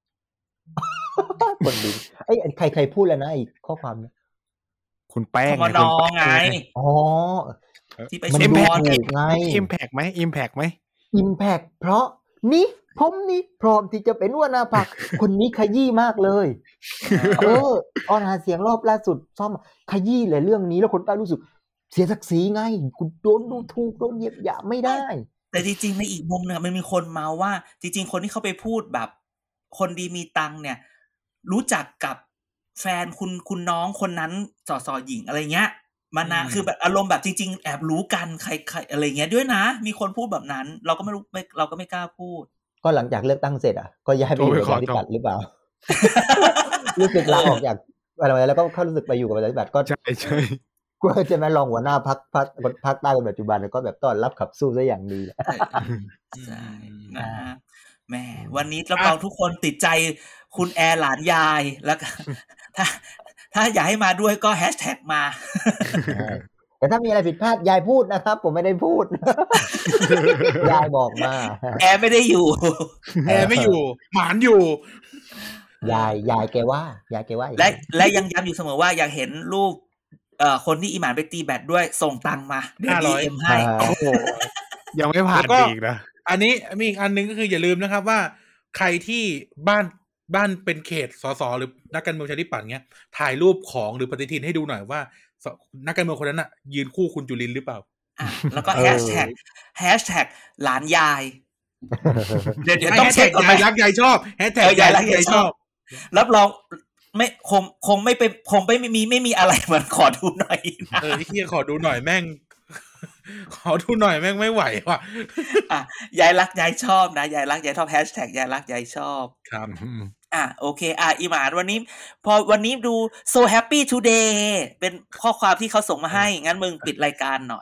คนดีไอ้ใครใครพูดแล้วนะไอ้ข้อความนี้คุณแป้งไงคุณไงอ๋อที่ไปเช็คบอลไง Impact ไหม Impact ไหม Impact เพราะนี่ผมนี่พร้อมที่จะเป็นหัวหน้าพรรคคนนี้ขยี้มากเลยเออออนหาเสียงรอบล่าสุดซ่อมขยี้เลยเรื่องนี้แล้วคนใต้รู้สึกเสียศักดิ์ศรีไงคุณโดนดูถูกโดนเหยียดหยามไม่ได้แต่จริงๆในอีกมุมนึงมันมีคนเมาว่าจริงๆคนที่เขาไปพูดแบบคนดีมีตังค์เนี่ยรู้จักกับแฟนคุณคุณน้องคนนั้นสสหญิงอะไรเงี้ยมานะคือแบบอารมณ์แบบจริงๆแอบรู้กันใครๆอะไรเงี้ยด้วยนะมีคนพูดแบบนั้นเราก็ไม่รู้ไม่เราก็ไม่กล้าพูดก็หลังจากเลือกตั้งเสร็จอ่ะก็ย้ายไปอยู่กับประชาธิปัตย์หรือเปล่ารู้สึกลาออกจากอะไรแล้วก็เข้ารู้สึกไปอยู่กับประชาธิปัตย์ก็ใช่ใช่ก็จะมาลองหัวหน้าพรรคพรรคพรรคใต้ปัจจุบันก็แบบต้อนรับขับสู้ซะอย่างดีใช่นะแม่วันนี้รับรองทุกคนติดใจคุณแอร์หลานยายแล้วถ้าถ้าอยากให้มาด้วยก็แฮชแท็กมาแต่ถ้ามีอะไรผิดพลาดยายพูดนะครับผมไม่ได้พูดยายบอกมาแอร์ไม่ได้อยู่แอร์ไม่อยู่หมานอยู่ยายยายแกว่ายายแกว่าและและยังย้ำอยู่เสมอว่าอยากเห็นรูปเอ่อคนที่อีหมานไปตีแบดด้วยส่งตังค์มาเดี๋ยว ดี เอ็ม ให้โอ้โหยังไม่ผ่านอีกนะอันนี้มีอีกอันนึงก็คืออย่าลืมนะครับว่าใครที่บ้านบ้านเป็นเขตสสหรือนักการเมืองประชาธิปัตย์เงี้ยถ่ายรูปของหรือปฏิทินให้ดูหน่อยว่านักการเมืองคนนั้นน่ะยืนคู่คุณจุลินหรือเปล่าอ่ะแล้วก็แฮชแท็กแฮชแท็กหลานยายเดี๋ยวเดี๋ยวต้องเช็คก่อนยายรักยายชอบแฮชแท็กยายรักยายชอบรับรองไม่คงคงไม่เป็นคงไม่มีไม่มีอะไรเหมือนขอดูหน่อยเออเฮียขอดูหน่อยแม่งขอดูหน่อยแม่งไม่ไหวว่ะอ่ะยายรักยายชอบนะยายรักยายชอบแฮชแท็กยายรักยายชอบครับอ่ะโอเคอ่ะอีหมานวันนี้พอวันนี้ดู so happy today เป็นข้อความที่เขาส่งมาให้งั้นมึงปิดรายการหน่อย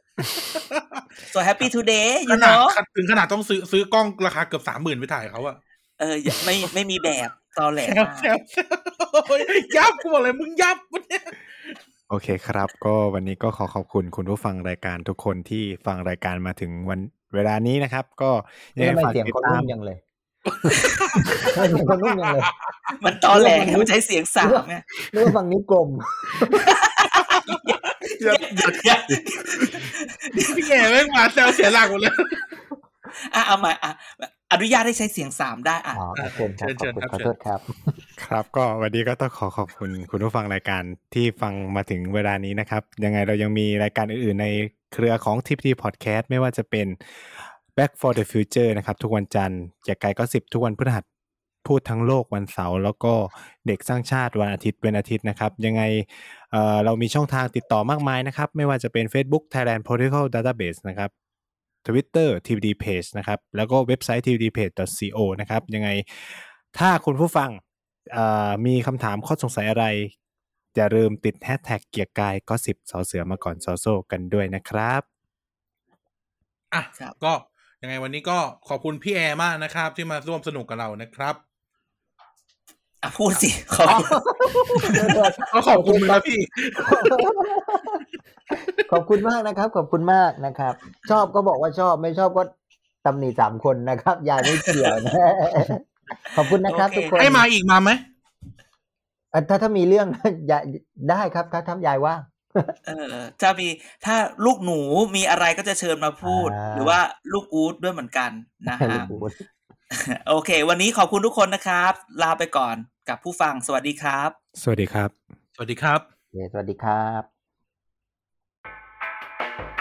so happy today อยู่เนาะถึงขนาดต้องซื้อซื้อกล้องราคาเกือบ สามหมื่น ไปถ่ายเขาอะเออไม่ไม่มีแบบตอแหลมากยับกูบอกเลยมึงยับเนี่ยโอเคครับก็วันนี้ก็ขอขอบคุณคุณผู้ฟังรายการทุกคนที่ฟังรายการมาถึงวันเวลานี้นะครับก็ยังฝากติดตามยังเลยไม่เสียงคนนุ่มยังเลยมันตอแหลมันใช้เสียงสามไงนึกว่าฝั่งนี้กลมพี่แง่แม่งมาแซวเสียหลักหมดเลยอ่ะเอามาอ่ะอนุญาตให้ใช้เสียงสามได้อ่ะเชิญครับขอโทษครับครับก็วันนี้ก็ต้องขอขอบคุณคุณผู้ฟังรายการที่ฟังมาถึงเวลานี้นะครับยังไงเรายังมีรายการอื่นๆในเครือของ ที พี ที Podcast ไม่ว่าจะเป็น Back for the Future นะครับทุกวันจันทร์อย่าไกลก็สิบทุกวันพฤหัสพูดทั้งโลกวันเสาร์แล้วก็เด็กสร้างชาติวันอาทิตย์เป็นอาทิตย์นะครับยังไง เอ่อเรามีช่องทางติดต่อมากมายนะครับไม่ว่าจะเป็น Facebook Thailand Political Database นะครับ Twitter ที พี ที Page นะครับแล้วก็เว็บไซต์ ที พี ที เพจ ดอท ซี โอ นะครับยังไงถ้าคุณผู้ฟังเอ่อมีคำถามข้อสงสัยอะไรอย่าลืมติดแฮชแท็กเกียร์กายก็สิบสอเสือมาก่อนซอโซกันด้วยนะครับอ่ะก็ยังไงวันนี้ก็ขอบคุณพี่แอร์มากนะครับที่มาร่วมสนุกกับเรานะครับอ่ะพูดสิขอบคุณก็ขอบคุณครับพี่ขอบคุณมากนะครับขอบคุณมากนะครับชอบก็บอกว่าชอบไม่ชอบก็ตำหนิสามคนนะครับยายไม่เกี่ยวนะขอบคุณนะครับทุกคนให้มาอีกมาไหมถ้าถ้ามีเรื่องยายได้ครับถ้าทำยายว่าเออจะมีถ้าลูกหนูมีอะไรก็จะเชิญมาพูดหรือว่าลูกอู๊ดด้วยเหมือนกันนะฮะโอเควันนี้ขอบคุณทุกคนนะครับลาไปก่อนกับผู้ฟังสวัสดีครับสวัสดีครับสวัสดีครับสวัสดีครับ